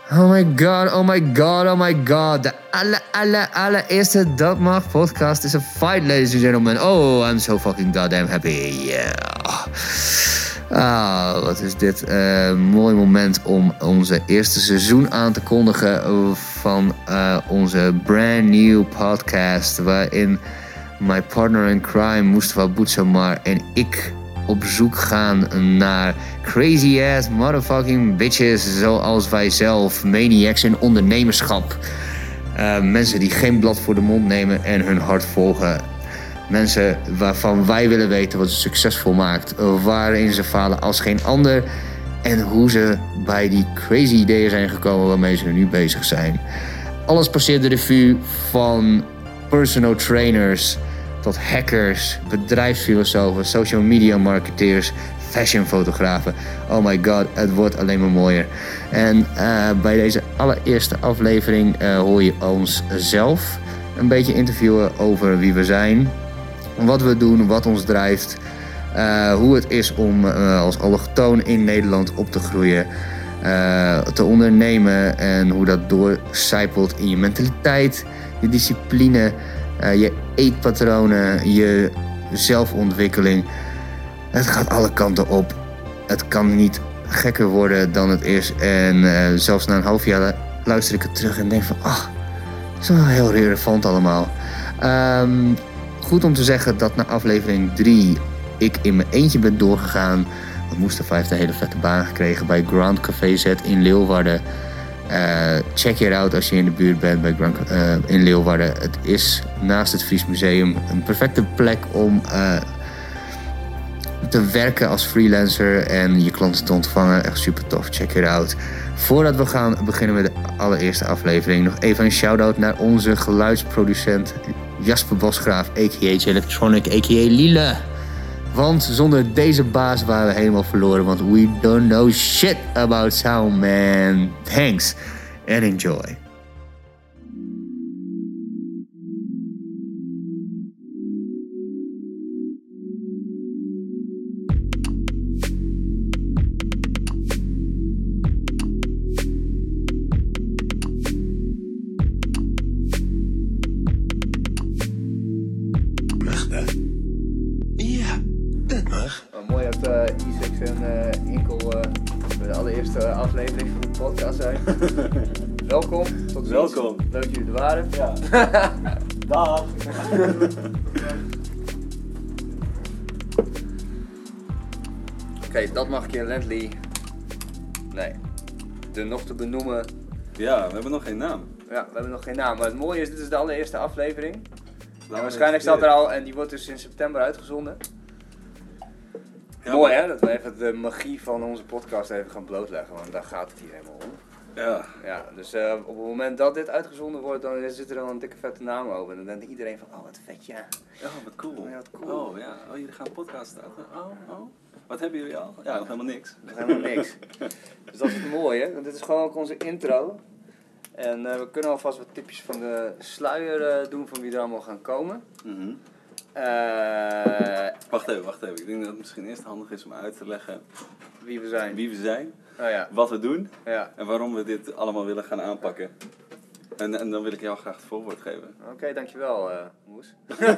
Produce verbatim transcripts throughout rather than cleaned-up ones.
Oh my god, oh my god, oh my god. De alle, alle, allereerste Dat Mag podcast is a fight, ladies and gentlemen. Oh, I'm so fucking goddamn happy. Yeah. Ah, wat is dit een uh, mooi moment om onze eerste seizoen aan te kondigen van uh, onze brand new podcast. Waarin mijn partner in crime, Mustafa Boetsamar, en ik op zoek gaan naar crazy ass motherfucking bitches zoals wij zelf, maniacs in ondernemerschap. Uh, mensen die geen blad voor de mond nemen en hun hart volgen. Mensen waarvan wij willen weten wat ze succesvol maakt, waarin ze falen als geen ander en hoe ze bij die crazy ideeën zijn gekomen waarmee ze nu bezig zijn. Alles passeert de revue, van personal trainers tot hackers, bedrijfsfilosofen, social media marketeers, fashionfotografen. Oh my god, het wordt alleen maar mooier. En uh, bij deze allereerste aflevering uh, hoor je ons zelf een beetje interviewen over wie we zijn, wat we doen, wat ons drijft, uh, hoe het is om uh, als allochtoon in Nederland op te groeien, uh, te ondernemen en hoe dat doorcijpelt in je mentaliteit, je discipline, uh, je eetpatronen, je zelfontwikkeling. Het gaat alle kanten op. Het kan niet gekker worden dan het is. En uh, zelfs na een half jaar luister ik het terug en denk van, ach, dat is wel heel relevant allemaal. Um, goed om te zeggen dat na aflevering drie ik in mijn eentje ben doorgegaan. Want Mustafa heeft een hele vette baan gekregen bij Grand Café Z in Leeuwarden. Uh, check it out als je in de buurt bent bij Grand, uh, in Leeuwarden. Het is naast het Fries Museum een perfecte plek om uh, te werken als freelancer en je klanten te ontvangen. Echt super tof, check it out. Voordat we gaan beginnen met de allereerste aflevering, nog even een shout-out naar onze geluidsproducent Jasper Bosgraaf, a k a. Electronic, a k a. Lila. Want zonder deze baas waren we helemaal verloren, want we don't know shit about sound, man. Thanks and enjoy. Welkom, tot ziens. Welkom. Leuk dat jullie er waren. Ja. Dag. Oké, okay, Dat Mag je Lendley. Nee, de nog te benoemen. Ja, we hebben nog geen naam. Ja, we hebben nog geen naam. Maar het mooie is, dit is de allereerste aflevering. En waarschijnlijk staat staat er al, en die wordt dus in september uitgezonden. Ja, mooi hè, dat we even de magie van onze podcast even gaan blootleggen, want daar gaat het hier helemaal om. Ja. Ja, dus uh, op het moment dat dit uitgezonden wordt, dan zit er al een dikke vette naam over. En dan denkt iedereen van, oh wat vet, ja. Oh, wat cool. Oh, ja, wat cool. Oh, ja. Oh, jullie gaan een podcast starten. Oh, oh. Wat hebben jullie al? Ja, nog helemaal niks. Nog helemaal niks. Dus dat is het mooie, want dit is gewoon ook onze intro. En uh, we kunnen alvast wat tipjes van de sluier uh, doen van wie er allemaal gaan komen. Mm-hmm. Uh, wacht even, wacht even. Ik denk dat het misschien eerst handig is om uit te leggen wie we zijn. Wie we zijn, oh, ja. wat we doen ja. en waarom we dit allemaal willen gaan aanpakken. En, en dan wil ik jou graag het voorwoord geven. Oké, okay, dankjewel uh, Moes.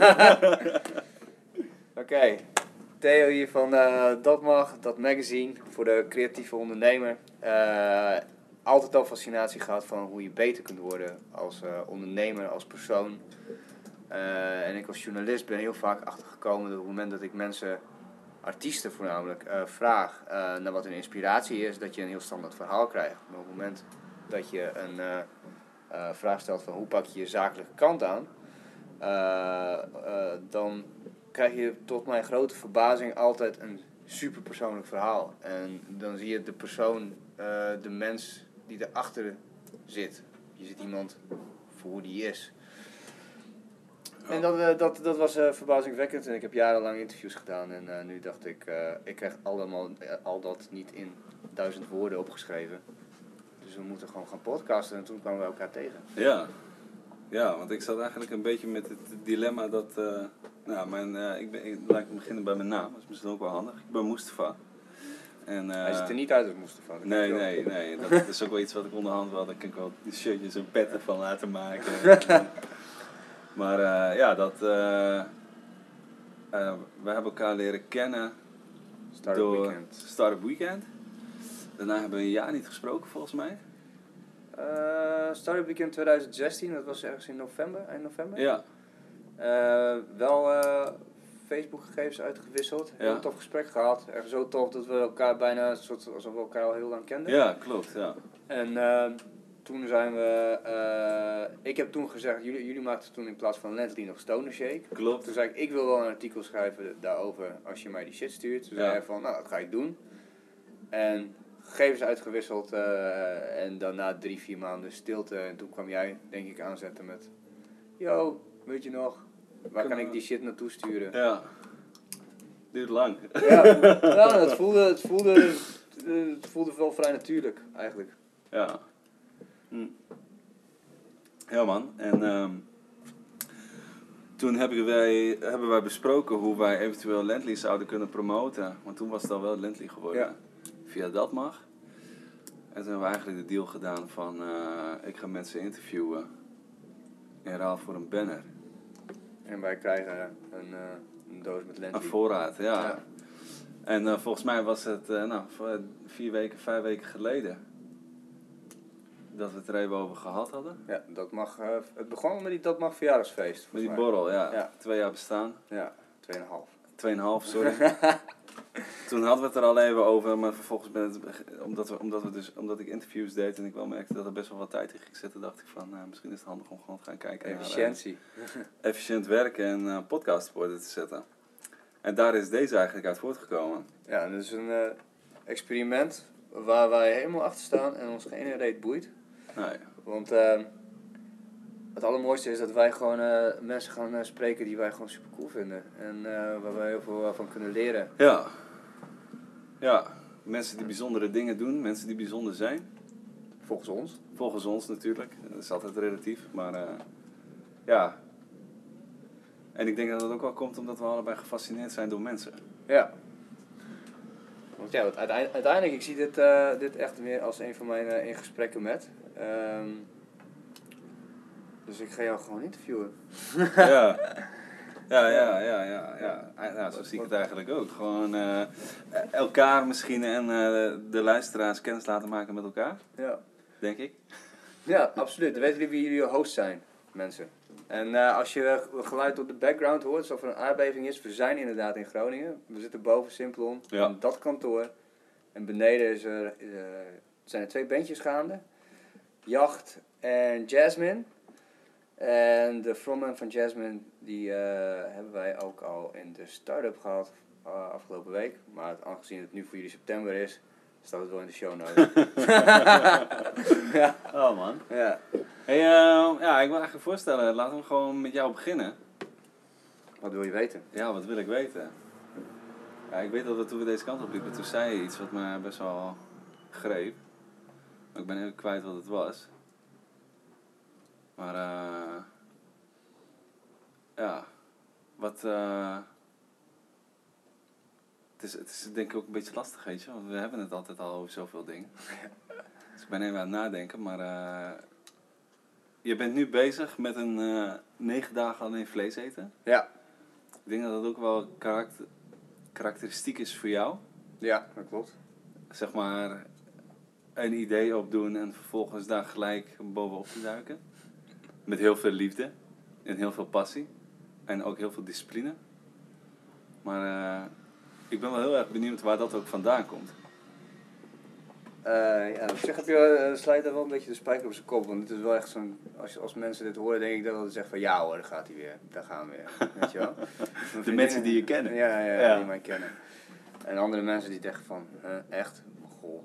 Oké, okay. Theo hier van uh, Dat Mag, Dat Magazine voor de creatieve ondernemer. Uh, altijd al fascinatie gehad van hoe je beter kunt worden als uh, ondernemer, als persoon. Uh, en ik als journalist ben heel vaak achtergekomen dat op het moment dat ik mensen, artiesten voornamelijk, uh, vraag uh, naar wat hun inspiratie is, dat je een heel standaard verhaal krijgt. Maar op het moment dat je een uh, uh, vraag stelt van hoe pak je je zakelijke kant aan, uh, uh, dan krijg je tot mijn grote verbazing altijd een super persoonlijk verhaal. En dan zie je de persoon, uh, de mens die erachter zit. Je ziet iemand voor hoe die is. En dat, uh, dat, dat was uh, verbazingwekkend en ik heb jarenlang interviews gedaan en uh, nu dacht ik, uh, ik krijg allemaal, uh, al dat niet in duizend woorden opgeschreven. Dus we moeten gewoon gaan podcasten en toen kwamen we elkaar tegen. Ja, ja, want ik zat eigenlijk een beetje met het dilemma dat, uh, nou, mijn, uh, ik ben, ik, laat ik beginnen bij mijn naam, dat is misschien ook wel handig. Ik ben Mustafa En, uh, Hij ziet er niet uit als Mustafa. Nee, nee, nee. Dat is ook wel iets wat ik onderhand wel. Daar kan ik wel die shirtjes en petten van laten maken. Maar uh, ja, dat... Uh, uh, we hebben elkaar leren kennen Startup door Weekend. Startup Weekend. Daarna hebben we een jaar niet gesproken volgens mij. Uh, Startup Weekend twintig zestien, dat was ergens in november, eind november. Ja. Uh, wel uh, Facebook gegevens uitgewisseld. Heel Ja. tof gesprek gehad. Echt zo tof dat we elkaar bijna soort, alsof we elkaar al heel lang kenden. Ja, klopt. Ja. En uh, toen zijn we... Uh, ik heb toen gezegd, jullie, jullie maakten toen in plaats van Lently nog Stoner Shake. Klopt. Toen zei ik, ik wil wel een artikel schrijven daarover als je mij die shit stuurt. Toen Ja. zei hij van, nou dat ga ik doen. En gegevens uitgewisseld uh, en daarna drie, vier maanden stilte. En toen kwam jij, denk ik, aanzetten met... Yo, weet je nog, waar kan Kunnen ik die shit naartoe sturen? Ja. Duurt lang. Ja, ja het, voelde, het, voelde, het voelde wel vrij natuurlijk, eigenlijk. Ja. Hm. Ja man. En um, toen hebben wij, hebben wij besproken hoe wij eventueel Lently zouden kunnen promoten. Want toen was het al wel Lently geworden. Ja. Via Dat Mag. En toen hebben we eigenlijk de deal gedaan van uh, ik ga mensen interviewen in ruil voor een banner. En wij krijgen een, uh, een doos met Lently. Een voorraad, ja. Ja. En uh, volgens mij was het uh, nou, vier weken, vijf weken geleden dat we het er even over gehad hadden. Ja, dat mag, uh, het begon met die Dat Mag verjaardagsfeest. Met die mij. borrel, ja. Ja. Twee jaar bestaan. Ja, tweeënhalf. Tweeënhalf, sorry. Toen hadden we het er al even over, maar vervolgens, ben het, omdat, we, omdat, we dus, omdat ik interviews deed en ik wel merkte dat er best wel wat tijd in ging zitten, dacht ik van, nou, misschien is het handig om gewoon te gaan kijken Efficiëntie. naar uh, efficiënt werken en uh, podcast op orde te zetten. En daar is deze eigenlijk uit voortgekomen. Ja, en dat is een uh, experiment waar wij helemaal achter staan en ons geen reet boeit. Nou ja. Want uh, het allermooiste is dat wij gewoon uh, mensen gaan uh, spreken die wij gewoon super cool vinden. En uh, waar wij heel veel uh, van kunnen leren. Ja. Ja, mensen die bijzondere dingen doen, mensen die bijzonder zijn. Volgens ons. Volgens ons natuurlijk, dat is altijd relatief, maar uh, ja. En ik denk dat dat ook wel komt omdat we allebei gefascineerd zijn door mensen. Ja. Want ja, want uiteindelijk, uiteindelijk ik zie dit, uh, dit echt meer als een van mijn uh, in gesprekken met. Um, dus ik ga jou gewoon interviewen. Ja. Ja, ja, ja, ja, ja. ja zo zie ik het eigenlijk ook. Gewoon uh, elkaar misschien en uh, de luisteraars kennis laten maken met elkaar. Ja. Denk ik. Ja, absoluut. Dan weten jullie wie jullie host zijn, mensen. En uh, als je geluid op de background hoort, alsof er een aardbeving is, we zijn inderdaad in Groningen. We zitten boven Simplon, Ja. in dat kantoor. En beneden is er, uh, zijn er twee bandjes gaande. Jacht en Jasmine. En de frontman van Jasmine, die uh, hebben wij ook al in de start-up gehad uh, afgelopen week. Maar aangezien het nu voor jullie september is, staat het wel in de show notes. Ja. Oh man. Ja. Hey, uh, ja, ik wil eigenlijk voorstellen, laten we gewoon met jou beginnen. Wat wil je weten? Ja, wat wil ik weten? Ja, ik weet dat we toen we deze kant op liepen, toen zei je iets wat me best wel greep. Maar ik ben even kwijt wat het was. Maar uh, ja, wat... Uh, het, is, het is denk ik ook een beetje lastig, weet je, want we hebben het altijd al over zoveel dingen. Dus ik ben even aan het nadenken, maar... Uh, je bent nu bezig met een uh, negen dagen alleen vlees eten. Ja. Ik denk dat dat ook wel karakter, karakteristiek is voor jou. Ja, dat klopt. Zeg maar een idee opdoen en vervolgens daar gelijk bovenop te duiken. Met heel veel liefde en heel veel passie. En ook heel veel discipline. Maar uh, ik ben wel heel erg benieuwd waar dat ook vandaan komt. Uh, ja, op zich heb je, uh, slijt er wel een beetje de spijker op zijn kop. Want het is wel echt zo'n, als, als mensen dit horen, denk ik dat ze zeggen van ja hoor, daar gaat hij weer. Daar gaan we weer. Weet je wel? De mensen die je kennen. Ja, ja, ja, Ja. die mij kennen. En andere mensen die denken van, uh, echt? Goh.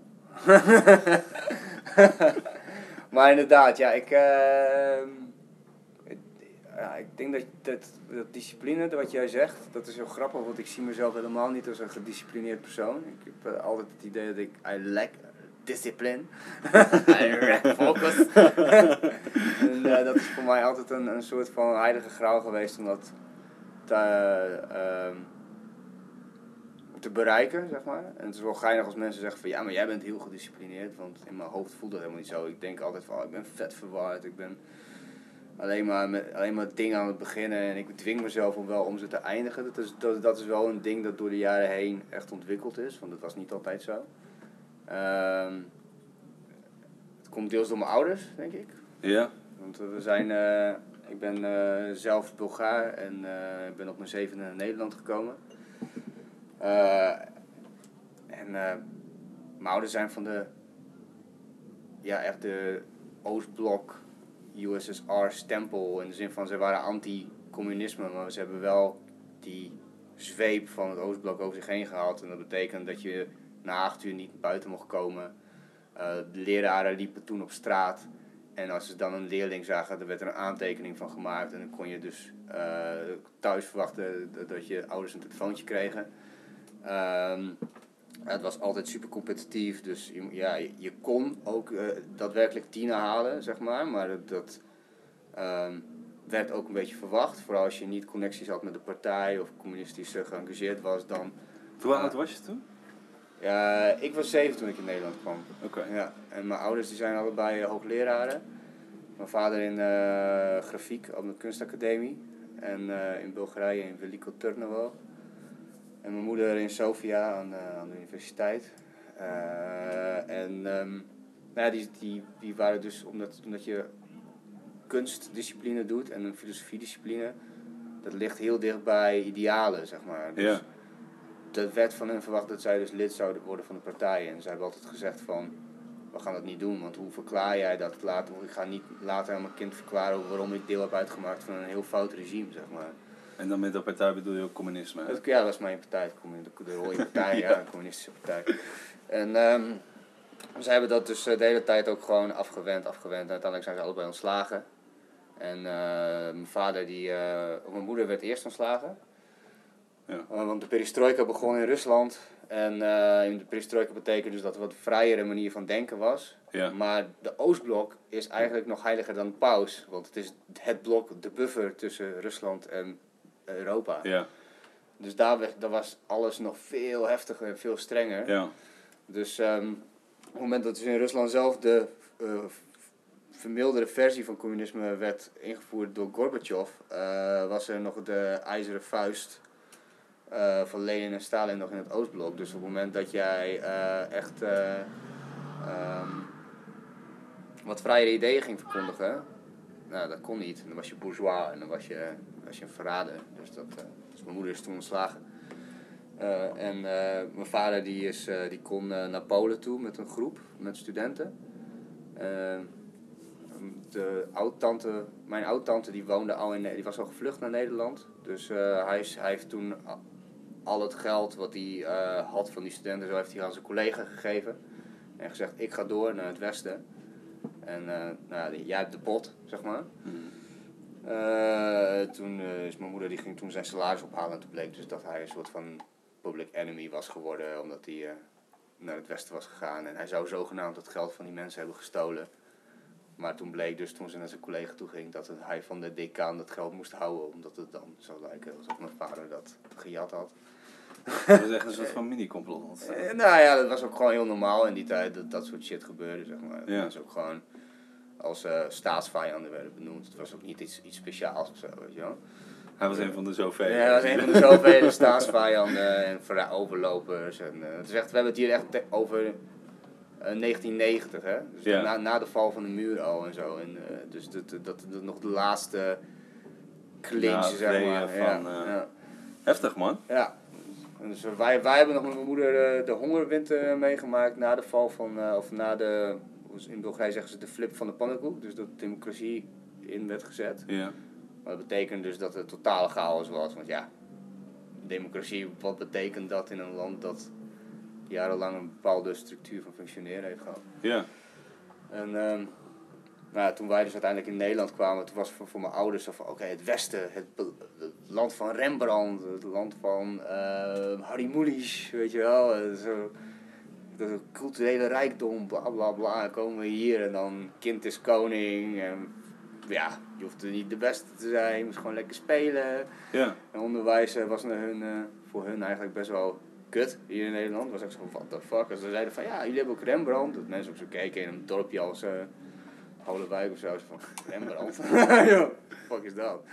Maar inderdaad, ja, ik, uh, ik, ja, ik denk dat, dat, dat discipline, wat jij zegt, dat is heel grappig. Want ik zie mezelf helemaal niet als een gedisciplineerd persoon. Ik heb uh, altijd het idee dat ik, I lack discipline. I lack focus. En uh, dat is voor mij altijd een, een soort van heilige graal geweest. Omdat, te, uh, te bereiken, zeg maar. En het is wel geinig als mensen zeggen van ja, maar jij bent heel gedisciplineerd, want in mijn hoofd voelt dat helemaal niet zo. Ik denk altijd van, oh, ik ben vet verward, ik ben alleen maar, met, alleen maar dingen aan het beginnen en ik dwing mezelf om wel om ze te eindigen. Dat is, dat, dat is wel een ding dat door de jaren heen echt ontwikkeld is, want dat was niet altijd zo. Um, het komt deels door mijn ouders, denk ik. Ja. Want we zijn, uh, ik ben uh, zelf Bulgaar en uh, ik ben op mijn zevende naar Nederland gekomen. Uh, en uh, mijn ouders zijn van de, ja echt de Oostblok U S S R stempel. In de zin van, ze waren anti-communisme, maar ze hebben wel die zweep van het Oostblok over zich heen gehaald. En dat betekent dat je na acht uur niet buiten mocht komen. Uh, de leraren liepen toen op straat. En als ze dan een leerling zagen, er werd er een aantekening van gemaakt. En dan kon je dus uh, thuis verwachten dat je ouders een telefoontje kregen. Um, het was altijd super competitief, dus je, ja, je, je kon ook uh, daadwerkelijk tienen halen, zeg maar. Maar dat, dat um, werd ook een beetje verwacht. Vooral als je niet connecties had met de partij of communistisch uh, geëngageerd was, dan... Hoe oud uh, was je toen? Ja, ik was zeven toen ik in Nederland kwam. Oké. Okay. Ja, en mijn ouders die zijn allebei uh, hoogleraren. Mijn vader in uh, grafiek op de kunstacademie. En uh, in Bulgarije in Veliko Turnavo. En mijn moeder in Sofia aan, uh, aan de universiteit. Uh, en um, nou ja, die, die, die waren dus, omdat, omdat je kunstdiscipline doet en een filosofiediscipline, dat ligt heel dicht bij idealen, zeg maar. Dus ja. dat werd van hen verwacht dat zij dus lid zouden worden van de partij. En zij hebben altijd gezegd van, we gaan dat niet doen, want hoe verklaar jij dat later? Ik ga niet later aan mijn kind verklaren waarom ik deel heb uitgemaakt van een heel fout regime, zeg maar. En dan met de partij bedoel je ook communisme? Dat, ja, dat was mijn partij, de, de rode partij, ja, de communistische partij. En um, zij hebben dat dus de hele tijd ook gewoon afgewend, afgewend. En uiteindelijk zijn ze allebei ontslagen. En uh, mijn vader, die, uh, mijn moeder werd eerst ontslagen. Ja. Uh, want de perestrojka begon in Rusland. En uh, de perestrojka betekent dus dat er wat vrijere manier van denken was. Ja. Maar de Oostblok is eigenlijk nog heiliger dan de paus. Want het is het blok, de buffer tussen Rusland en Europa. Ja. Dus daar, daar was alles nog veel heftiger en veel strenger. Ja. Dus um, op het moment dat dus in Rusland zelf de uh, vermilderde versie van communisme werd ingevoerd door Gorbachev, uh, was er nog de ijzeren vuist uh, van Lenin en Stalin nog in het Oostblok. Dus op het moment dat jij uh, echt uh, um, wat vrijere ideeën ging verkondigen, nou, dat kon niet. Dan was je bourgeois en dan was je, was je een verrader. Dus, dat, uh, dus mijn moeder is toen ontslagen. Uh, en uh, mijn vader die is, uh, die kon uh, naar Polen toe met een groep, met studenten. Uh, de oud-tante, mijn oud-tante die woonde al in, die was al gevlucht naar Nederland. Dus uh, hij, is, hij heeft toen al het geld wat hij uh, had van die studenten, zo heeft hij aan zijn collega gegeven. En gezegd, ik ga door naar het westen. En uh, nou, jij hebt de pot, zeg maar. Hmm. Uh, toen uh, is mijn moeder, die ging toen zijn salaris ophalen en toen bleek dus dat hij een soort van public enemy was geworden, omdat hij uh, naar het westen was gegaan. En hij zou zogenaamd het geld van die mensen hebben gestolen. Maar toen bleek dus, toen ze naar zijn collega toe ging, dat het, hij van de decaan dat geld moest houden, omdat het dan zou lijken alsof mijn vader dat gejat had. Dat is echt een soort van mini-complot. Uh, nou ja, dat was ook gewoon heel normaal in die tijd, dat dat soort shit gebeurde, zeg maar. Ja. Dat was ook gewoon als uh, staatsvijanden werden benoemd. Het was ook niet iets, iets speciaals of zo, weet je wel. Hij was een van de zoveel. Ja, hij was een van de zoveel staatsvijanden en overlopers. En, uh, het is echt, we hebben het hier echt te- over uh, negentien negentig, hè. Dus Ja. na, na de val van de muur al en zo. En, uh, dus dat, dat, dat, dat nog de laatste clinch, Ja, zeg maar. van, Ja, uh, ja. Heftig, man. Ja. En dus wij, wij hebben nog met mijn moeder uh, de hongerwinter meegemaakt na de val van, uh, of na de, in Bulgarije zeggen ze de flip van de pannenkoek. Dus dat democratie in werd gezet. Ja. Maar dat betekent dus dat het totale chaos was. Want ja, democratie, wat betekent dat in een land dat jarenlang een bepaalde structuur van functioneren heeft gehad? Ja. En um, nou ja, toen wij dus uiteindelijk in Nederland kwamen, toen was het voor, voor mijn ouders zo van, oké, okay, het Westen, het, be- het land van Rembrandt, het land van uh, Harry Mulisch, weet je wel, uh, zo, de culturele rijkdom, bla bla bla, en komen we hier en dan kind is koning en ja, je hoeft niet de beste te zijn, je moest gewoon lekker spelen. Ja. En onderwijs was naar hun, uh, voor hun eigenlijk best wel kut hier in Nederland. Was echt zo van, what the fuck. Als ze zeiden van, ja, jullie hebben ook Rembrandt. Dat mensen ook zo keken in een dorpje als uh, Hollewijk of zo. Zo van, Rembrandt? Yo, fuck is dat?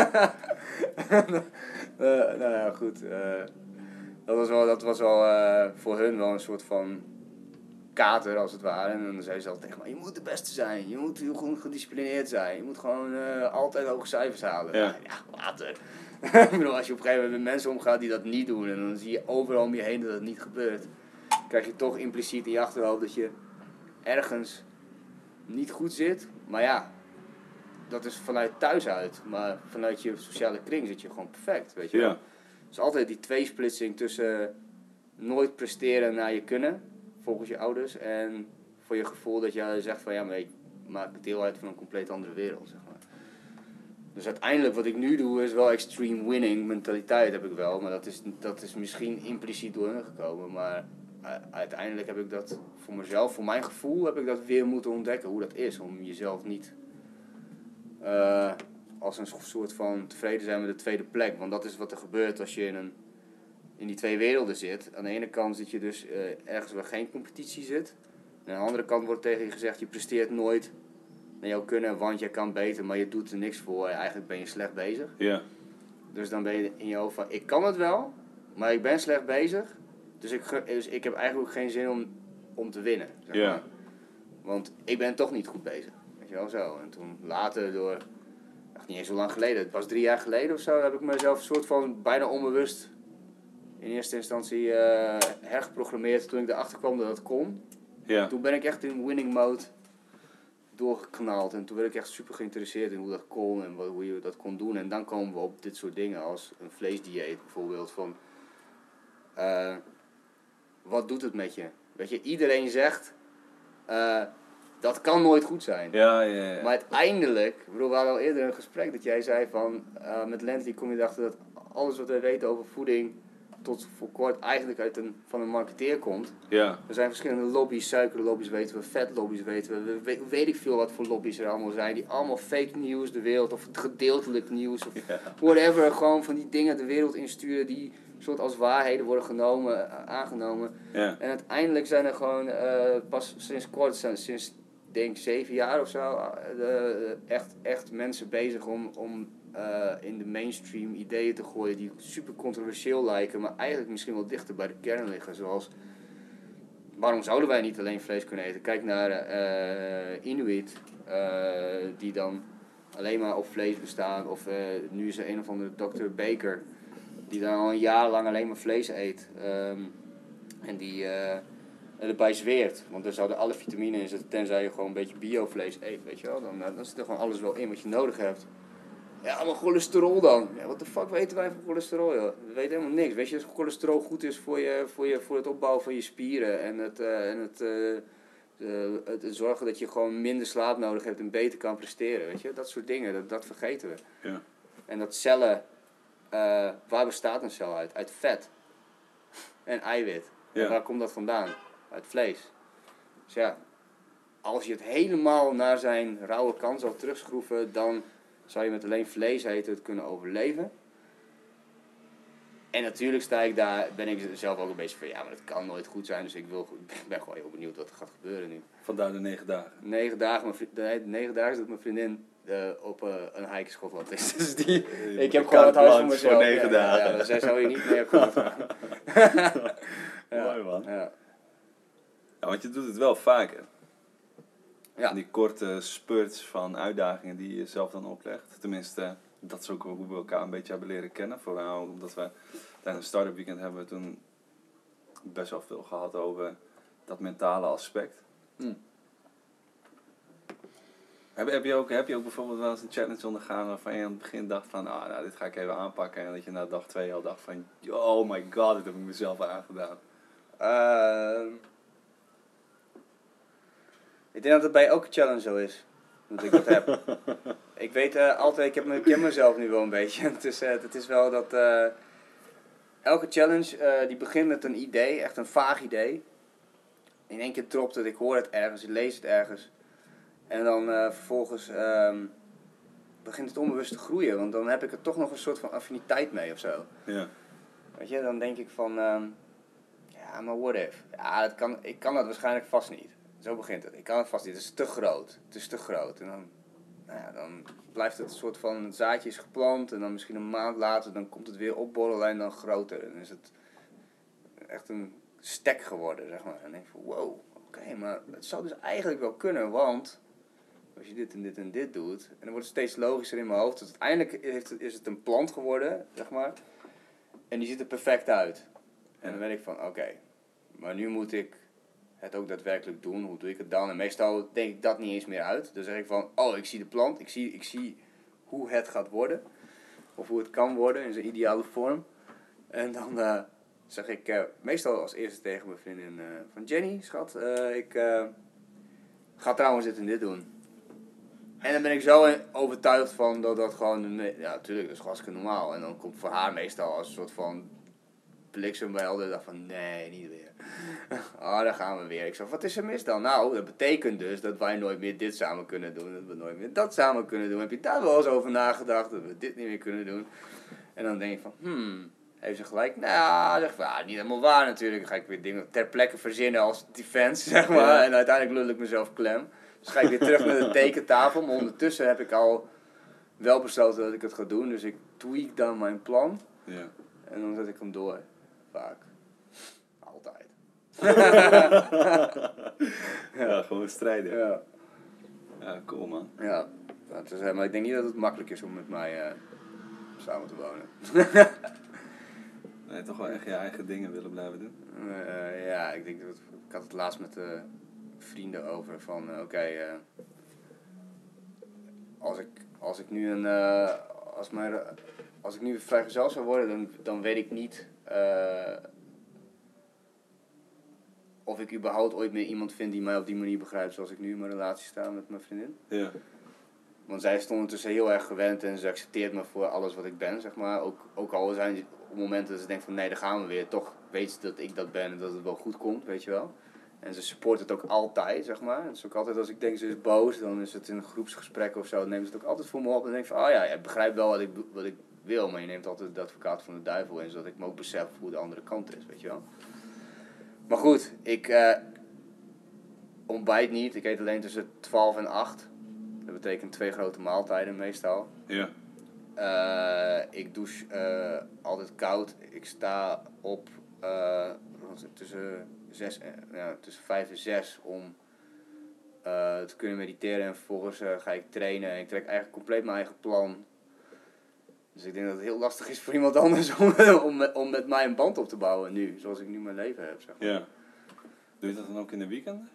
uh, nou ja, goed. Uh, dat was wel, dat was wel uh, voor hun wel een soort van kater, als het ware. En dan zei ze altijd tegen mij, je moet de beste zijn. Je moet heel goed gedisciplineerd zijn. Je moet gewoon uh, altijd hoge cijfers halen. Ja, ja later. Ik bedoel, als je op een gegeven moment met mensen omgaat die dat niet doen. En dan zie je overal om je heen dat het niet gebeurt. Dan krijg je toch impliciet in je achterhoofd dat je ergens niet goed zit. Maar ja, dat is vanuit thuis uit. Maar vanuit je sociale kring zit je gewoon perfect, weet je wel. Ja. Dus altijd die tweesplitsing tussen nooit presteren naar je kunnen, volgens je ouders. En voor je gevoel dat je zegt van ja, maar ik maak deel uit van een compleet andere wereld, zeg maar. Dus uiteindelijk wat ik nu doe is wel extreme winning mentaliteit heb ik wel. Maar dat is, dat is misschien impliciet door hun gekomen. Maar uiteindelijk heb ik dat voor mezelf, voor mijn gevoel, heb ik dat weer moeten ontdekken. Hoe dat is om jezelf niet uh, als een soort van tevreden zijn met de tweede plek. Want dat is wat er gebeurt als je in, een, in die twee werelden zit. Aan de ene kant zit je dus uh, ergens waar geen competitie zit. En aan de andere kant wordt tegen je gezegd, je presteert nooit naar jouw kunnen, want je kan beter, maar je doet er niks voor. Eigenlijk ben je slecht bezig. Ja. Dus dan ben je in je hoofd van, ik kan het wel, maar ik ben slecht bezig. Dus ik, dus ik heb eigenlijk ook geen zin om, om te winnen. Zeg Ja. maar. Want ik ben toch niet goed bezig. Weet je wel zo. En toen later door, echt niet eens zo lang geleden, het was drie jaar geleden of zo, heb ik mezelf een soort van bijna onbewust in eerste instantie uh, hergeprogrammeerd toen ik erachter kwam dat het kon. Ja. Toen ben ik echt in winning mode doorgeknald en toen werd ik echt super geïnteresseerd in hoe dat kon en wat, hoe je dat kon doen. En dan komen we op dit soort dingen als een vleesdieet bijvoorbeeld van uh, wat doet het met je? Weet je, iedereen zegt uh, dat kan nooit goed zijn. Ja, ja, ja. Maar uiteindelijk, ik bedoel, we hadden al eerder een gesprek dat jij zei van uh, met Lenty kom je erachter dat alles wat wij weten over voeding tot voor kort eigenlijk uit een, van een marketeer komt. Ja. Er zijn verschillende lobby's, suikerlobby's weten we, vetlobby's weten we, we, weet ik veel wat voor lobby's er allemaal zijn, die allemaal fake news de wereld, of gedeeltelijk nieuws, of Ja. whatever, gewoon van die dingen de wereld insturen die soort als waarheden worden genomen, aangenomen. Ja. En uiteindelijk zijn er gewoon uh, pas sinds kort, sinds denk zeven jaar of zo, uh, echt, echt mensen bezig om, om uh, in de mainstream ideeën te gooien die super controversieel lijken, maar eigenlijk misschien wel dichter bij de kern liggen. Zoals, waarom zouden wij niet alleen vlees kunnen eten? Kijk naar uh, Inuit, uh, die dan alleen maar op vlees bestaan. Of uh, nu is er een of andere dokter Baker, die dan al een jaar lang alleen maar vlees eet. Um, en die uh, erbij zweert. Want er zouden alle vitamine in zitten, tenzij je gewoon een beetje biovlees eet, weet je wel. Dan, dan zit er gewoon alles wel in wat je nodig hebt. Ja, maar cholesterol dan. Ja, wat de fuck weten wij van cholesterol, joh? We weten helemaal niks. Weet je, dat cholesterol goed is voor, je, voor, je, voor het opbouwen van je spieren. En het, uh, en het, uh, uh, het, het zorgen dat je gewoon minder slaap nodig hebt en beter kan presteren, weet je. Dat soort dingen, dat, dat vergeten we. Ja. En dat cellen, uh, waar bestaat een cel uit? Uit vet. En eiwit. Ja. En waar komt dat vandaan? Uit vlees. Dus ja, als je het helemaal naar zijn rauwe kant zou terugschroeven, dan zou je met alleen vlees eten het kunnen overleven. En natuurlijk sta ik daar, ben ik zelf ook een beetje van, ja, maar dat kan nooit goed zijn. Dus ik, wil, ik ben gewoon heel benieuwd wat er gaat gebeuren nu. Vandaar de negen dagen. Negen dagen, mijn vriend, nee, negen dagen is dat mijn vriendin uh, op uh, een hike in Schotland is. Dus die, Je ik heb moet gewoon het huis voor carte mezelf. voor negen ja, dagen. Ja, ja, zij zou je niet meer kunnen vragen. Ja, Mooi man. ja. Ja, want je doet het wel vaker. Ja. Die korte spurts van uitdagingen die je zelf dan oplegt. Tenminste, dat is ook hoe we elkaar een beetje hebben leren kennen. Vooral omdat we tijdens een start-up weekend hebben we toen best wel veel gehad over dat mentale aspect. Hm. Heb, heb, je ook, heb je ook bijvoorbeeld wel eens een challenge ondergaan waarvan je aan het begin dacht van, ah, nou, dit ga ik even aanpakken. En dat je na dag twee al dacht van, oh my god, dit heb ik mezelf aangedaan. Uh, ik denk dat het bij elke challenge zo is. Dat ik dat heb. Ik weet uh, altijd, ik, heb me, ik ken mezelf nu wel een beetje. Het is, uh, het is wel dat uh, elke challenge uh, die begint met een idee, echt een vaag idee. In één keer dropt het, ik hoor het ergens, ik lees het ergens. En dan uh, vervolgens um, begint het onbewust te groeien. Want dan heb ik er toch nog een soort van affiniteit mee of zo. Ja. Weet je, dan denk ik van, um, ja, maar what if? Ja, dat kan, ik kan dat waarschijnlijk vast niet. Zo begint het. Ik kan het vast niet. Het is te groot. Het is te groot. En dan, nou ja, dan blijft het een soort van, het zaadje is geplant en dan misschien een maand later, dan komt het weer opborrelen en dan groter. En dan is het echt een stek geworden, zeg maar. En dan denk ik van, wow, oké, okay, maar het zou dus eigenlijk wel kunnen, want als je dit en dit en dit doet, en dan wordt het steeds logischer in mijn hoofd. Dus uiteindelijk heeft, is het een plant geworden, zeg maar. En die ziet er perfect uit. En dan weet ik van, oké, okay, maar nu moet ik het ook daadwerkelijk doen. Hoe doe ik het dan? En meestal denk ik dat niet eens meer uit. Dan zeg ik van, oh, ik zie de plant. Ik zie, ik zie hoe het gaat worden. Of hoe het kan worden in zijn ideale vorm. En dan uh, zeg ik uh, meestal als eerste tegen mijn vriendin uh, van Jenny, schat, uh, ik uh, ga trouwens dit en dit doen. En dan ben ik zo overtuigd van dat dat gewoon, ja natuurlijk, dat is hartstikke normaal. En dan komt voor haar meestal als een soort van bliksembelder, dacht van nee, niet weer. Oh, daar gaan we weer. Ik zeg, wat is er mis dan? Nou, dat betekent dus dat wij nooit meer dit samen kunnen doen. Dat we nooit meer dat samen kunnen doen. Heb je daar wel eens over nagedacht? Dat we dit niet meer kunnen doen? En dan denk ik van, hmm, heeft ze gelijk? Nou, zeg ik van, ah, niet helemaal waar natuurlijk. Dan ga ik weer dingen ter plekke verzinnen als defense, zeg maar. Ja. En uiteindelijk lul ik mezelf klem. Dus ga ik weer terug naar de tekentafel. Maar ondertussen heb ik al wel besloten dat ik het ga doen. Dus ik tweak dan mijn plan. Ja. En dan zet ik hem door. Vaak. Altijd. Ja, gewoon strijden. Ja. Ja, cool man. Ja. Dat is, maar ik denk niet dat het makkelijk is om met mij uh, samen te wonen. Nee, toch wel echt je eigen dingen willen blijven doen? Uh, ja, ik denk dat het, ik had het laatst met uh, vrienden over van, uh, oké, okay, uh, als ik als ik nu een, uh, als mijn, uh, als ik nu vrijgezel zou worden, dan, dan weet ik niet uh, of ik überhaupt ooit meer iemand vind die mij op die manier begrijpt zoals ik nu in mijn relatie sta met mijn vriendin. Ja. Want zij is ondertussen heel erg gewend en ze accepteert me voor alles wat ik ben, zeg maar. Ook, ook al zijn ze op momenten dat ze denkt van nee, daar gaan we weer. Toch weet ze dat ik dat ben en dat het wel goed komt, weet je wel. En ze support het ook altijd, zeg maar. Het is ook altijd als ik denk ze is boos, dan is het in een groepsgesprek of zo. Dan neemt ze het ook altijd voor me op en denk ik van, oh ja, je begrijpt wel wat ik, wat ik wil. Maar je neemt altijd de advocaat van de duivel in, zodat ik me ook besef hoe de andere kant is, weet je wel. Maar goed, ik uh, ontbijt niet. Ik eet alleen tussen twaalf en acht. Dat betekent twee grote maaltijden meestal. Ja. Uh, ik douche uh, altijd koud. Ik sta op uh, tussen, zes, ja, tussen vijf en zes om uh, te kunnen mediteren. En vervolgens uh, ga ik trainen. En ik trek eigenlijk compleet mijn eigen plan. Dus ik denk dat het heel lastig is voor iemand anders om, om, om met mij een band op te bouwen nu. Zoals ik nu mijn leven heb, zeg maar. Ja. Doe je dat dan ook in de weekenden?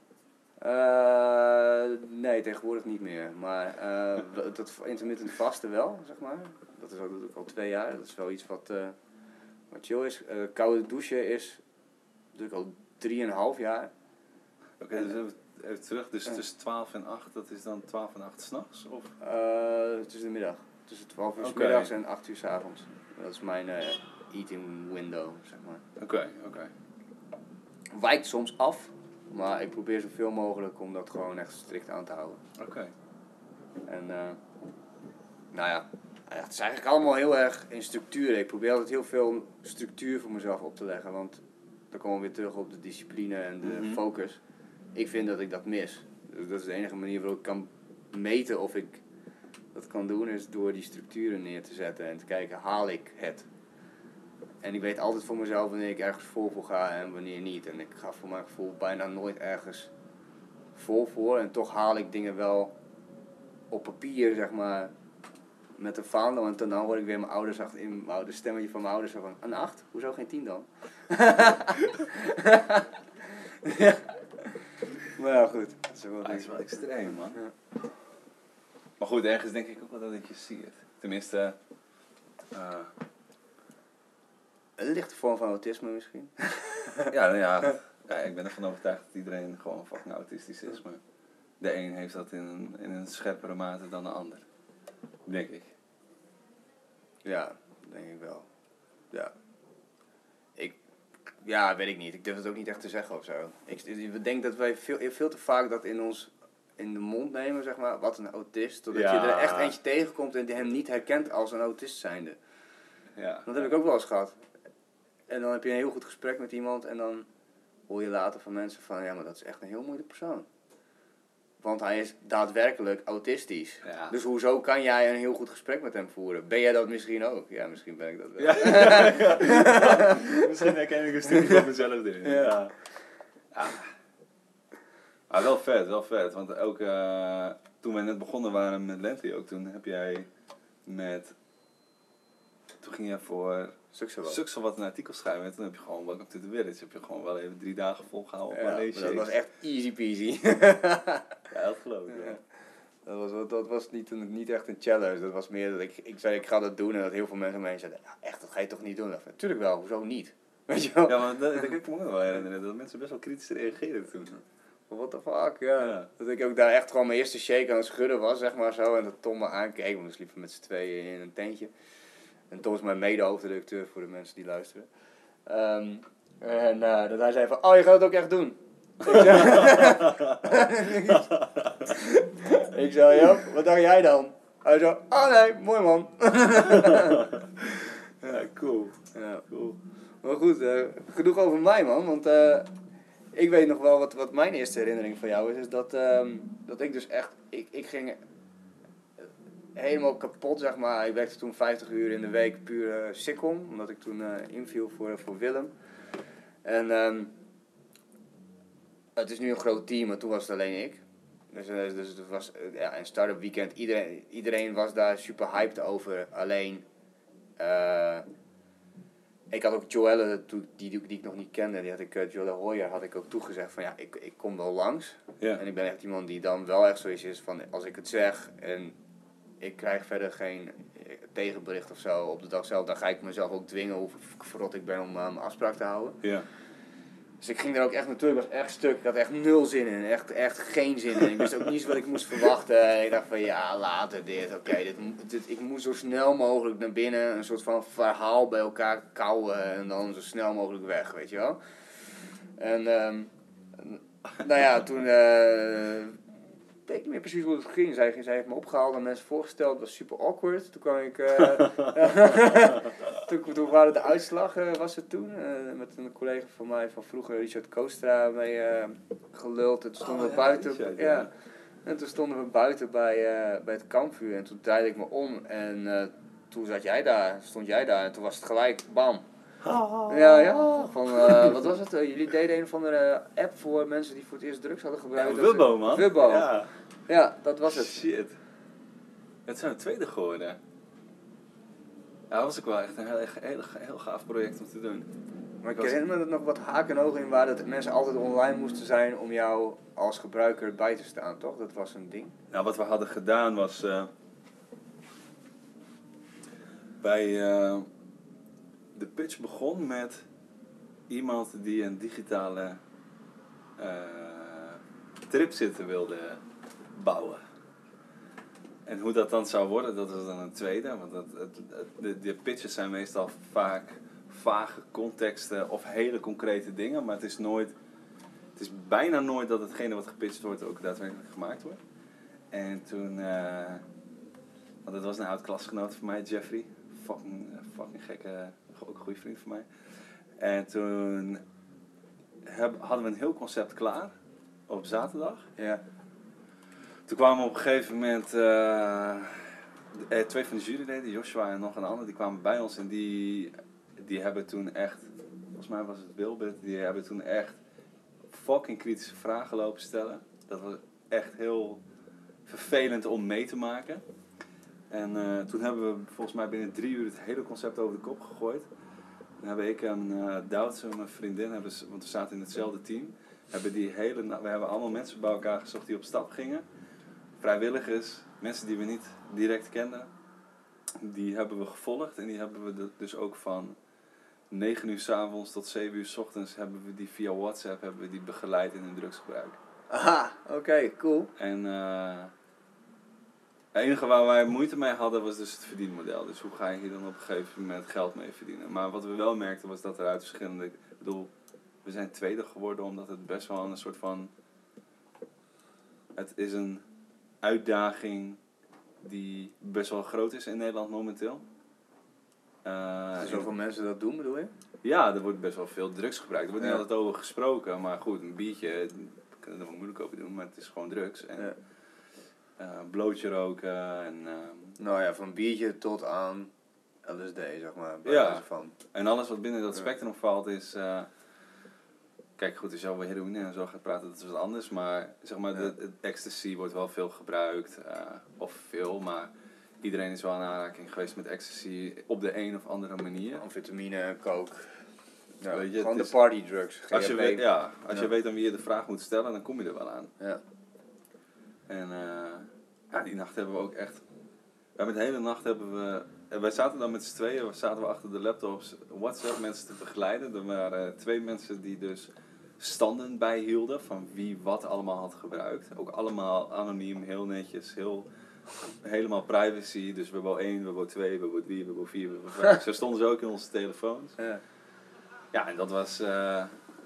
Uh, nee, tegenwoordig niet meer. Maar uh, dat intermittent vasten wel, zeg maar. Dat is ook, dat doe ik al twee jaar. Dat is wel iets wat, uh, wat chill is. Uh, koude douchen is doe ik al drieënhalf jaar. Oké, okay, dus even, even terug. Dus uh, tussen twaalf en acht, dat is dan twaalf en acht s'nachts? Of? Uh, tussen de middag. Tussen twaalf uur 's okay. middags en acht uur 's avonds. Dat is mijn uh, eating window, zeg maar. Oké, okay, oké. Okay. Wijkt soms af. Maar ik probeer zoveel mogelijk om dat gewoon echt strikt aan te houden. Oké. Okay. En, uh, nou ja, het is eigenlijk allemaal heel erg in structuur. Ik probeer altijd heel veel structuur voor mezelf op te leggen. Want dan komen we weer terug op de discipline en de mm-hmm. focus. Ik vind dat ik dat mis. Dus dat is de enige manier waarop ik kan meten of ik dat kan doen. Is door die structuren neer te zetten en te kijken, haal ik het? En ik weet altijd voor mezelf wanneer ik ergens vol voor ga en wanneer niet. En ik ga voor mijn gevoel bijna nooit ergens vol voor. En toch haal ik dingen wel op papier, zeg maar, met een vaandel. En dan hoor ik weer mijn ouders achter, in mijn oude stemmetje van mijn ouders van, een acht? Hoezo geen tien dan? Ja. Maar ja, goed. Dat is wel, ah, is wel extreem, man. Ja. Maar goed, ergens denk ik ook wel dat ik je zie het. Tenminste... Uh... Een lichte vorm van autisme misschien. Ja, nou ja, ja, ik ben ervan overtuigd dat iedereen gewoon fucking autistisch is. Maar de een heeft dat in een, in een scherpere mate dan de ander. Denk ik. Ja, denk ik wel. Ja. Ik, ja, weet ik niet. Ik durf het ook niet echt te zeggen of zo. Ik, ik denk dat wij veel, veel te vaak dat in ons in de mond nemen, zeg maar, wat een autist. Totdat ja. je er echt eentje tegenkomt en die hem niet herkent als een autist zijnde. Ja. Dat heb ik ook wel eens gehad. En dan heb je een heel goed gesprek met iemand en dan hoor je later van mensen van, ja, maar dat is echt een heel moeilijke persoon. Want hij is daadwerkelijk autistisch. Ja. Dus hoezo kan jij een heel goed gesprek met hem voeren? Ben jij dat misschien ook? Ja, misschien ben ik dat wel. Ja, ja, ja, ja. Misschien herken ik een stukje van mezelf erin. Ja. Ja. Ja. Ah, wel vet, wel vet. Want ook uh, toen we net begonnen waren met Lentley ook, toen heb jij met... Toen ging je voor Suksewat. Suksewat een artikel schrijven en toen heb je gewoon Welcome to the Village. Heb je gewoon wel even drie dagen volgehouden op Ja, Malay maar dat Shakes. was echt easy peasy. Ja, dat geloof ik wel. Ja. Dat was, dat was niet, een, niet echt een challenge. Dat was meer dat ik, ik zei ik ga dat doen en dat heel veel mensen om me heen zeiden, ja, echt, dat ga je toch niet doen? Ik dacht, natuurlijk wel, hoezo niet? Weet je wel? Ja, maar dat, dat kan ik me ook nog wel herinneren, dat mensen best wel kritisch reageerden toen. What the fuck, ja. Ja. Dat ik ook daar echt gewoon mijn eerste shake aan het schudden was, zeg maar zo. En dat Tom me aankeek, want we sliepen met z'n tweeën in een tentje. En Tom is mijn mede-hoofdredacteur voor de mensen die luisteren. Um, en uh, dat hij zei van, oh, je gaat het ook echt doen? Ik zei, ik zei, ja, wat dacht jij dan? Hij zei, oh nee, mooi man. Ja, cool. Ja. Cool. Maar goed, uh, genoeg over mij man, want uh, ik weet nog wel wat, wat mijn eerste herinnering van jou is. Is dat, um, dat ik dus echt, ik, ik ging helemaal kapot zeg maar. Ik werkte toen vijftig uur in de week puur uh, sikkom, omdat ik toen uh, inviel voor, voor Willem. En um, het is nu een groot team, maar toen was het alleen ik. Dus, uh, dus het was uh, ja, een start-up weekend, iedereen, iedereen was daar super hyped over. Alleen... Uh, Ik had ook Joelle, die, die, die ik nog niet kende, die had ik, uh, Joelle Hoyer, had ik ook toegezegd van ja, ik, ik kom wel langs. Ja. En ik ben echt iemand die dan wel echt zoiets is van, als ik het zeg en ik krijg verder geen tegenbericht of zo op de dag zelf, dan ga ik mezelf ook dwingen hoe verrot ik ben om uh, mijn afspraak te houden. Ja. Dus ik ging er ook echt naartoe, ik was echt stuk, ik had echt nul zin in, echt, echt geen zin in. Ik wist ook niet wat ik moest verwachten. En ik dacht van ja, later dit, oké, okay, dit, dit, ik moet zo snel mogelijk naar binnen, een soort van verhaal bij elkaar kouwen en dan zo snel mogelijk weg, weet je wel. En um, nou ja, toen, uh, ik weet niet meer precies hoe het ging. Zij, zij heeft me opgehaald en mensen voorgesteld, het was super awkward. Toen kwam ik, uh, toen, toen waren de uitslag, uh, was het toen, uh, met een collega van mij van vroeger, Richard Koostra, mee uh, geluld. En toen stonden oh, we ja, buiten, Richard, ja. ja. En toen stonden we buiten bij, uh, bij het kampvuur en toen draaide ik me om en uh, toen zat jij daar, stond jij daar en toen was het gelijk, bam. Ja, ja, van, uh, wat was het? Uh, jullie deden een of andere app voor mensen die voor het eerst drugs hadden gebruikt. Ja, Wubbo, man. Wubbo. Ja. Ja, dat was het. Shit. Het zijn de tweede geworden. Ja, dat was ook wel echt een heel, heel, heel gaaf project om te doen. Maar ik herinner me dat nog wat haken en ogen in waren dat mensen altijd online moesten zijn om jou als gebruiker bij te staan, toch? Dat was een ding. Nou, wat we hadden gedaan was... Uh, bij... Uh, de pitch begon met iemand die een digitale uh, tripzitter wilde bouwen. En hoe dat dan zou worden, dat was dan een tweede. Want dat, het, het, de, de pitches zijn meestal vaak vage contexten of hele concrete dingen. Maar het is nooit, het is bijna nooit dat hetgene wat gepitcht wordt ook daadwerkelijk gemaakt wordt. En toen, uh, want dat was een oud klasgenoot van mij, Jeffrey. Fucking, fucking gekke, ook een goede vriend van mij. En toen heb, hadden we een heel concept klaar op zaterdag. Ja. Toen kwamen op een gegeven moment uh, twee van de juryleden, Joshua en nog een ander, die kwamen bij ons en die, die hebben toen echt, volgens mij was het Wilbert, die hebben toen echt fucking kritische vragen lopen stellen. Dat was echt heel vervelend om mee te maken. En uh, toen hebben we volgens mij binnen drie uur het hele concept over de kop gegooid. Dan hebben ik en uh, Doutse, mijn vriendin, hebben, want we zaten in hetzelfde team, hebben die hele, we hebben allemaal mensen bij elkaar gezocht die op stap gingen. Vrijwilligers, mensen die we niet direct kenden, die hebben we gevolgd en die hebben we dus ook van negen uur 's avonds tot zeven uur 's ochtends hebben we die via WhatsApp hebben we die begeleid in hun drugsgebruik. Aha, oké, okay, cool. En uh, het enige waar wij moeite mee hadden was dus het verdienmodel. Dus hoe ga je hier dan op een gegeven moment geld mee verdienen? Maar wat we wel merkten was dat er uit verschillende... Ik bedoel, we zijn tweede geworden omdat het best wel een soort van... Het is een uitdaging die best wel groot is in Nederland momenteel. Uh, Uh, zoveel mensen dat doen, bedoel je? Ja, er wordt best wel veel drugs gebruikt. Er wordt niet Ja. altijd over gesproken, maar goed, een biertje, we kunnen er wel moeilijk over doen, maar het is gewoon drugs. En Ja. uh, blootje roken en, uh, Nou ja, van biertje tot aan L S D, zeg maar. Bij Ja. wijze van. en alles wat binnen dat Ja. spectrum valt is... Uh, kijk, goed, als je over heroïne en zo gaat praten, dat is wat anders, maar zeg maar, Ja. de, de ecstasy wordt wel veel gebruikt, uh, of veel, maar iedereen is wel in aanraking geweest met ecstasy op de een of andere manier. Amfetamine, coke. Ja, Weet je, gewoon het de is- partydrugs. Als je, G H B. weet, ja, als Ja. je weet aan wie je de vraag moet stellen, dan kom je er wel aan. Ja. En uh, ja, die nacht hebben we ook echt... We hebben de hele nacht hebben we... en wij zaten dan met z'n tweeën, we zaten we achter de laptops WhatsApp mensen te begeleiden. Er waren twee mensen die dus standen bijhielden van wie wat allemaal had gebruikt. Ook allemaal anoniem, heel netjes, heel... Helemaal privacy, dus we hebben één, we hebben twee, we hebben drie, we hebben vier, we hebben vijf. Zo stonden ze ook in onze telefoons. Ja. Ja, en dat was... Uh,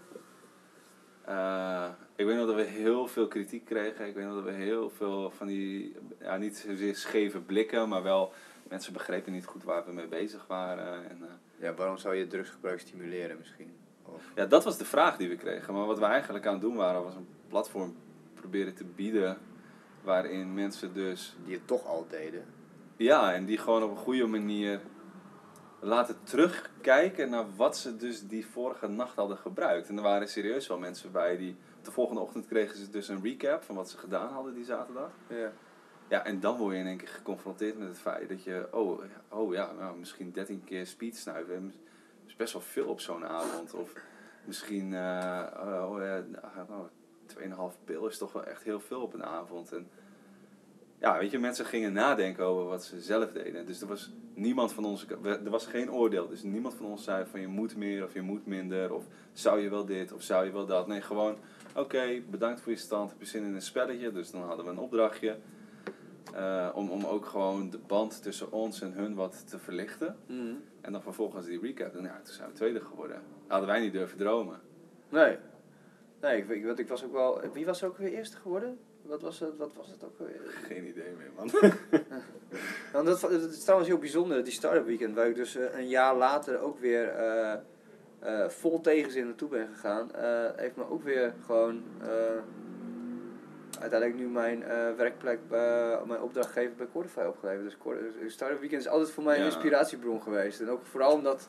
uh, ik weet nog dat we heel veel kritiek kregen. Ik weet nog dat we heel veel van die... Ja, niet zozeer scheve blikken, maar wel... Mensen begrepen niet goed waar we mee bezig waren. En, uh, Ja, waarom zou je drugsgebruik stimuleren misschien? Of... ja, dat was de vraag die we kregen. Maar wat we eigenlijk aan het doen waren, was een platform proberen te bieden... waarin mensen dus... Die het toch al deden. Ja, en die gewoon op een goede manier laten terugkijken naar wat ze dus die vorige nacht hadden gebruikt. En er waren serieus wel mensen bij die... De volgende ochtend kregen ze dus een recap van wat ze gedaan hadden die zaterdag. Ja. Ja, en dan word je in één keer geconfronteerd met het feit dat je... Oh, oh ja, nou, misschien dertien keer speed snuiven. Dat is best wel veel op zo'n avond. Of misschien... Uh, oh, ja, nou, twee en een half pil is toch wel echt heel veel op een avond. En ja, weet je, mensen gingen nadenken over wat ze zelf deden. Dus er was niemand van ons... Er was geen oordeel. Dus niemand van ons zei van je moet meer of je moet minder. Of zou je wel dit of zou je wel dat. Nee, gewoon... Oké, okay, bedankt voor je stand. Heb je zin in een spelletje? Dus dan hadden we een opdrachtje. Uh, om, om ook gewoon de band tussen ons en hun wat te verlichten. Mm-hmm. En dan vervolgens die recap. En ja, toen zijn we tweede geworden. Hadden wij niet durven dromen. Nee. Nee, ik, ik, ik was ook wel... Wie was er ook weer eerste geworden? Wat was het, wat was het ook weer? Geen idee meer, man. Nou, dat, dat is trouwens heel bijzonder, die Startup Weekend, waar ik dus uh, een jaar later ook weer uh, uh, vol tegenzin naartoe ben gegaan. Uh, heeft me ook weer gewoon... Uh, uiteindelijk nu mijn uh, werkplek, uh, mijn opdrachtgever bij Cordify opgeleverd. Dus Cordify, Startup Weekend is altijd voor mij een Ja. inspiratiebron geweest. En ook vooral omdat...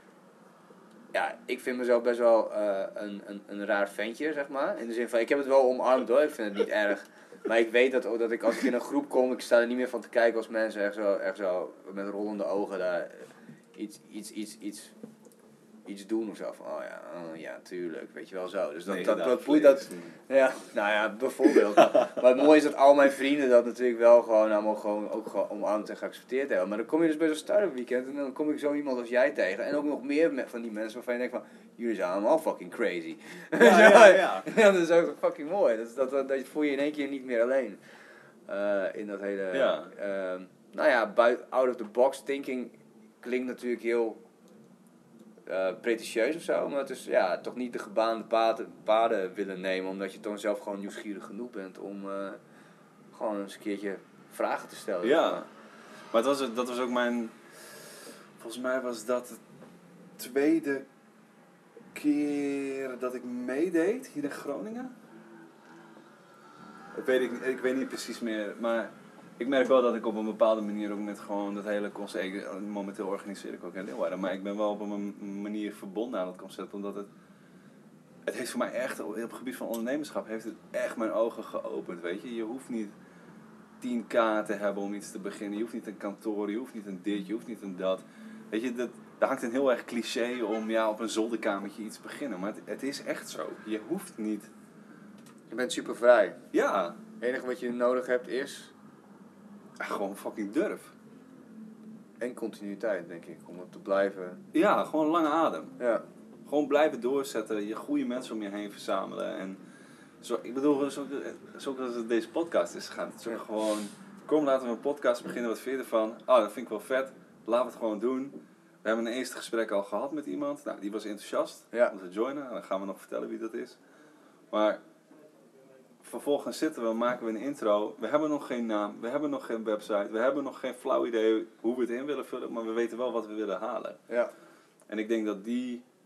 Ja, ik vind mezelf best wel uh, een, een, een raar ventje, zeg maar. In de zin van, ik heb het wel omarmd hoor, ik vind het niet erg. Maar ik weet dat, dat ik als ik in een groep kom, ik sta er niet meer van te kijken als mensen echt zo, echt zo met rollende ogen daar iets, iets, iets, iets, iets doen of zo. Van, oh ja, oh ja, tuurlijk, weet je wel zo. Dus dat, Nee, dat, nou, dat boeit dat... Ja, nou ja, bijvoorbeeld. Maar het mooie is dat al mijn vrienden dat natuurlijk wel gewoon allemaal gewoon, ook gewoon omarmd en geaccepteerd hebben. Maar dan kom je dus bij zo'n Startup Weekend en dan kom ik zo iemand als jij tegen. En ook nog meer van die mensen waarvan je denkt van, jullie zijn allemaal fucking crazy. Ja, ja, ja. Ja, dat is ook fucking mooi. Dat, dat, dat, dat voel je in één keer niet meer alleen. Uh, in dat hele... Ja. Uh, nou ja, buiten, out of the box thinking klinkt natuurlijk heel... Uh, pretentieus of zo, maar het is ja, toch niet de gebaande paden, paden willen nemen, omdat je dan zelf gewoon nieuwsgierig genoeg bent om uh, gewoon eens een keertje vragen te stellen. Ja, maar het was, dat was ook mijn, volgens mij was dat de tweede keer dat ik meedeed hier in Groningen. Ik weet, ik, ik weet niet precies meer, maar ik merk wel dat ik op een bepaalde manier ook met gewoon dat hele concept... Ik, momenteel organiseer ik ook in Leeuwarden, maar ik ben wel op een manier verbonden aan het concept, omdat het... Het heeft voor mij echt, op het gebied van ondernemerschap, heeft het echt mijn ogen geopend, weet je. Je hoeft niet tien k te hebben om iets te beginnen, je hoeft niet een kantoor, je hoeft niet een dit, je hoeft niet een dat. Weet je, dat, daar hangt een heel erg cliché om ja, op een zolderkamertje iets te beginnen, maar het, het is echt zo. Je hoeft niet... Je bent super vrij. Ja. Het enige wat je nodig hebt is... Gewoon fucking durf. En continuïteit, denk ik, om het te blijven... Ja, gewoon lange adem. Ja. Gewoon blijven doorzetten, je goede mensen om je heen verzamelen. En zo, ik bedoel, zo, zoals het deze podcast is gegaan. Het is ook ja. gewoon, kom laten we een podcast beginnen, wat vind je ervan? Oh, dat vind ik wel vet, laten we het gewoon doen. We hebben een eerste gesprek al gehad met iemand, nou, die was enthousiast ja. om te joinen. Dan gaan we nog vertellen wie dat is. Maar... Vervolgens zitten we, maken we een intro. We hebben nog geen naam, we hebben nog geen website, we hebben nog geen flauw idee hoe we het in willen vullen, maar we weten wel wat we willen halen. Ja. En ik denk dat die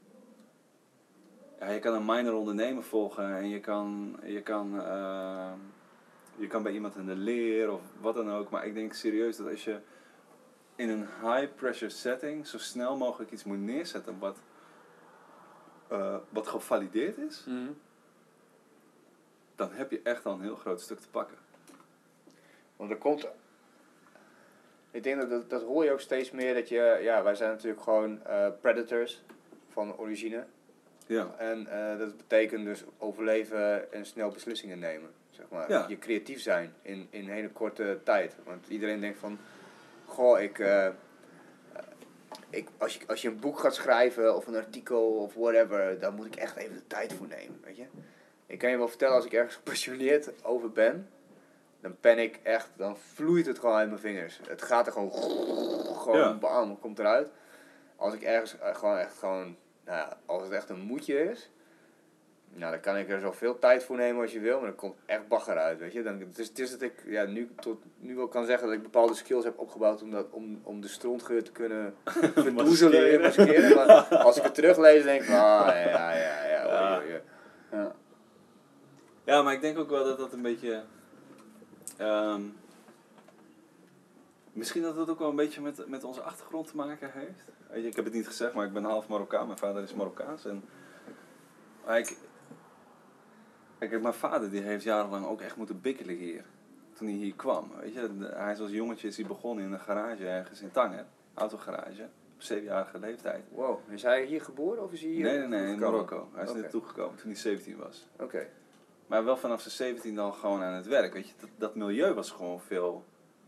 ja, je kan een minor ondernemer volgen en je kan, je kan, uh, je kan bij iemand in de leer of wat dan ook. Maar ik denk serieus dat als je in een high pressure setting zo snel mogelijk iets moet neerzetten wat, uh, wat gevalideerd is, Mm-hmm. dan heb je echt al een heel groot stuk te pakken. Want er komt... Ik denk dat, dat dat hoor je ook steeds meer, dat je... Ja, wij zijn natuurlijk gewoon uh, predators van origine. Ja. En uh, dat betekent dus overleven en snel beslissingen nemen. Zeg maar. Ja. Je creatief zijn in, in een hele korte tijd. Want iedereen denkt van... Goh, ik... Uh, ik als, je, als je een boek gaat schrijven of een artikel of whatever... Dan moet ik echt even de tijd voor nemen, weet je. Ik kan je wel vertellen, als ik ergens gepassioneerd over ben... Dan ben ik echt... Dan vloeit het gewoon uit mijn vingers. Het gaat er gewoon... Gewoon Ja. bam, komt eruit. Als ik ergens uh, gewoon echt gewoon... Nou ja, als het echt een moedje is... Nou, dan kan ik er zoveel tijd voor nemen als je wil, maar dan komt echt bagger uit, weet je. Dan, het, is, het is dat ik ja, nu, tot, nu wel kan zeggen dat ik bepaalde skills heb opgebouwd om, dat, om, om de strontgeur te kunnen verdoezelen en maskeren. Maar als ik het teruglees, denk ik, ah, ja, ja, ja, ja, Ja. oei, oei, ja. Ja, maar ik denk ook wel dat dat een beetje... Um, misschien dat het ook wel een beetje met, met onze achtergrond te maken heeft. Weet je, ik heb het niet gezegd, maar ik ben half Marokkaan. Mijn vader is Marokkaans. En ik, kijk, mijn vader die heeft jarenlang ook echt moeten bikkelen hier. Toen hij hier kwam. Weet je, hij is als jongetje is hij begonnen in een garage ergens in Tanger. Autogarage. Op zevenjarige leeftijd. Wow, is hij hier geboren of is hij hier? Nee, nee, nee, in gekomen? Marokko. Hij is Okay. net toegekomen toen hij zeventien was. Oké. Okay. Maar wel vanaf zijn zeventien dan gewoon aan het werk. Weet je, dat, dat milieu was gewoon veel...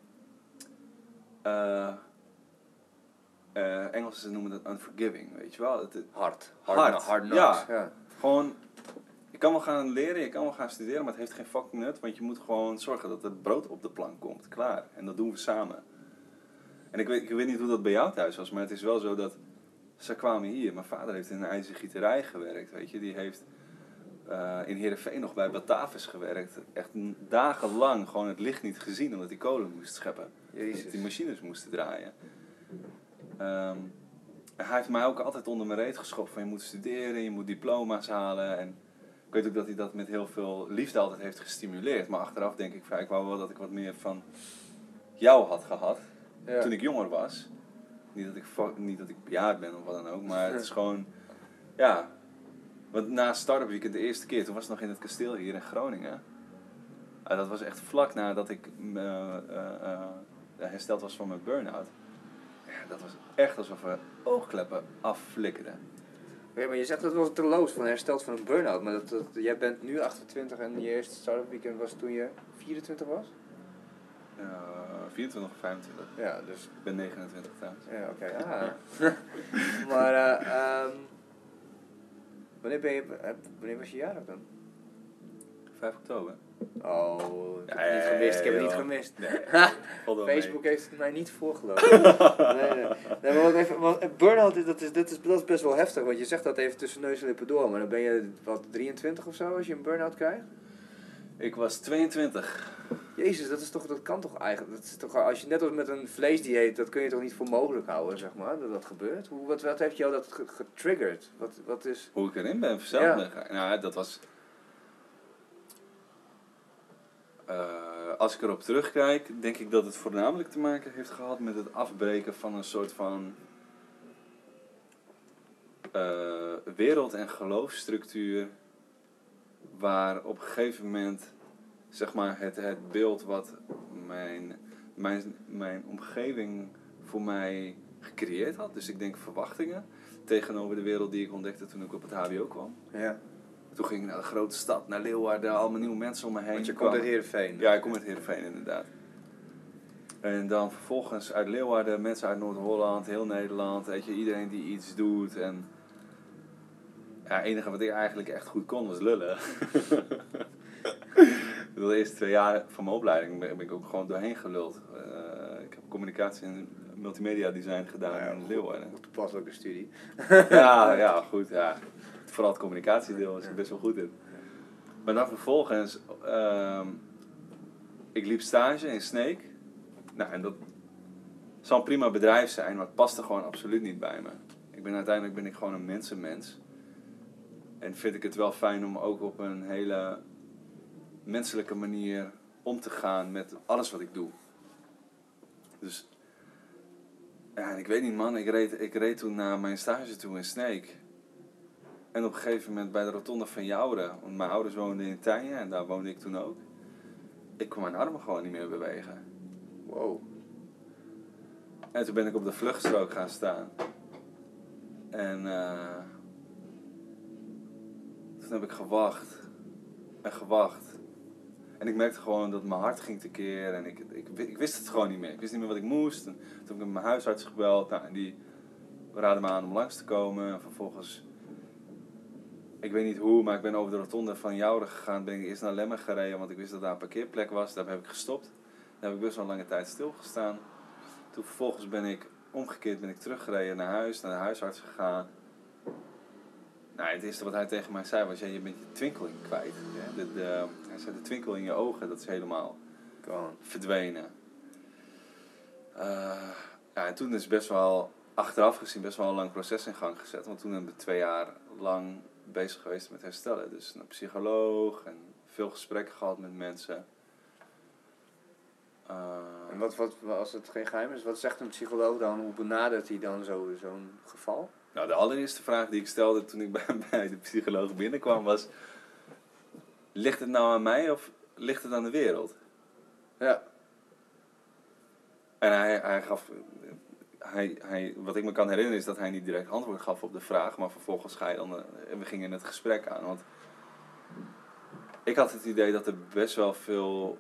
Uh, uh, Engelsen noemen dat unforgiving, weet je wel. Het, het, hard. Hard, Hard, hard knocks. ja. ja. Gewoon, je kan wel gaan leren, je kan wel gaan studeren, maar het heeft geen fucking nut. Want je moet gewoon zorgen dat het brood op de plank komt. Klaar. En dat doen we samen. En ik weet, ik weet niet hoe dat bij jou thuis was, maar het is wel zo dat... Ze kwamen hier. Mijn vader heeft in een ijzergieterij gewerkt, weet je. Die heeft uh, in Heerenveen nog bij Batavus gewerkt. Echt dagenlang gewoon het licht niet gezien, omdat hij kolen moest scheppen. Jezus. Dat die machines moesten draaien. Um, hij heeft mij ook altijd onder mijn reet geschopt van je moet studeren, je moet diploma's halen. En ik weet ook dat hij dat met heel veel liefde altijd heeft gestimuleerd. Maar achteraf denk ik van, ik wou wel dat ik wat meer van jou had gehad. Ja. Toen ik jonger was. Niet dat ik, niet dat ik bejaard ben of wat dan ook, maar het is gewoon, ja. Want na Startup Weekend de eerste keer, toen was het nog in het kasteel hier in Groningen. Uh, dat was echt vlak nadat ik uh, uh, uh, hersteld was van mijn burn-out. Ja, dat was echt alsof we oogkleppen afflikkerden. Ja, maar je zegt dat was terloos van hersteld van een burn-out, maar dat, dat, jij bent nu achtentwintig en je eerste Startup Weekend was toen je vierentwintig was? Uh, vierentwintig of vijfentwintig. Ja, dus... Ik ben negenentwintig trouwens. Ja, oké. Okay. Ah. maar, uh, um, wanneer, ben je, wanneer was je jarig dan? vijf oktober. Oh, ik heb ja, het niet gemist, ik heb het niet joh. gemist. Nee, Facebook mee. heeft het mij niet voorgelopen. nee, nee. nee, maar wat even, wat, burn-out, dat is, dat, is, dat is best wel heftig, want je zegt dat even tussen neus en lippen door, maar dan ben je, wat, drieëntwintig of zo als je een burn-out krijgt? Ik was tweeëntwintig. Jezus, dat is toch, dat kan toch eigenlijk, dat is toch, als je net als met een vleesdieet, dat kun je toch niet voor mogelijk houden, zeg maar, dat dat gebeurt? Hoe, wat, wat heeft jou dat getriggerd? Wat, wat is... Hoe ik erin ben verzeld ja. ben gegaan. Nou, dat was... Uh, als ik erop terugkijk, denk ik dat het voornamelijk te maken heeft gehad met het afbreken van een soort van uh, wereld- en geloofsstructuur, waar op een gegeven moment, zeg maar, het, het beeld wat mijn, mijn, mijn omgeving voor mij gecreëerd had, dus ik denk verwachtingen, tegenover de wereld die ik ontdekte toen ik op het H B O kwam. Ja. Toen ging ik naar de grote stad, naar Leeuwarden, allemaal nieuwe mensen om me heen. Want je komt uit Heerenveen. Ja, ik kom uit Heerenveen inderdaad. En dan vervolgens uit Leeuwarden, mensen uit Noord-Holland, heel Nederland, weet je, iedereen die iets doet. En ja, het enige wat ik eigenlijk echt goed kon was lullen. De eerste twee jaar van mijn opleiding ben ik ook gewoon doorheen geluld. Uh, ik heb communicatie en multimedia design gedaan ja, in Leeuwarden. Goed toepasselijke studie. ja, ja, goed, ja. Vooral het communicatiedeel is ik best wel goed in. Maar dan vervolgens, uh, ik liep stage in Sneek. Nou, en dat zal een prima bedrijf zijn, maar het paste gewoon absoluut niet bij me. Ik ben uiteindelijk ben ik gewoon een mensenmens. En vind ik het wel fijn om ook op een hele menselijke manier om te gaan met alles wat ik doe. Dus, ja, en ik weet niet man, ik reed, ik reed toen naar mijn stage toe in Sneek. En op een gegeven moment bij de rotonde van Joure, want mijn ouders woonden in Tijen en daar woonde ik toen ook. Ik kon mijn armen gewoon niet meer bewegen. Wow. En toen ben ik op de vluchtstrook gaan staan. En uh, toen heb ik gewacht. En gewacht. En ik merkte gewoon dat mijn hart ging tekeer. En ik, ik, ik wist het gewoon niet meer. Ik wist niet meer wat ik moest. En toen heb ik met mijn huisarts gebeld. Nou, en die raadde me aan om langs te komen. En vervolgens, ik weet niet hoe, maar ik ben over de rotonde van Joure gegaan. Ben ik eerst naar Lemmer gereden, want ik wist dat daar een parkeerplek was. Daar heb ik gestopt. Daar heb ik best wel een lange tijd stilgestaan. Toen vervolgens ben ik omgekeerd ben ik teruggereden naar huis, naar de huisarts gegaan. Nou, het eerste wat hij tegen mij zei was, ja, je bent je twinkeling kwijt. Ja, de, de, hij zei, de twinkel in je ogen, dat is helemaal Gone. verdwenen. Uh, ja, en toen is best wel, achteraf gezien, best wel een lang proces in gang gezet. Want toen hebben we twee jaar lang bezig geweest met herstellen. Dus een psycholoog en veel gesprekken gehad met mensen. Uh, En wat, wat, als het geen geheim is, wat zegt een psycholoog dan? Hoe benadert hij dan zo, zo'n geval? Nou, de allereerste vraag die ik stelde toen ik bij, bij de psycholoog binnenkwam was... Ligt het nou aan mij of ligt het aan de wereld? Ja. En hij, hij gaf... Hij, hij, wat ik me kan herinneren is dat hij niet direct antwoord gaf op de vraag, maar vervolgens ga je dan... En we gingen het gesprek aan, want... Ik had het idee dat er best wel veel...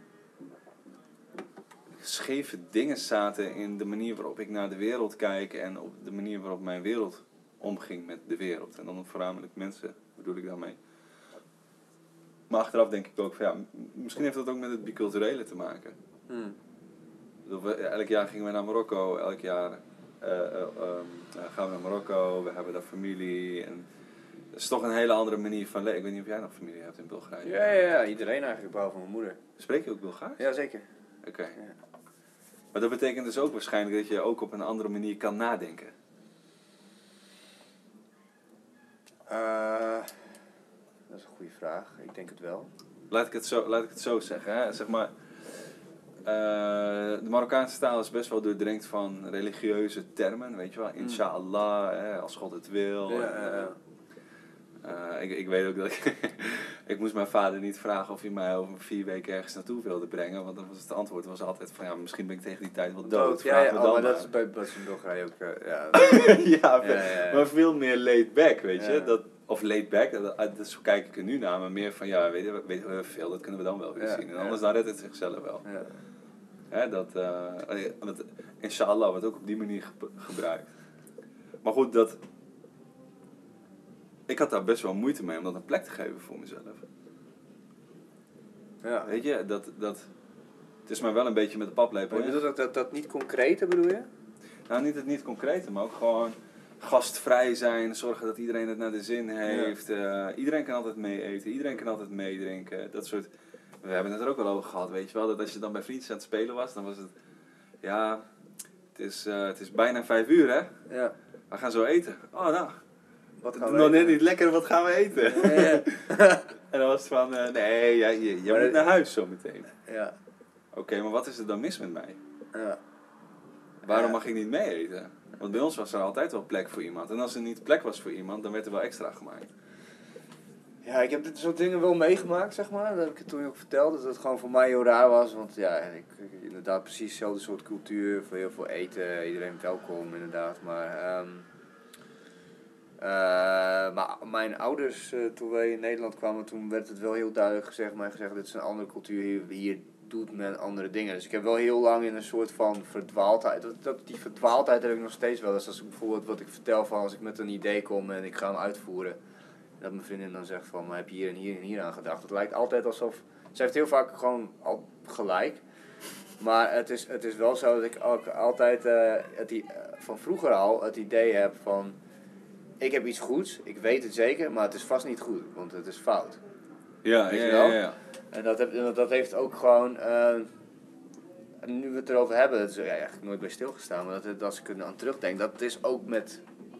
scheve dingen zaten in de manier waarop ik naar de wereld kijk en op de manier waarop mijn wereld omging met de wereld. En dan voornamelijk mensen, bedoel ik daarmee. Maar achteraf denk ik ook van ja, misschien heeft dat ook met het biculturele te maken. Hmm. We, elk jaar gingen we naar Marokko, elk jaar uh, uh, um, uh, gaan we naar Marokko, we hebben daar familie. En dat is toch een hele andere manier van leven. Ik weet niet of jij nog familie hebt in Bulgarije. Ja, ja, ja, iedereen eigenlijk, behalve mijn moeder. Spreek je ook Bulgaars? Ja, zeker. Oké. Okay. Ja. Maar dat betekent dus ook waarschijnlijk dat je ook op een andere manier kan nadenken. Uh, dat is een goede vraag. Ik denk het wel. Laat ik het zo, laat ik het zo zeggen. Hè? Zeg maar, uh, de Marokkaanse taal is best wel doordrenkt van religieuze termen. Weet je wel, inshallah, hè, als God het wil. Ja, en, ja, ja. Uh, ik, ik weet ook dat ik... ik moest mijn vader niet vragen of hij mij over vier weken ergens naartoe wilde brengen. Want dan was het antwoord was altijd van ja, misschien ben ik tegen die tijd wel dood. dood. Vraag Ja, me ja, dan oh, maar maar. dat is bij Bas in Bulgarije ook... Uh, ja, ja, ja, ja, ja. maar veel meer laid back, weet je. Ja. Dat, of laid back, dat, dat, zo kijk ik er nu naar. Maar meer van ja, weten we, weten we veel, dat kunnen we dan wel weer Ja, zien. En ja. anders dan redt het zichzelf wel. ja. Hè, dat, uh, dat, inshallah wordt ook op die manier ge- gebruikt. Maar goed, dat... Ik had daar best wel moeite mee om dat een plek te geven voor mezelf. Ja. Weet je, dat, dat... Het is maar wel een beetje met de paplepel. Maar je bedoelt dat, dat, dat niet concrete, bedoel je? Nou, niet het niet concrete, maar ook gewoon gastvrij zijn. Zorgen dat iedereen het naar de zin heeft. Ja. Uh, iedereen kan altijd mee eten. Iedereen kan altijd meedrinken. Dat soort... We hebben het er ook wel over gehad, weet je wel. Dat als je dan bij vriendjes aan het spelen was, dan was het... Ja, het is, uh, het is bijna vijf uur, hè? Ja. We gaan zo eten. Oh, nou... Wat Het gaan is we nog net eten? niet lekker, wat gaan we eten? Ja, ja. En dan was het van, uh, nee, jij, jij, jij Maar moet dat- naar huis zo meteen. Ja. Oké, okay, maar wat is er dan mis met mij? Ja. Waarom Ja. mag ik niet mee eten? Want bij ons was er altijd wel plek voor iemand. En als er niet plek was voor iemand, dan werd er wel extra gemaakt. Ja, ik heb dit soort dingen wel meegemaakt, zeg maar. Dat heb ik het toen ook verteld, dat het gewoon voor mij heel raar was. Want ja, ik, ik- inderdaad precies hetzelfde soort cultuur, voor heel veel eten, iedereen welkom inderdaad. Maar, ehm eh, maar mijn ouders, eh, toen wij in Nederland kwamen, toen werd het wel heel duidelijk gezegd, mij gezegd, dit is een andere cultuur, hier, hier doet men andere dingen. Dus ik heb wel heel lang in een soort van verdwaaldheid, dat, dat, die verdwaaldheid heb ik nog steeds wel. Dus als ik bijvoorbeeld wat ik vertel van als ik met een idee kom en ik ga hem uitvoeren, dat mijn vriendin dan zegt van, maar heb je hier en hier en hier aan gedacht? Het lijkt altijd alsof, ze heeft heel vaak gewoon al gelijk. Maar het is, het is wel zo dat ik ook altijd uh, het, uh, van vroeger al het idee heb van, ik heb iets goeds, ik weet het zeker, maar het is vast niet goed, want het is fout. Ja, Weet ja, je ja, wel? ja, ja. En dat, heb, dat, dat heeft ook gewoon, uh, nu we het erover hebben, dat is ja, eigenlijk nooit bij stilgestaan, maar dat, dat als ik er aan terugdenk, dat is ook met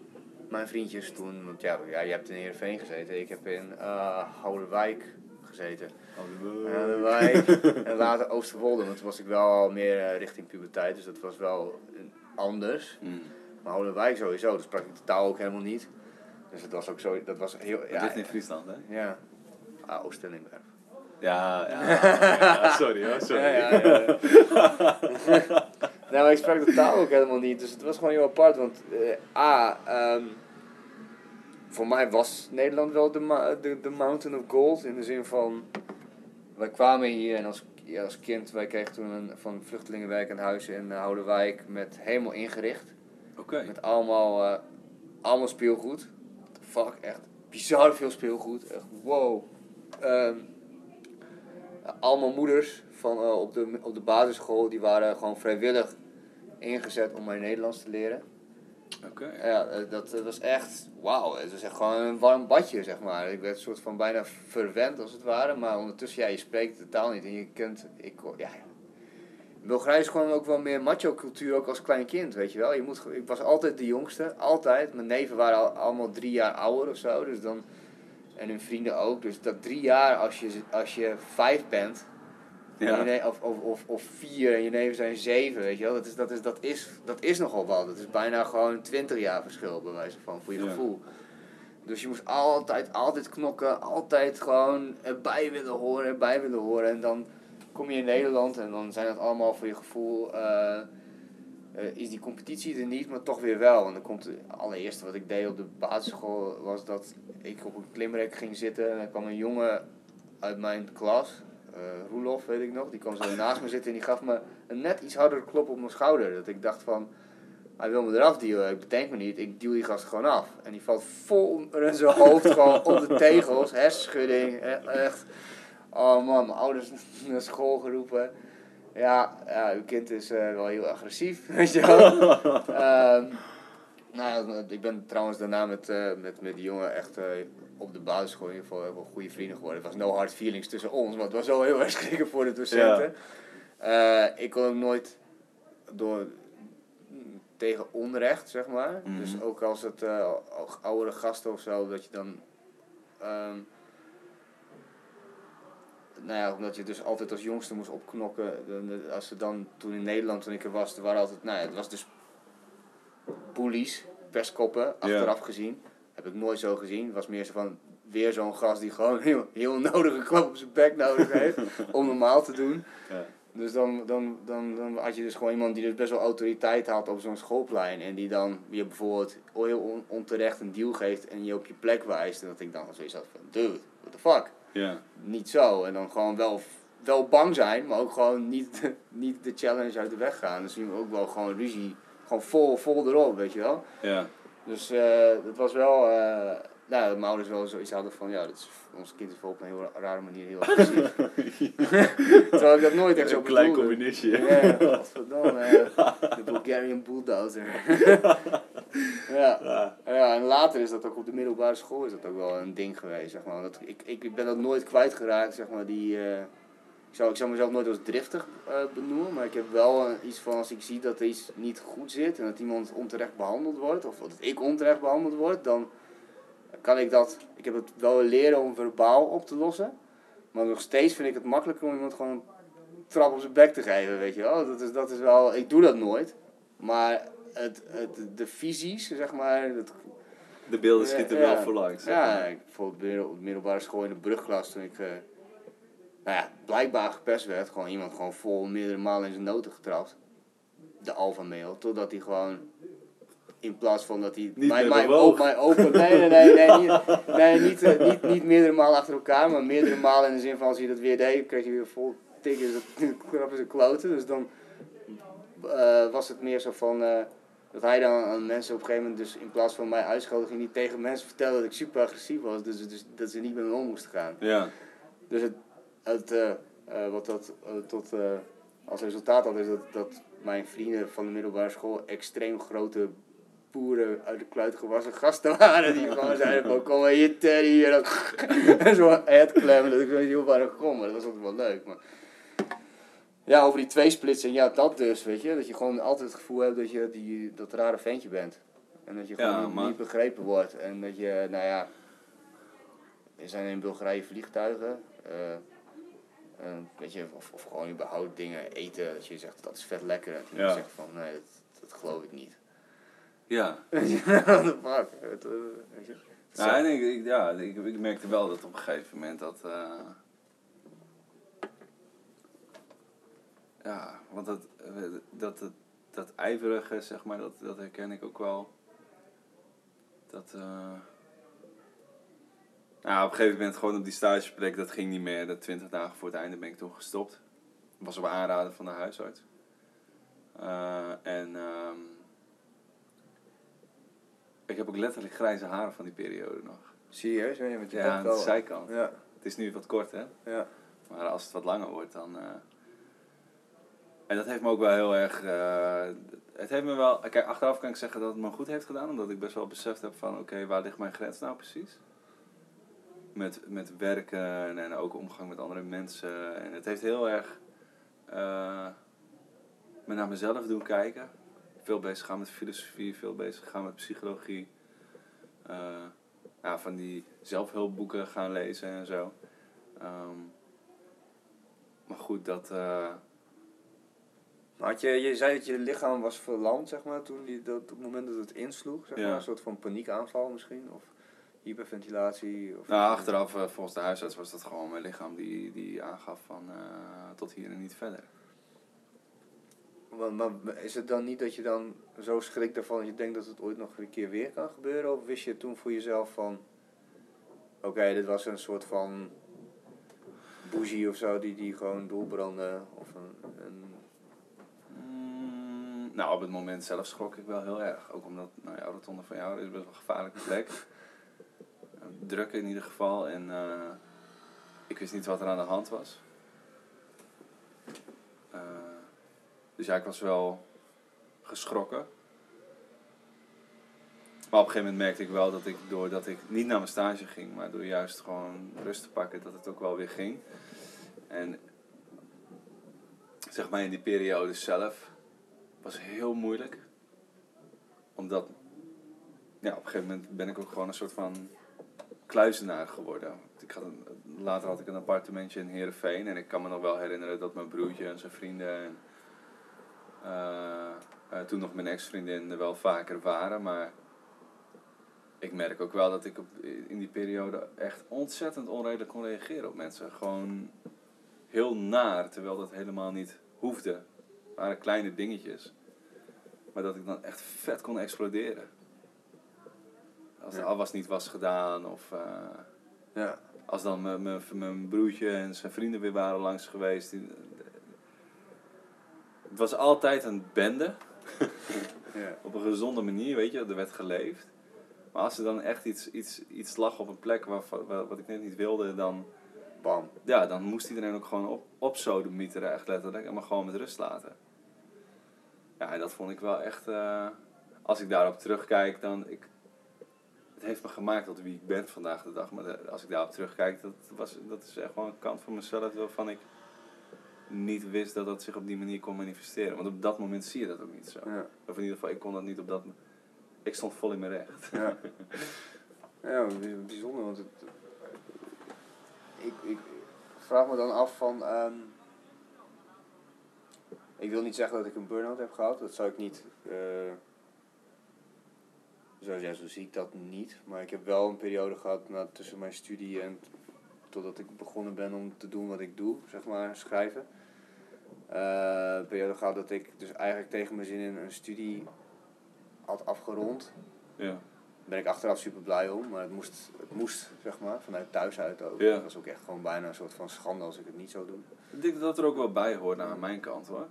mijn vriendjes toen, want ja, ja, je hebt in Heerenveen gezeten, ik heb in uh, Houderwijk gezeten. Houderwijk. En later Oosterwolde, want toen was ik wel al meer uh, richting puberteit, dus dat was wel uh, anders. Mm. Maar Houderwijk sowieso, dus sprak ik de taal ook helemaal niet. Dus dat was ook zo, dat was heel... Ja, dit is in Friesland, hè? Ja. Ah, Oost-Stellingwerf. Ja, ja, ja, sorry hoor, sorry. Ja, ja, ja. Nee, maar ik sprak de taal ook helemaal niet, dus het was gewoon heel apart, want uh, A, um, voor mij was Nederland wel de, ma- de, de mountain of gold, in de zin van, wij kwamen hier en als, ja, als kind, wij kregen toen een, van vluchtelingenwerk een huis in uh, Houderwijk met helemaal ingericht. Oké. Okay. Met allemaal, uh, allemaal speelgoed. What the fuck, echt bizar veel speelgoed, echt wow. Um, allemaal moeders van, uh, op, de, op de basisschool, die waren gewoon vrijwillig ingezet om mij Nederlands te leren. Oké. Okay. Ja, dat, dat was echt, wauw, het was echt gewoon een warm badje, zeg maar. Ik werd een soort van bijna verwend, als het ware, maar ondertussen, ja, je spreekt de taal niet en je kent, ik, ja, Bulgarije is gewoon ook wel meer macho-cultuur, ook als klein kind, weet je wel. Je moet, ik was altijd de jongste, altijd. Mijn neven waren al, allemaal drie jaar ouder of zo, dus dan... En hun vrienden ook. Dus dat drie jaar, als je, als je vijf bent, ja. ne- of, of, of, of vier en je neven zijn zeven, weet je wel. Dat is, dat, is, dat, is, dat is nogal wat. Dat is bijna gewoon twintig jaar verschil, bij wijze van, voor je ja. gevoel. Dus je moest altijd, altijd knokken, altijd gewoon erbij willen horen, erbij willen horen. En dan kom je in Nederland en dan zijn dat allemaal voor je gevoel... Uh, Uh, is die competitie er niet, maar toch weer wel. En dan komt het allereerste wat ik deed op de basisschool was dat ik op een klimrek ging zitten en er kwam een jongen uit mijn klas, uh, Roelof weet ik nog, die kwam zo naast me zitten en die gaf me een net iets hardere klop op mijn schouder. Dat ik dacht van, hij wil me eraf duwen, ik bedenk me niet, ik duw die gast gewoon af. En die valt vol in zijn hoofd gewoon op de tegels, hersenschudding, echt. Oh man, mijn ouders naar school geroepen. Ja, ja, uw kind is uh, wel heel agressief, weet je wel. um, nou, ik ben trouwens daarna met, uh, met, met die jongen echt uh, op de basisschool in ieder geval wel goede vrienden geworden. Het was no hard feelings tussen ons, maar het was wel heel erg schrikken voor de docenten. Ja. Uh, ik kon ook nooit door tegen onrecht, zeg maar. Mm-hmm. Dus ook als het uh, oudere gasten of zo, dat je dan... Um, Nou ja, omdat je dus altijd als jongste moest opknokken. Als ze dan, toen in Nederland, toen ik er was, er waren altijd, nou ja, het was dus bullies, pestkoppen, achteraf yeah. gezien. Heb ik nooit zo gezien. Het was meer zo van, weer zo'n gast die gewoon heel, heel nodige klap op zijn bek nodig heeft, om normaal te doen. Yeah. Dus dan, dan, dan, dan had je dus gewoon iemand die dus best wel autoriteit had op zo'n schoolplein. En die dan je bijvoorbeeld heel on, onterecht een deal geeft en je op je plek wijst. En dat ik dan zoiets had van, dude, what the fuck? Ja. Niet zo. En dan gewoon wel, wel bang zijn, maar ook gewoon niet, niet de challenge uit de weg gaan. Dus zien we ook wel gewoon ruzie, gewoon vol, vol erop, weet je wel. Ja. Dus uh, dat was wel, uh, nou, dat mijn ouders wel zoiets hadden van, ja, dat is, ons kind is wel op een heel rare manier heel agressief. Terwijl ik dat nooit echt zo bedoelde. Een klein combinatie. Ja, godverdomme, de Bulgarian bulldozer. Ja. Ja. Ja, en later is dat ook op de middelbare school is dat ook wel een ding geweest, zeg maar. Dat, ik, ik ben dat nooit kwijtgeraakt, zeg maar, die... Uh, ik, zou, ik zou mezelf nooit als driftig uh, benoemen, maar ik heb wel uh, iets van als ik zie dat er iets niet goed zit en dat iemand onterecht behandeld wordt, of dat ik onterecht behandeld word, dan kan ik dat... Ik heb het wel leren om verbaal op te lossen, maar nog steeds vind ik het makkelijker om iemand gewoon een trap op zijn bek te geven, weet je wel. Dat is, dat is wel... Ik doe dat nooit, maar... Het, het, de visies, zeg maar... Het, de beelden schieten ja, wel voorlangs. Ja, ik, bijvoorbeeld op de middelbare school in de brugklas, toen ik... Uh, nou ja, blijkbaar gepest werd. Gewoon iemand gewoon vol meerdere malen in zijn noten getrapt. De alpha male. Totdat hij gewoon... In plaats van dat hij... Niet mijn, meer mijn, bewoog. Mijn open... Nee, nee, nee. nee, niet, nee niet, uh, niet, niet meerdere malen achter elkaar, maar meerdere malen in de zin van als hij dat weer deed, kreeg je weer vol tikken in zijn kloten. Dus dan... Uh, was het meer zo van... Uh, dat hij dan aan mensen op een gegeven moment, dus in plaats van mij uitschelden, ging hij tegen mensen vertellen dat ik super agressief was. Dus, dus dat ze niet met me om moesten gaan. Ja. Dus het, het, uh, uh, wat dat uh, tot uh, als resultaat had, is dat, dat mijn vrienden van de middelbare school extreem grote boeren uit de kluit gewassen gasten waren. Die gewoon zeiden van, kom maar hier Teddy hier. En zo headklemmen, dat ik zo heel weinig kon. Maar dat was ook wel leuk. Maar... Ja, over die tweesplitsing, ja, dat dus, weet je. Dat je gewoon altijd het gevoel hebt dat je die, dat rare ventje bent. En dat je Ja, gewoon niet, maar- niet begrepen wordt. En dat je, nou ja, er zijn in Bulgarije vliegtuigen. eh, en weet je, of, of gewoon überhaupt dingen eten. Dat je zegt dat is vet lekker. En Ja. je zegt van nee, dat, dat geloof ik niet. Ja. What the fuck? Het, eh, weet je? Nou, en ik, ik, ja, ik, ik merkte wel dat op een gegeven moment dat... eh, ja, want dat, eh, dat, dat, dat ijverige, zeg maar, dat, dat herken ik ook wel. Dat... eh, nou, op een gegeven moment gewoon op die stageplek, dat ging niet meer. Dat twintig dagen voor het einde ben ik toen gestopt. Dat was op aanraden van de huisarts. Uh, en... ehm, ik heb ook letterlijk grijze haren van die periode nog. Serieus? Weet je, met je Ja, aan de bakkolen? zijkant. Ja, Het is nu wat kort, hè? ja. Maar als het wat langer wordt, dan... Uh... En dat heeft me ook wel heel erg... Uh... Het heeft me wel... Kijk, achteraf kan ik zeggen dat het me goed heeft gedaan. Omdat ik best wel beseft heb van... Oké, okay, waar ligt mijn grens nou precies? Met, met werken en ook omgang met andere mensen. En het heeft heel erg... Uh... me naar mezelf doen kijken. Veel bezig gaan met filosofie. Veel bezig gaan met psychologie. Uh... Ja, van die zelfhulpboeken gaan lezen en zo. Um, maar goed, dat... Uh... Maar had je, je zei dat je lichaam was verlamd, zeg maar, toen die, dat, op het moment dat het insloeg, zeg Ja. maar, een soort van paniekaanval misschien, of hyperventilatie? Of Nou, achteraf, uh, volgens de huisarts, was dat gewoon mijn lichaam die, die aangaf van uh, tot hier en niet verder. Maar, maar is het dan niet dat je dan zo schrikt ervan dat je denkt dat het ooit nog een keer weer kan gebeuren? Of wist je toen voor jezelf van, oké, okay, dit was een soort van bougie of zo die, die gewoon doorbrandde? Of een, een... Mm, nou, op het moment zelf schrok ik wel heel erg. Ook omdat, nou ja, rotonde van jou is best wel een gevaarlijke plek. Druk in ieder geval. En uh, ik wist niet wat er aan de hand was. Uh, dus ja, ik was wel geschrokken. Maar op een gegeven moment merkte ik wel dat ik, doordat ik niet naar mijn stage ging, maar door juist gewoon rust te pakken, dat het ook wel weer ging. En zeg maar in die periode zelf was heel moeilijk. Omdat, ja, op een gegeven moment ben ik ook gewoon een soort van kluizenaar geworden. Ik had een, later had ik een appartementje in Heerenveen en ik kan me nog wel herinneren dat mijn broertje en zijn vrienden en uh, uh, toen nog mijn ex-vriendin er wel vaker waren, maar ik merk ook wel dat ik op, in die periode echt ontzettend onredelijk kon reageren op mensen. Gewoon heel naar, terwijl dat helemaal niet hoefde. Het waren kleine dingetjes. Maar dat ik dan echt vet kon exploderen. Als de afwas niet was gedaan of... Uh, ja. Als dan mijn broertje en zijn vrienden weer waren langs geweest. Die, het was altijd een bende. Ja. Op een gezonde manier, weet je. Er werd geleefd. Maar als er dan echt iets, iets, iets lag op een plek waar, waar, wat ik net niet wilde, dan... Bam. Ja, dan moest iedereen ook gewoon op, op sodemieteren, echt letterlijk. En maar gewoon met rust laten. Ja, en dat vond ik wel echt... Uh, als ik daarop terugkijk, dan... Ik, het heeft me gemaakt tot wie ik ben vandaag de dag. Maar de, als ik daarop terugkijk, dat, was, dat is echt gewoon een kant van mezelf waarvan ik niet wist dat dat zich op die manier kon manifesteren. Want op dat moment zie je dat ook niet zo. Ja. Of in ieder geval, ik kon dat niet op dat... Ik stond vol in mijn recht. Ja, ja bijzonder, want het, ik, ik vraag me dan af van... Um, ik wil niet zeggen dat ik een burn-out heb gehad, dat zou ik niet... Uh, zo, ja, zo zie ik dat niet, maar ik heb wel een periode gehad na, tussen mijn studie en totdat ik begonnen ben om te doen wat ik doe, zeg maar, schrijven. Uh, een periode gehad dat ik dus eigenlijk tegen mijn zin in een studie had afgerond. Ja. Daar ben ik achteraf super blij om, maar het moest, het moest zeg maar, vanuit thuis uit ook. Ja. Dat was ook echt gewoon bijna een soort van schande als ik het niet zou doen. Ik denk dat dat er ook wel bij hoort aan mijn kant, hoor.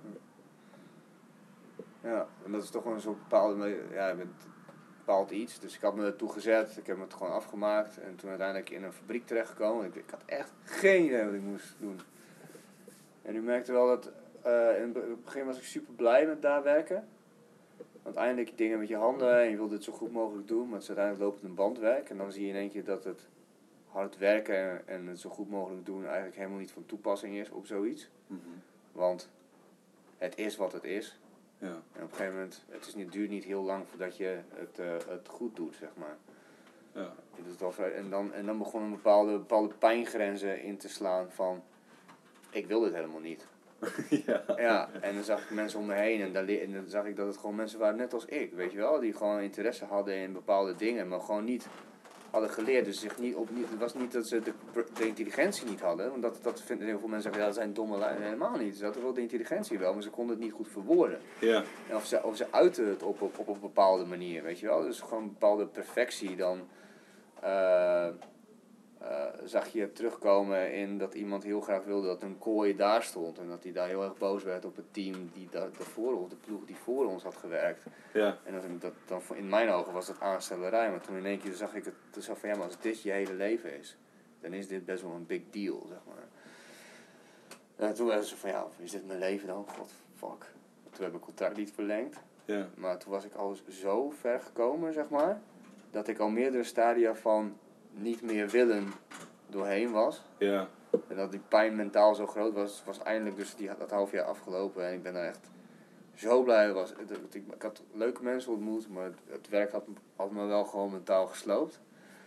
Ja, en dat is toch wel een soort bepaalde, ja, met bepaald iets. Dus ik had me ertoe gezet, ik heb het gewoon afgemaakt en toen uiteindelijk in een fabriek terechtgekomen. Ik, ik had echt geen idee wat ik moest doen. En u merkte wel dat, uh, in het begin was ik super blij met daar werken. Want eindelijk dingen met je handen en je wilt het zo goed mogelijk doen, maar het is uiteindelijk lopend een bandwerk. En dan zie je in één keer dat het hard werken en het zo goed mogelijk doen eigenlijk helemaal niet van toepassing is op zoiets. Mm-hmm. Want het is wat het is. Ja. En op een gegeven moment, het is niet, duurt niet heel lang voordat je het, uh, het goed doet, zeg maar. Ja. Je doet het al vrij- en, dan, en dan begonnen bepaalde, bepaalde pijngrenzen in te slaan van, ik wil dit helemaal niet. ja. Ja, en dan zag ik mensen om me heen en dan, le- en dan zag ik dat het gewoon mensen waren net als ik, weet je wel. Die gewoon interesse hadden in bepaalde dingen, maar gewoon niet hadden geleerd. Dus zich niet op, niet, het was niet dat ze de, de intelligentie niet hadden, want dat, dat vinden heel veel mensen zeggen, ja, dat zijn domme lui. Helemaal niet. Ze hadden wel de intelligentie wel, maar ze konden het niet goed verwoorden. Ja. En of ze, of ze uiten het op, op, op een bepaalde manier, weet je wel. Dus gewoon een bepaalde perfectie dan uh, uh, zag je terugkomen in dat iemand heel graag wilde dat een kooi daar stond. En dat hij daar heel erg boos werd op het team die daar voor ons, de ploeg die voor ons had gewerkt. Ja. En dat, dat, dan, in mijn ogen was dat aanstellerij. Maar toen in één keer zag ik het, toen zag van ja, maar als dit je hele leven is, dan is dit best wel een big deal, zeg maar. En toen was ze van ja, is dit mijn leven dan? God, fuck. Toen heb ik het contract niet verlengd. Ja. Maar toen was ik al zo ver gekomen, zeg maar, dat ik al meerdere stadia van niet meer willen doorheen was. Ja. En dat die pijn mentaal zo groot was, was eindelijk dus die, dat half jaar afgelopen. En ik ben er echt zo blij. Was. Ik, ik had leuke mensen ontmoet, maar het, het werk had, had me wel gewoon mentaal gesloopt.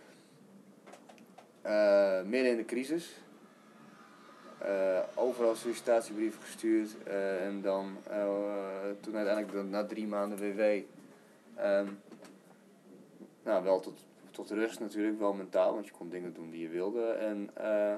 Uh, midden in de crisis. Uh, overal sollicitatiebrieven gestuurd. Uh, en dan uh, toen uiteindelijk na drie maanden W W. Um, nou, wel tot, tot rust natuurlijk, wel mentaal, want je kon dingen doen die je wilde. En uh,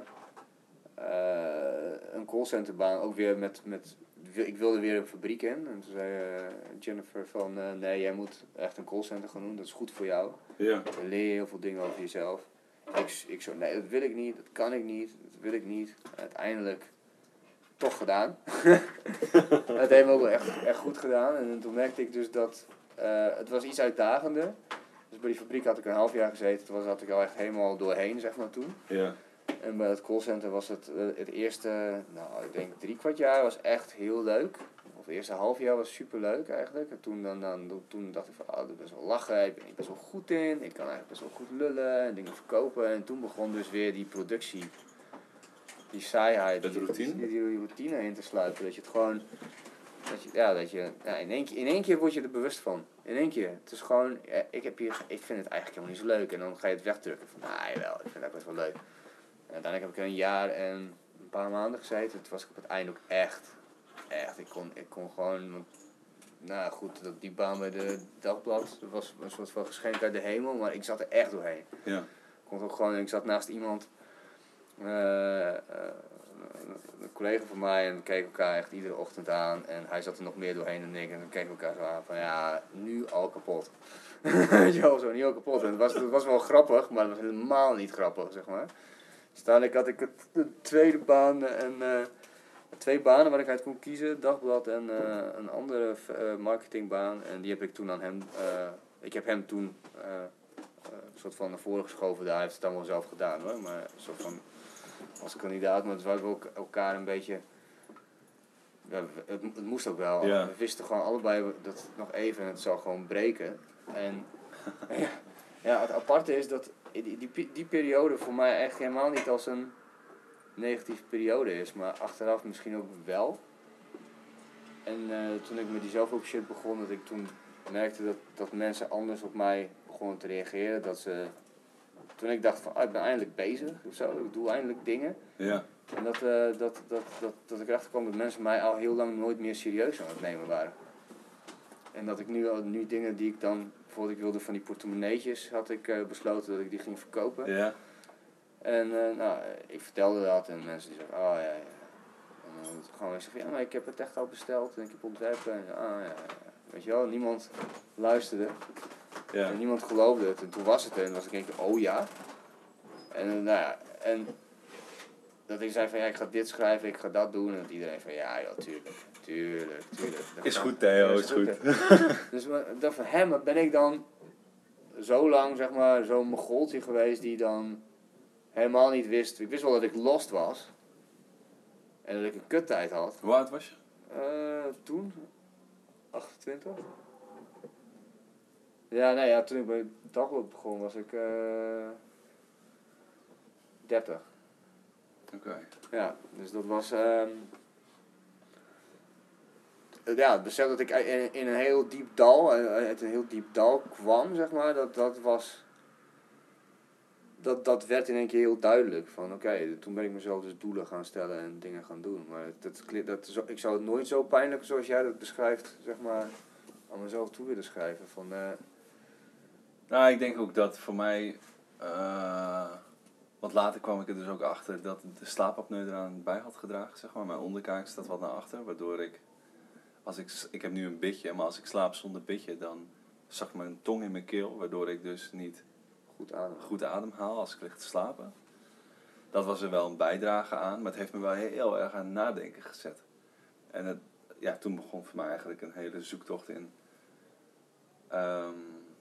uh, een callcenterbaan, ook weer met, met... Ik wilde weer een fabriek in. En toen zei uh, Jennifer van, uh, nee, jij moet echt een callcenter gaan doen, dat is goed voor jou. Ja. Dan leer je heel veel dingen over jezelf. Ik, ik zo, nee, dat wil ik niet, dat kan ik niet, dat wil ik niet. Uiteindelijk toch gedaan. Het heeft me ook wel echt, echt goed gedaan. En toen merkte ik dus dat, uh, het was iets uitdagender. Dus bij die fabriek had ik een half jaar gezeten, toen was, had ik al echt helemaal doorheen, zeg maar, toen. Ja. En bij het callcenter was het, uh, het eerste, nou, ik denk drie kwart jaar was echt heel leuk. Of het eerste half jaar was super leuk eigenlijk. En toen, dan, dan, toen dacht ik van, oh, dat is best wel lachen, ik ben er best wel goed in. Ik kan eigenlijk best wel goed lullen en dingen verkopen. En toen begon dus weer die productie, die saaiheid, de die, routine? Die, die, die routine in te sluipen. Dat je het gewoon, dat je, ja, dat je, ja, in één keer, in één keer word je er bewust van. In één keer. Het is gewoon, ja, ik, heb hier, ik vind het eigenlijk helemaal niet zo leuk. En dan ga je het wegdrukken van, nou jawel, ik vind het best wel leuk. En uiteindelijk heb ik er een jaar en een paar maanden gezeten. Toen was ik op het einde ook echt, echt, ik kon, ik kon gewoon, want, nou goed, dat, die baan bij de Dagblad, dat was een soort van geschenk uit de hemel, maar ik zat er echt doorheen. Ja. Ik kon ook gewoon, ik zat naast iemand, uh, uh, een collega van mij, en we keken elkaar echt iedere ochtend aan. En hij zat er nog meer doorheen dan ik. En dan keken we elkaar zo aan van, ja, nu al kapot. Weet je wel, zo, nu al kapot. En het was, het was wel grappig, maar het was helemaal niet grappig, zeg maar. Dus uiteindelijk had ik het, de tweede baan en uh, twee banen waar ik uit kon kiezen. Dagblad en uh, een andere uh, marketingbaan. En die heb ik toen aan hem, uh, ik heb hem toen uh, uh, een soort van naar voren geschoven. Daar. Hij heeft het dan wel zelf gedaan hoor, maar een soort van als kandidaat. Maar het was ook elkaar een beetje, ja, het, het moest ook wel. Ja. We wisten gewoon allebei dat nog even en het zou gewoon breken. En ja, ja, het aparte is dat Die, die, die periode voor mij echt helemaal niet als een negatieve periode is, maar achteraf misschien ook wel. En uh, toen ik met die zelfhulp shit begon, dat ik toen merkte dat, dat mensen anders op mij begonnen te reageren. Dat ze, toen ik dacht van, ah, ik ben eindelijk bezig of zo, ik doe eindelijk dingen. Ja. En dat, uh, dat, dat, dat, dat ik erachter kwam dat mensen mij al heel lang nooit meer serieus aan het nemen waren. En dat ik nu, nu dingen die ik dan, bijvoorbeeld ik wilde van die portemonneetjes, had ik uh, besloten dat ik die ging verkopen. Ja. En uh, nou, ik vertelde dat en mensen die zeggen, oh ja, ja. En dan gewoon weer zeggen, ja, maar ik heb het echt al besteld en ik heb ontwerpen. En ah ja, ja. Weet je wel, niemand luisterde. Ja. En niemand geloofde het. En toen was het er en was ik denk oh ja. En nou ja, en dat ik zei van, ja, ik ga dit schrijven, ik ga dat doen. En dat iedereen van, ja, ja, tuurlijk, tuurlijk, tuurlijk. Is goed, Theo, is goed. Dus dat van hem ben ik dan zo lang, zeg maar, zo'n mogoltje geweest die dan helemaal niet wist. Ik wist wel dat ik lost was. En dat ik een kuttijd had. Hoe oud was je? Uh, toen? achtentwintig? Ja, nee, ja, toen ik bij Dagblad begon was ik uh, dertig. Oké. Okay. Ja, dus dat was... Um, ja, het besef dat ik in, in een heel diep dal, uit een heel diep dal kwam, zeg maar, dat, dat was... Dat, dat werd in één keer heel duidelijk. Van oké, okay, toen ben ik mezelf dus doelen gaan stellen en dingen gaan doen. Maar dat, dat, dat, ik zou het nooit zo pijnlijk zoals jij dat beschrijft, zeg maar, aan mezelf toe willen schrijven. Van, uh... Nou, ik denk ook dat voor mij... Uh, want later kwam ik er dus ook achter dat de slaapapneu eraan bij had gedragen, zeg maar. Mijn onderkaak staat wat naar achter, waardoor ik... Als ik, ik heb nu een bitje, maar als ik slaap zonder bitje, dan zag mijn tong in mijn keel, waardoor ik dus niet goed, adem. goed ademhaal als ik lig te slapen. Dat was er wel een bijdrage aan, maar het heeft me wel heel erg aan nadenken gezet. En het, ja, toen begon voor mij eigenlijk een hele zoektocht in... Um,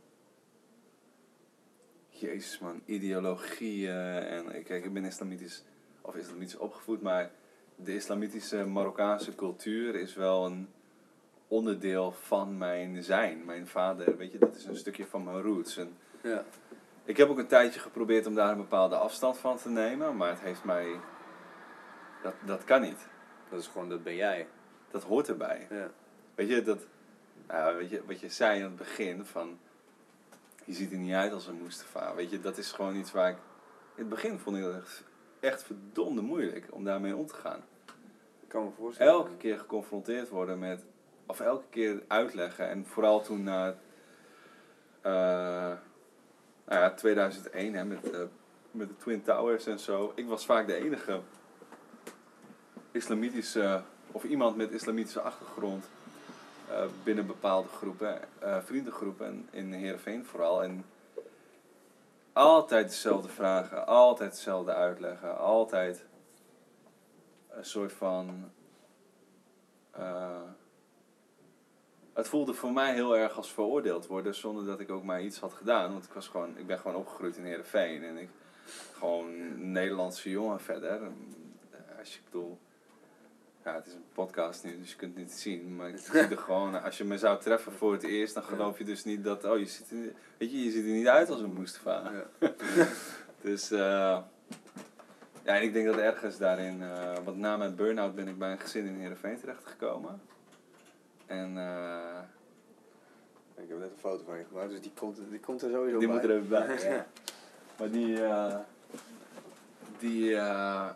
Jezus man, ideologieën en... Kijk, ik ben islamitisch, of islamitisch opgevoed, maar de islamitische Marokkaanse cultuur is wel een onderdeel van mijn zijn. Mijn vader, weet je, dat is een stukje van mijn roots. En ja. Ik heb ook een tijdje geprobeerd om daar een bepaalde afstand van te nemen, maar het heeft mij... Dat, dat kan niet. Dat is gewoon, dat ben jij. Dat hoort erbij. Ja. Weet je, dat... Nou, weet je, wat je zei in het begin van... Je ziet er niet uit als een Mustafa. Weet je, dat is gewoon iets waar ik... In het begin vond ik dat echt, echt verdomde moeilijk om daarmee om te gaan. Ik kan me voorstellen. Elke keer geconfronteerd worden met... Of elke keer uitleggen. En vooral toen na... Uh, nou ja, tweeduizend één, hè, met, uh, met de Twin Towers en zo. Ik was vaak de enige islamitische... Of iemand met islamitische achtergrond... Uh, binnen bepaalde groepen, uh, vriendengroepen in Heerenveen vooral. En altijd dezelfde vragen, altijd hetzelfde uitleggen, altijd een soort van... Uh, het voelde voor mij heel erg als veroordeeld worden, zonder dat ik ook maar iets had gedaan. Want ik, was gewoon, ik ben gewoon opgegroeid in Heerenveen en ik gewoon een Nederlandse jongen verder. Als je bedoel... Ja, het is een podcast nu, dus je kunt het niet zien. Maar ik zie er gewoon, als je me zou treffen voor het eerst, dan geloof je dus niet dat, oh, je ziet er, weet je, je ziet er niet uit als een Mustafa. Ja. Dus, uh, ja, en ik denk dat ergens daarin, uh, want na mijn burn-out ben ik bij een gezin in Heerenveen terechtgekomen. En, uh, ik heb net een foto van je gemaakt, dus die komt, die komt er sowieso die bij. Die moet er even bij, ja. Maar die, uh, die, uh,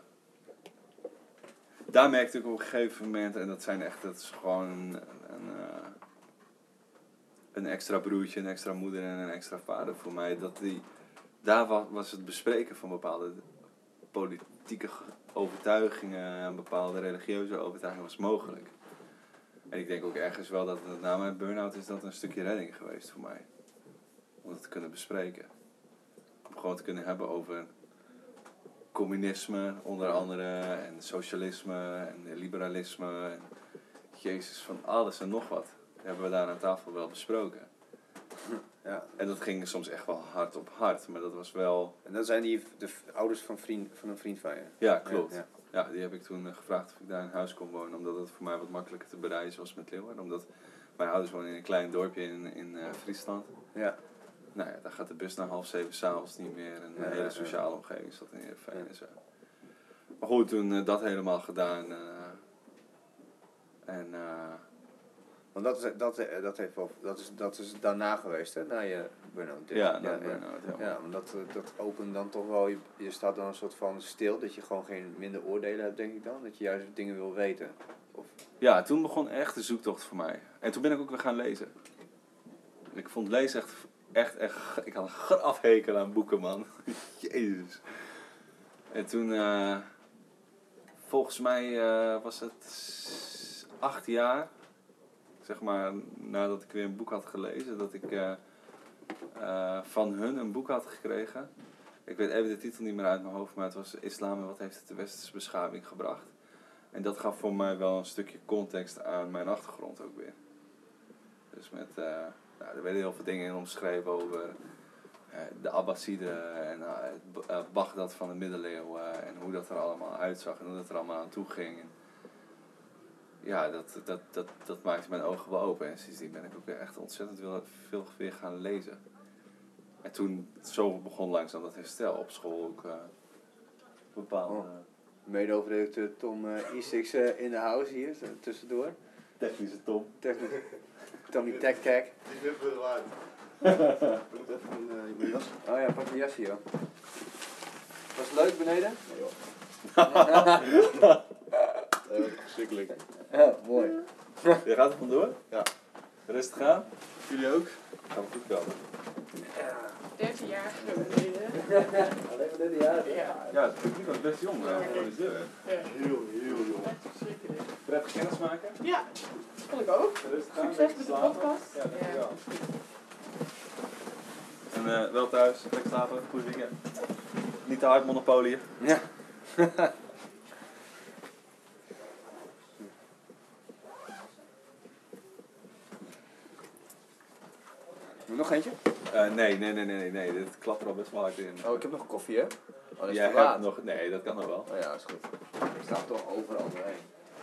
daar merkte ik op een gegeven moment, en dat zijn echt, dat is gewoon een, een, uh, een extra broertje, een extra moeder en een extra vader voor mij. Dat die, daar was, was het bespreken van bepaalde politieke overtuigingen en bepaalde religieuze overtuigingen was mogelijk. En ik denk ook ergens wel dat het, na mijn burn-out is dat een stukje redding geweest voor mij. Om het te kunnen bespreken. Om gewoon te kunnen hebben over communisme onder andere en socialisme en liberalisme en Jezus van alles en nog wat. Dat hebben we daar aan tafel wel besproken. Ja. En dat ging soms echt wel hard op hard, maar dat was wel... En dat zijn die de ouders van, vriend, van een vriend van je? Ja, klopt. Ja, ja. ja, die heb ik toen uh, gevraagd of ik daar in huis kon wonen, omdat het voor mij wat makkelijker te bereizen was met Leeuwarden. Omdat mijn ouders wonen in een klein dorpje in, in uh, Friesland. Ja. Nou ja, daar gaat de bus na half zeven s'avonds niet meer. En de ja, hele sociale ja. omgeving zat in Heerenveen ja. en zo. Maar goed, toen uh, dat helemaal gedaan. Uh, en... Uh, Want dat is, dat, dat, heeft wel, dat, is, dat is daarna geweest, hè? Na je burn-out. Ja, na ja, burn-out, ja. Ja, want dat, dat opent dan toch wel... Je, je staat dan een soort van stil, dat je gewoon geen minder oordelen hebt, denk ik dan. Dat je juist dingen wil weten. Of... Ja, toen begon echt de zoektocht voor mij. En toen ben ik ook weer gaan lezen. Ik vond lezen echt... Echt, echt, ik had een grafhekel aan boeken, man. Jezus. En toen, uh, volgens mij uh, was het acht jaar, zeg maar, nadat ik weer een boek had gelezen, dat ik uh, uh, van hun een boek had gekregen. Ik weet even de titel niet meer uit mijn hoofd, maar het was Islam en wat heeft het de westerse beschaving gebracht. En dat gaf voor mij wel een stukje context aan mijn achtergrond ook weer. Dus met... Uh, Nou, er werden heel veel dingen in omschreven over uh, de Abbasiden en uh, uh, Bagdad van de middeleeuwen en hoe dat er allemaal uitzag en hoe dat er allemaal aan toe ging. En ja, dat, dat, dat, dat maakte mijn ogen wel open en sindsdien ben ik ook weer echt ontzettend veel weer gaan lezen. En toen, zo begon langzaam dat herstel op school ook uh, bepaalde... Oh. Mede-hoofdredacteur Tom uh, Isix uh, in de house hier, tussendoor. Technische Tom. Technisch. Tommy Tech Tech. Die wippen we eruit. Ik moet even een, uh, mijn jas. Oh ja, pak je jasje joh. Was het leuk beneden? Nee joh. Nee, wat verschrikkelijk. Ja, mooi. Je gaat er vandoor? Ja. Rustig aan. Jullie ook? Gaan we goed komen. dertien jaar beneden. Alleen maar dit jaar. Ja. Ja, het publiek was best jong uh, voor de deur. Ja. Heel, heel jong. Echt verschrikkelijk. Prettig kennis maken. Ja, vond ik ook. Rustig aan. Succes met de slapen. podcast. Ja, dankjewel. En uh, wel thuis, lekker slapen, goed weekend. Niet te hard monopolie. Ja. Nog eentje? Uh, nee, nee, nee, nee, nee, dit klapt er al best wel hard in. Oh, ik heb nog koffie hè? Oh, dat is Jij te laat. hebt nog, nee, dat kan nog wel. Oh ja, is goed. Ik sta toch overal doorheen.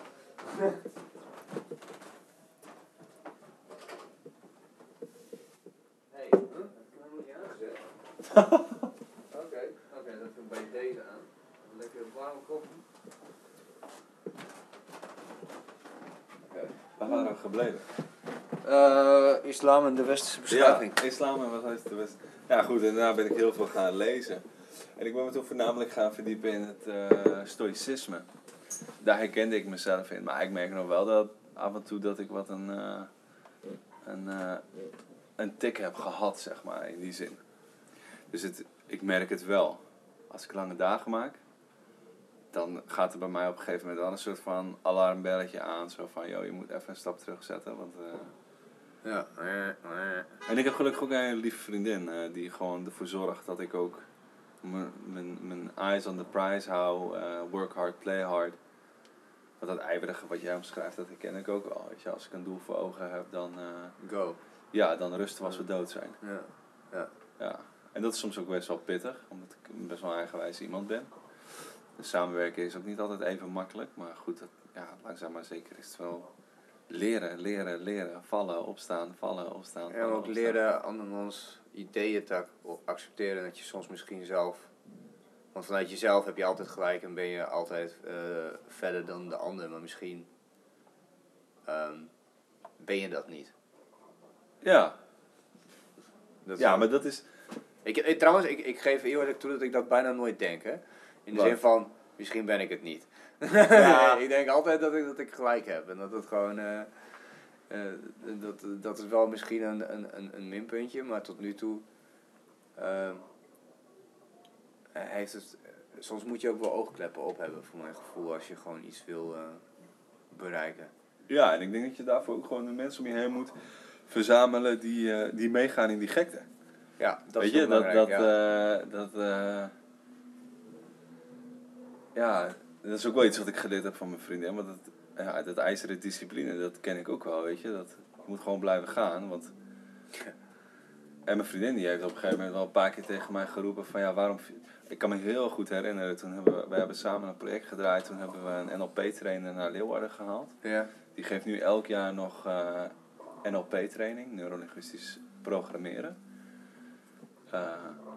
Hé, hey, huh? Heb ik hem helemaal niet aangezet? Oké, oké, dat doen we bij deze aan. Lekker warme koffie. Okay. Waar waren we gebleven? Uh, islam en de westerse beschaving. Ja, islam en wat is de West. Ja goed, en daarna ben ik heel veel gaan lezen. En ik ben me toen voornamelijk gaan verdiepen in het uh, stoïcisme. Daar herkende ik mezelf in. Maar ik merk nog wel dat af en toe dat ik wat een, uh, een, uh, een tik heb gehad, zeg maar, in die zin. Dus het, ik merk het wel. Als ik lange dagen maak, dan gaat er bij mij op een gegeven moment wel een soort van alarmbelletje aan. Zo van, joh, je moet even een stap terugzetten, want... Uh, Ja. En ik heb gelukkig ook een lieve vriendin uh, die gewoon ervoor zorgt dat ik ook mijn eyes on the prize hou, uh, work hard, play hard. Want dat ijverige wat jij omschrijft, dat herken ik ook wel. Weet je, als ik een doel voor ogen heb, dan, uh, Go. ja, dan rusten we als we dood zijn. Ja. Ja. Ja. En dat is soms ook best wel pittig, omdat ik best wel een eigenwijs iemand ben. Dus samenwerken is ook niet altijd even makkelijk, maar goed, dat, ja, langzaam maar zeker is het wel... Leren, leren, leren. Vallen, opstaan, vallen, opstaan. En ook leren andermans ideeën te accepteren. Dat je soms misschien zelf... Want vanuit jezelf heb je altijd gelijk en ben je altijd uh, verder dan de ander. Maar misschien um, ben je dat niet. Ja. Dat ja, is, maar dat is... Ik, ik, trouwens, ik, ik geef heel eerlijk toe dat ik dat bijna nooit denk. Hè? In de Wat? zin van, misschien ben ik het niet. Ja. Ik denk altijd dat ik, dat ik gelijk heb. En dat het gewoon... Uh, uh, dat, dat is wel misschien een, een, een minpuntje. Maar tot nu toe... Uh, heeft het... Soms moet je ook wel oogkleppen op hebben, voor mijn gevoel. Als je gewoon iets wil uh, bereiken. Ja, en ik denk dat je daarvoor ook gewoon de mensen om je heen moet verzamelen die, uh, die meegaan in die gekte. Ja, dat Weet is je, dat... dat, ja. uh, dat uh, ja, dat is ook wel iets wat ik geleerd heb van mijn vrienden. Want dat, ja, dat ijzeren discipline, dat ken ik ook wel, weet je. Dat, je moet gewoon blijven gaan, want... En mijn vriendin die heeft op een gegeven moment wel een paar keer tegen mij geroepen van ja, waarom... Ik kan me heel goed herinneren, toen hebben we, wij hebben samen een project gedraaid. Toen hebben we een N L P-trainer naar Leeuwarden gehaald. Ja. Die geeft nu elk jaar nog uh, N L P-training, neurolinguistisch programmeren. Uh,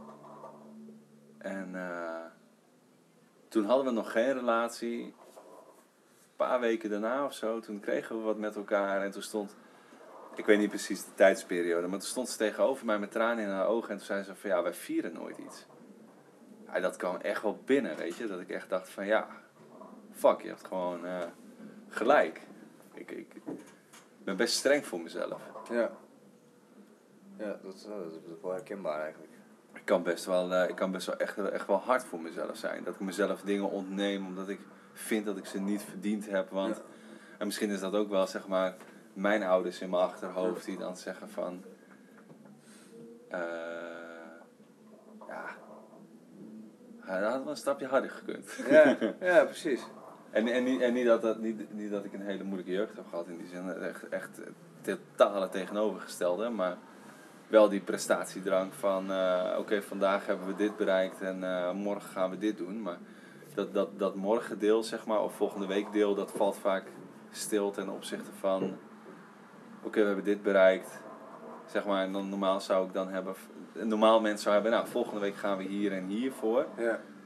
en uh, toen hadden we nog geen relatie. Een paar weken daarna of zo, toen kregen we wat met elkaar en toen stond... Ik weet niet precies de tijdsperiode, maar toen stond ze tegenover mij met tranen in haar ogen en toen zei ze van ja, wij vieren nooit iets. Ja, dat kwam echt wel binnen, weet je, dat ik echt dacht van ja, fuck, je hebt gewoon uh, gelijk. Ik, ik ben best streng voor mezelf. Ja. Ja, dat is, dat is wel herkenbaar eigenlijk. Ik kan best wel, uh, ik kan best wel echt, echt wel hard voor mezelf zijn. Dat ik mezelf dingen ontneem omdat ik vind dat ik ze niet verdiend heb. Want, ja. En misschien is dat ook wel, zeg maar, mijn ouders in mijn achterhoofd die dan zeggen van... Uh, ja, dat had wel een stapje harder gekund. Ja, ja precies. En, en, niet, en niet, dat, dat, niet, niet dat ik een hele moeilijke jeugd heb gehad in die zin. Echt, echt totale tegenovergestelde. Maar wel die prestatiedrang van... Uh, Oké, okay, vandaag hebben we dit bereikt en uh, morgen gaan we dit doen. Maar dat, dat, dat morgendeel, zeg maar, of volgende week deel, dat valt vaak stil ten opzichte van... Oké, okay, we hebben dit bereikt. Zeg maar, en dan normaal zou ik dan hebben... Een normaal mens zou hebben, nou, volgende week gaan we hier en hier voor. Ja.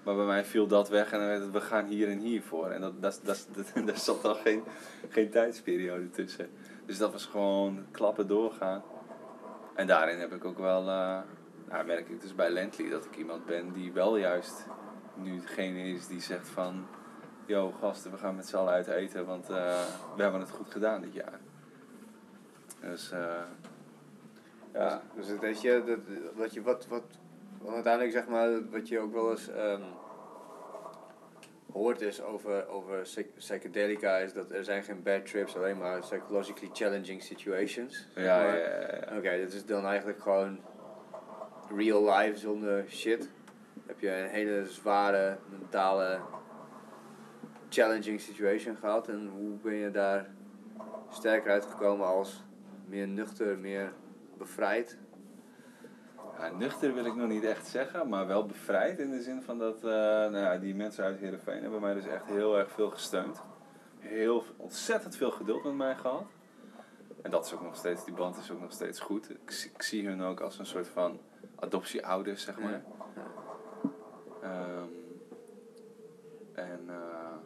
Maar bij mij viel dat weg en dan werd het, we gaan hier en hier voor. En dat, dat, dat, dat, daar zat dan geen, geen tijdsperiode tussen. Dus dat was gewoon klappen doorgaan. En daarin heb ik ook wel, uh, nou merk ik dus bij Lently dat ik iemand ben die wel juist nu degene is die zegt van... Yo gasten, we gaan met z'n allen uit eten, want uh, we hebben het goed gedaan dit jaar. Dus uh, ja. Dus het weet je, dat, wat je wat, wat, wat uiteindelijk zeg maar, wat je ook wel eens um, hoort is over, over psych- psychedelica is dat er zijn geen bad trips, alleen maar psychologically challenging situations. Ja, ja, maar, ja, ja. Oké, okay, dat is dan eigenlijk gewoon real life zonder shit. Heb je een hele zware mentale challenging situation gehad en hoe ben je daar sterker uitgekomen als meer nuchter, meer bevrijd? Ja, nuchter wil ik nog niet echt zeggen, maar wel bevrijd in de zin van dat uh, nou ja, die mensen uit Heerenveen hebben mij dus echt heel erg veel gesteund. Heel, ontzettend veel geduld met mij gehad. En dat is ook nog steeds, die band is ook nog steeds goed. Ik, ik zie hun ook als een soort van adoptieouders, zeg maar. Ja. Ja. Um, en uh,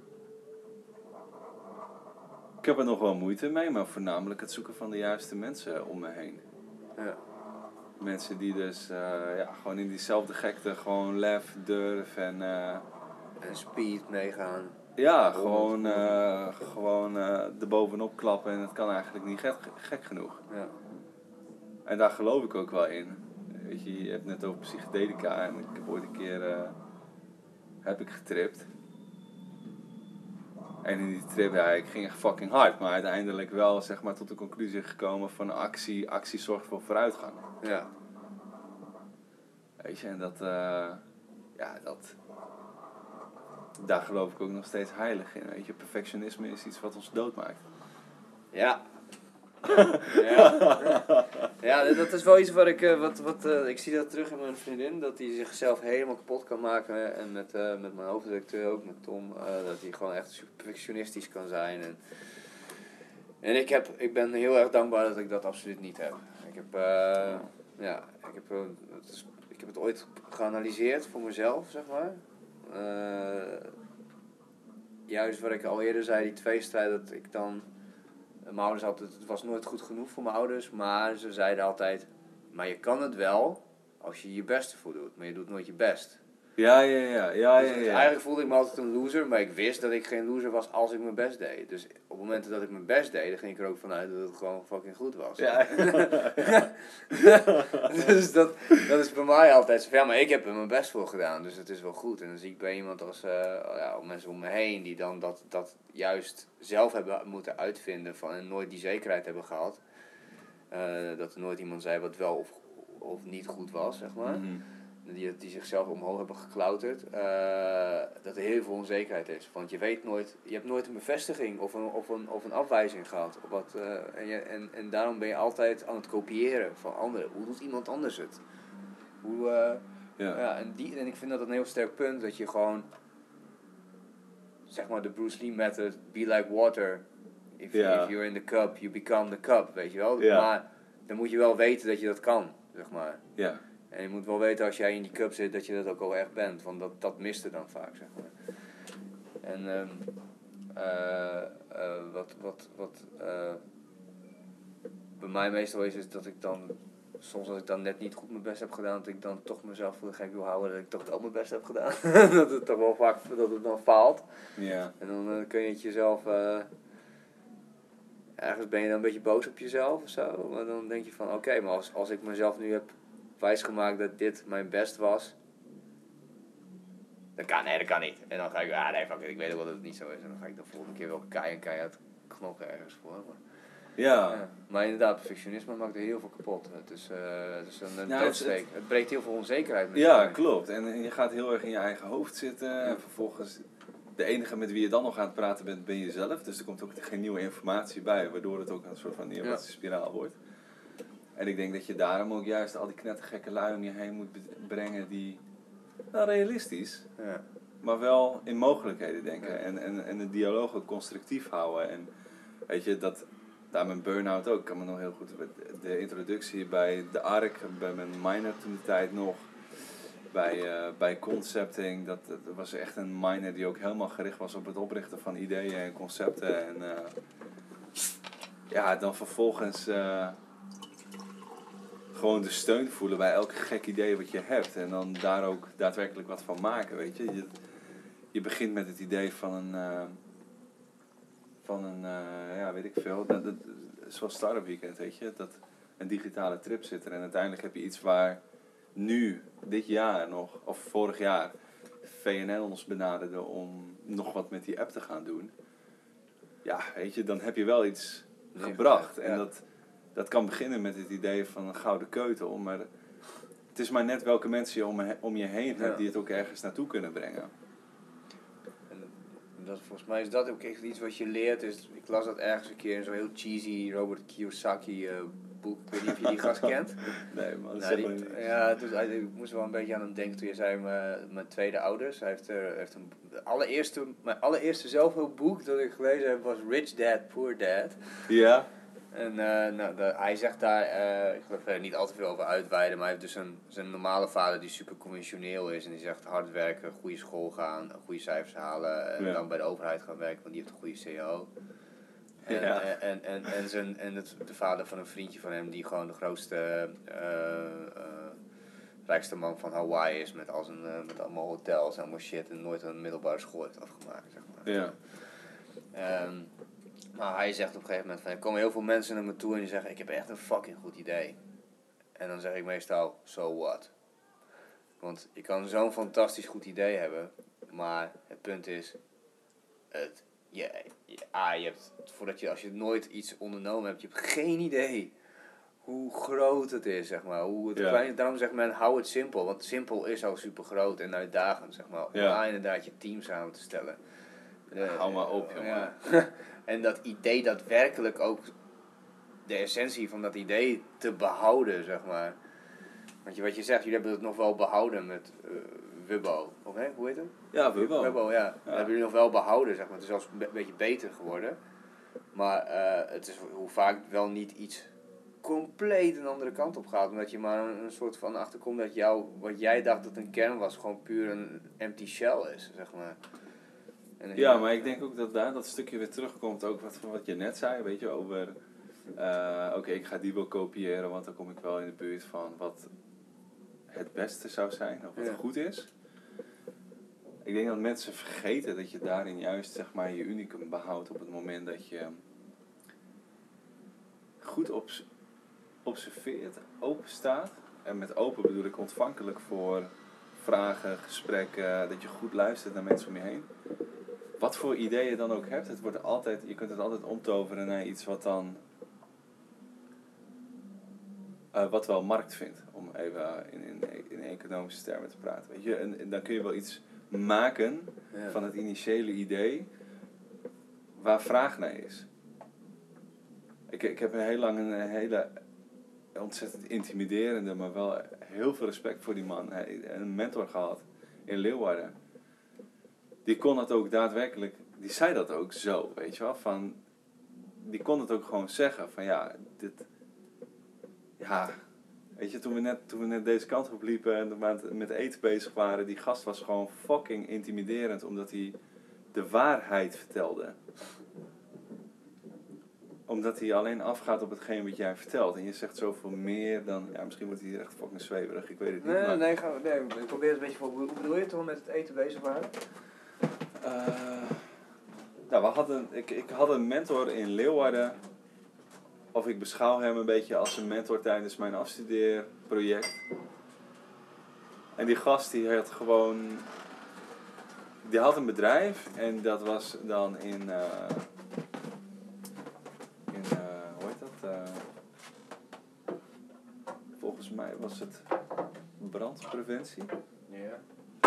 ik heb er nog wel moeite mee, maar voornamelijk het zoeken van de juiste mensen om me heen. Ja. Mensen die dus uh, ja, gewoon in diezelfde gekte gewoon lef, durf en... Uh, en speed meegaan. Ja, gewoon, uh, gewoon uh, erbovenop klappen en het kan eigenlijk niet gek, gek genoeg. Ja. En daar geloof ik ook wel in. Weet je, je hebt het net over psychedelica en ik heb ooit een keer uh, heb ik getript. En in die trip, ja, ik ging echt fucking hard, maar uiteindelijk wel zeg maar tot de conclusie gekomen van actie, actie zorgt voor vooruitgang. Ja. Weet je, en dat, uh, ja, dat, daar geloof ik ook nog steeds heilig in. Weet je, perfectionisme is iets wat ons doodmaakt. Ja. ja. ja, dat is wel iets wat ik, uh, wat, wat, uh, ik zie dat terug in mijn vriendin, dat hij zichzelf helemaal kapot kan maken. En met, uh, met mijn hoofdredacteur ook, met Tom, uh, dat hij gewoon echt perfectionistisch kan zijn. En, en ik, heb, ik ben heel erg dankbaar dat ik dat absoluut niet heb. Ik heb, uh, ja, ik heb, uh, het is, ik heb het ooit geanalyseerd voor mezelf, zeg maar. Uh, juist wat ik al eerder zei, die tweestrijd, dat ik dan... Mijn ouders altijd, het was nooit goed genoeg voor mijn ouders, maar ze zeiden altijd, maar je kan het wel als je je best ervoor doet, maar je doet nooit je best. Ja, ja, ja, ja, ja, dus ja. Eigenlijk voelde ik me altijd een loser, maar ik wist dat ik geen loser was als ik mijn best deed. Dus op momenten dat ik mijn best deed, dan ging ik er ook vanuit dat het gewoon fucking goed was. Ja. Dus dat, dat is bij mij altijd zo van, ja, maar ik heb er mijn best voor gedaan, dus het is wel goed. En dan zie ik bij iemand als, uh, ja, mensen om me heen, die dan dat, dat juist zelf hebben moeten uitvinden van, en nooit die zekerheid hebben gehad. Uh, dat er nooit iemand zei wat wel of, of niet goed was, zeg maar. Mm-hmm. Die, die zichzelf omhoog hebben geklauterd, uh, dat er heel veel onzekerheid is. Want je weet nooit, je hebt nooit een bevestiging of een, of een, of een afwijzing gehad. Op wat, uh, en, je, en, en daarom ben je altijd aan het kopiëren van anderen. Hoe doet iemand anders het? Hoe, uh, ja. Ja, en, die, en ik vind dat een heel sterk punt, dat je gewoon, zeg maar de Bruce Lee method, be like water. If, ja. if you're in the cup, you become the cup, weet je wel. Ja. Maar dan moet je wel weten dat je dat kan, zeg maar. Ja. En je moet wel weten als jij in die cup zit dat je dat ook al echt bent. Want dat, dat miste dan vaak, zeg maar. En um, uh, uh, wat, wat, wat uh, bij mij meestal is, is dat ik dan... Soms als ik dan net niet goed mijn best heb gedaan, dat ik dan toch mezelf voor de gek wil houden dat ik toch wel mijn best heb gedaan. Dat het toch wel vaak dat het dan faalt. Ja. En dan uh, kun je het jezelf... Uh, ergens ben je dan een beetje boos op jezelf of zo. Maar dan denk je van, oké, okay, maar als, als ik mezelf nu heb... wijsgemaakt dat dit mijn best was. Dat kan, nee, dat kan niet. En dan ga ik, ah nee, fuck it, ik weet ook wel dat het niet zo is. En dan ga ik de volgende keer wel kei en keihard knokken ergens voor. Maar, Ja. ja. Maar inderdaad, perfectionisme maakt er heel veel kapot. Het is, uh, het is een, een nou, doodsteek. Het, het breekt heel veel onzekerheid met Ja, je. klopt. En, en je gaat heel erg in je eigen hoofd zitten. Ja. En vervolgens, de enige met wie je dan nog aan het praten bent, ben jezelf. Dus er komt ook geen nieuwe informatie bij, waardoor het ook een soort van neerwaartse spiraal wordt. En ik denk dat je daarom ook juist al die knettergekke lui om je heen moet brengen die, nou realistisch, ja. maar wel in mogelijkheden denken. Ja. En, en, en de dialoog ook constructief houden. En weet je, dat, daar mijn burn-out ook, ik kan me nog heel goed, de introductie bij de A R C, bij mijn minor toen de tijd nog, bij, uh, bij concepting. Dat, dat was echt een miner die ook helemaal gericht was op het oprichten van ideeën en concepten. En uh, ja, dan vervolgens uh, gewoon de steun voelen bij elk gek idee wat je hebt. En dan daar ook daadwerkelijk wat van maken, weet je. Je, je begint met het idee van een... Uh, van een, uh, ja, weet ik veel. Dat, dat, zoals Startup Weekend, weet je. Dat een digitale trip zit er. En uiteindelijk heb je iets waar nu, dit jaar nog, of vorig jaar, V N L ons benaderde om nog wat met die app te gaan doen. Ja, weet je, dan heb je wel iets gebracht. Ja. En dat, dat kan beginnen met het idee van een gouden keutel. Maar het is maar net welke mensen je om, om je heen hebt, ja, die het ook ergens naartoe kunnen brengen. Dat, volgens mij is dat ook echt iets wat je leert. Is, ik las dat ergens een keer in zo'n heel cheesy Robert Kiyosaki uh, boek. Ik weet niet of je die gast kent. Nee man, nou, die, ja, dus, ik moest wel een beetje aan hem denken toen je zei mijn, mijn tweede ouders. Hij heeft, er, heeft een, de allereerste, mijn allereerste zelfhulpboek dat ik gelezen heb was Rich Dad, Poor Dad. Ja. En uh, nou, de, hij zegt daar, uh, ik geloof er niet al te veel over uitweiden, maar hij heeft dus een, zijn normale vader die super conventioneel is. En die zegt hard werken, goede school gaan, goede cijfers halen en ja. dan bij de overheid gaan werken, want die heeft een goede C E O. En, ja. en, en, en, en, zijn, en het, de vader van een vriendje van hem die gewoon de grootste, uh, uh, rijkste man van Hawaii is met, al zijn, uh, met allemaal hotels en allemaal shit en nooit een middelbare school heeft afgemaakt, zeg maar. Ja. Um, Maar hij zegt op een gegeven moment van, er komen heel veel mensen naar me toe en die zeggen, ik heb echt een fucking goed idee. En dan zeg ik meestal, so what? Want je kan zo'n fantastisch goed idee hebben, maar het punt is, het, je, je, ah, je hebt, voordat je, als je nooit iets ondernomen hebt, je hebt geen idee hoe groot het is, zeg maar. Hoe het ja. klein, daarom zegt men, hou het simpel, want simpel is al super groot en uitdagend, zeg maar. Om ja. inderdaad je team samen te stellen. De, hou maar op, jongen. Ja. En dat idee daadwerkelijk ook de essentie van dat idee te behouden, zeg maar. Want je, wat je zegt, jullie hebben het nog wel behouden met uh, Wubbo. Of hè, hoe heet het? Ja, Wubbo. Wubbo, ja. ja. Dat hebben jullie nog wel behouden, zeg maar. Het is zelfs een be- beetje beter geworden. Maar uh, het is hoe vaak wel niet iets compleet een andere kant op gaat. Omdat je maar een, een soort van achterkomt dat jou, wat jij dacht dat een kern was, gewoon puur een empty shell is, zeg maar. Ja, maar ik denk ook dat daar dat stukje weer terugkomt, ook wat, wat je net zei, weet je, over, uh, oké, okay, ik ga die wel kopiëren, want dan kom ik wel in de buurt van wat het beste zou zijn, of wat ja. goed is. Ik denk dat mensen vergeten dat je daarin juist, zeg maar, je unicum behoudt op het moment dat je goed obs- observeert, open staat, en met open bedoel ik ontvankelijk voor vragen, gesprekken, dat je goed luistert naar mensen om je heen. Wat voor ideeën je dan ook hebt, het wordt altijd, je kunt het altijd omtoveren naar iets wat dan uh, wat wel markt vindt, om even in, in, in economische termen te praten. Weet je? En, en dan kun je wel iets maken ja. van het initiële idee waar vraag naar is. Ik, ik heb een heel lang een hele ontzettend intimiderende, maar wel heel veel respect voor die man. Een mentor gehad in Leeuwarden. Die kon het ook daadwerkelijk, die zei dat ook zo, weet je wel, van, die kon het ook gewoon zeggen, van ja, dit, ja, weet je, toen we net, toen we net deze kant op liepen en met, met eten bezig waren, die gast was gewoon fucking intimiderend, omdat hij de waarheid vertelde. Omdat hij alleen afgaat op hetgeen wat jij vertelt. En je zegt zoveel meer dan, ja, misschien wordt hij hier echt fucking zweverig, ik weet het niet. Nee, maar... nee, gaan we, nee, ik probeer het een beetje voor, hoe bedoel je toen we met het eten bezig waren? Uh, nou, we hadden, ik, ik had een mentor in Leeuwarden. Of ik beschouw hem een beetje als een mentor tijdens mijn afstudeerproject. En die gast die had gewoon... Die had een bedrijf en dat was dan in... Uh, in uh, hoe heet dat? Uh, volgens mij was het brandpreventie. Ja.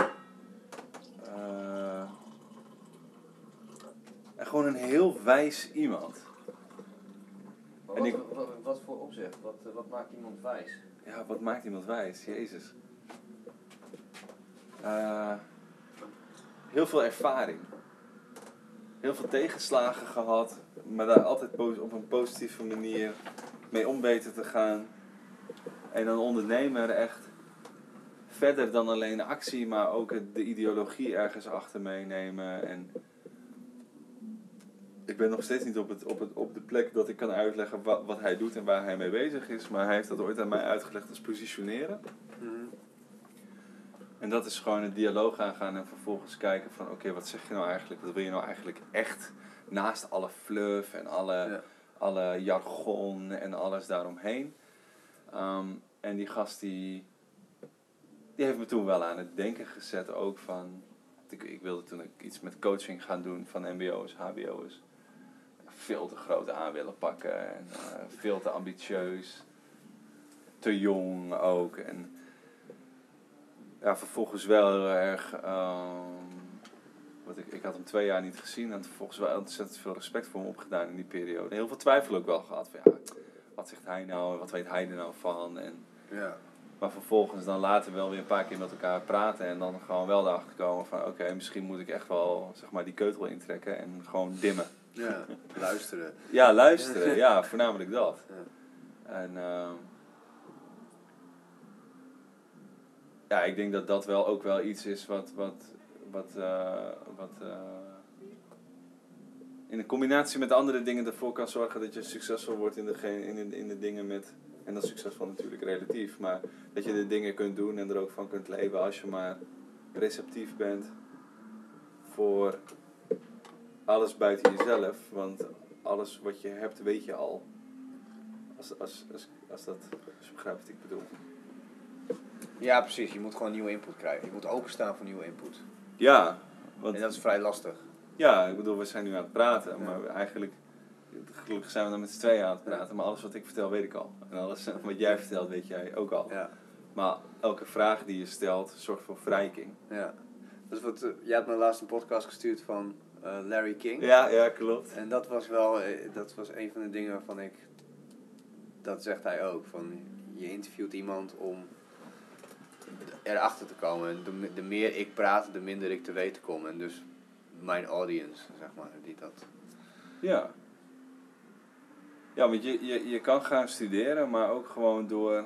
Uh, en gewoon een heel wijs iemand. Wat, en ik, wat, wat voor opzicht? Wat, wat maakt iemand wijs? Ja, wat maakt iemand wijs? Jezus. Uh, heel veel ervaring. Heel veel tegenslagen gehad. Maar daar altijd op een positieve manier mee om weten te gaan. En een ondernemer echt verder dan alleen de actie, maar ook het, de ideologie ergens achter meenemen. En ik ben nog steeds niet op, het, op, het, op de plek dat ik kan uitleggen wat, wat hij doet en waar hij mee bezig is. Maar hij heeft dat ooit aan mij uitgelegd als positioneren. Mhm. En dat is gewoon een dialoog aangaan en vervolgens kijken van oké, okay, wat zeg je nou eigenlijk? Wat wil je nou eigenlijk echt naast alle fluff en alle, Ja. alle jargon en alles daaromheen? Um, en die gast die, die heeft me toen wel aan het denken gezet ook van... Ik, ik wilde toen ik iets met coaching gaan doen van mbo's, hbo's. Veel te grote aan willen pakken en uh, veel te ambitieus. Te jong ook. En ja, vervolgens wel heel erg... Um, wat ik, ik had hem twee jaar niet gezien en vervolgens wel ontzettend veel respect voor hem opgedaan in die periode. Heel veel twijfel ook wel gehad van ja, wat zegt hij nou en wat weet hij er nou van? En, Ja. maar vervolgens dan later wel weer een paar keer met elkaar praten en dan gewoon wel erachter komen van oké, okay, misschien moet ik echt wel zeg maar die keutel intrekken en gewoon dimmen. Ja, luisteren. Ja, luisteren. Ja, voornamelijk dat. Ja. En uh, ja, ik denk dat dat wel ook wel iets is wat wat wat, uh, wat uh, in de combinatie met andere dingen ervoor kan zorgen dat je succesvol wordt in de, in de, in de dingen met, en dat is succesvol natuurlijk relatief, maar dat je de dingen kunt doen en er ook van kunt leven als je maar receptief bent voor alles buiten jezelf, want alles wat je hebt weet je al. Als, als, als, als, dat, als je begrijpt wat ik bedoel. Ja, precies. Je moet gewoon nieuwe input krijgen. Je moet openstaan voor nieuwe input. Ja, want, En dat is vrij lastig. ja, ik bedoel, we zijn nu aan het praten, Ja. maar eigenlijk, gelukkig zijn we dan met z'n tweeën aan het praten, maar alles wat ik vertel weet ik al. En alles wat jij vertelt weet jij ook al. Ja. Maar elke vraag die je stelt zorgt voor verrijking. Ja. Dat is wat, uh, jij hebt me laatst een podcast gestuurd van uh, Larry King. Ja, ja, klopt. En dat was wel, uh, dat was een van de dingen waarvan ik, dat zegt hij ook, van je interviewt iemand om erachter te komen. En de, de meer ik praat, de minder ik te weten kom. En dus mijn audience, zeg maar, die dat... Ja. Ja, want je, je, je kan gaan studeren, maar ook gewoon door...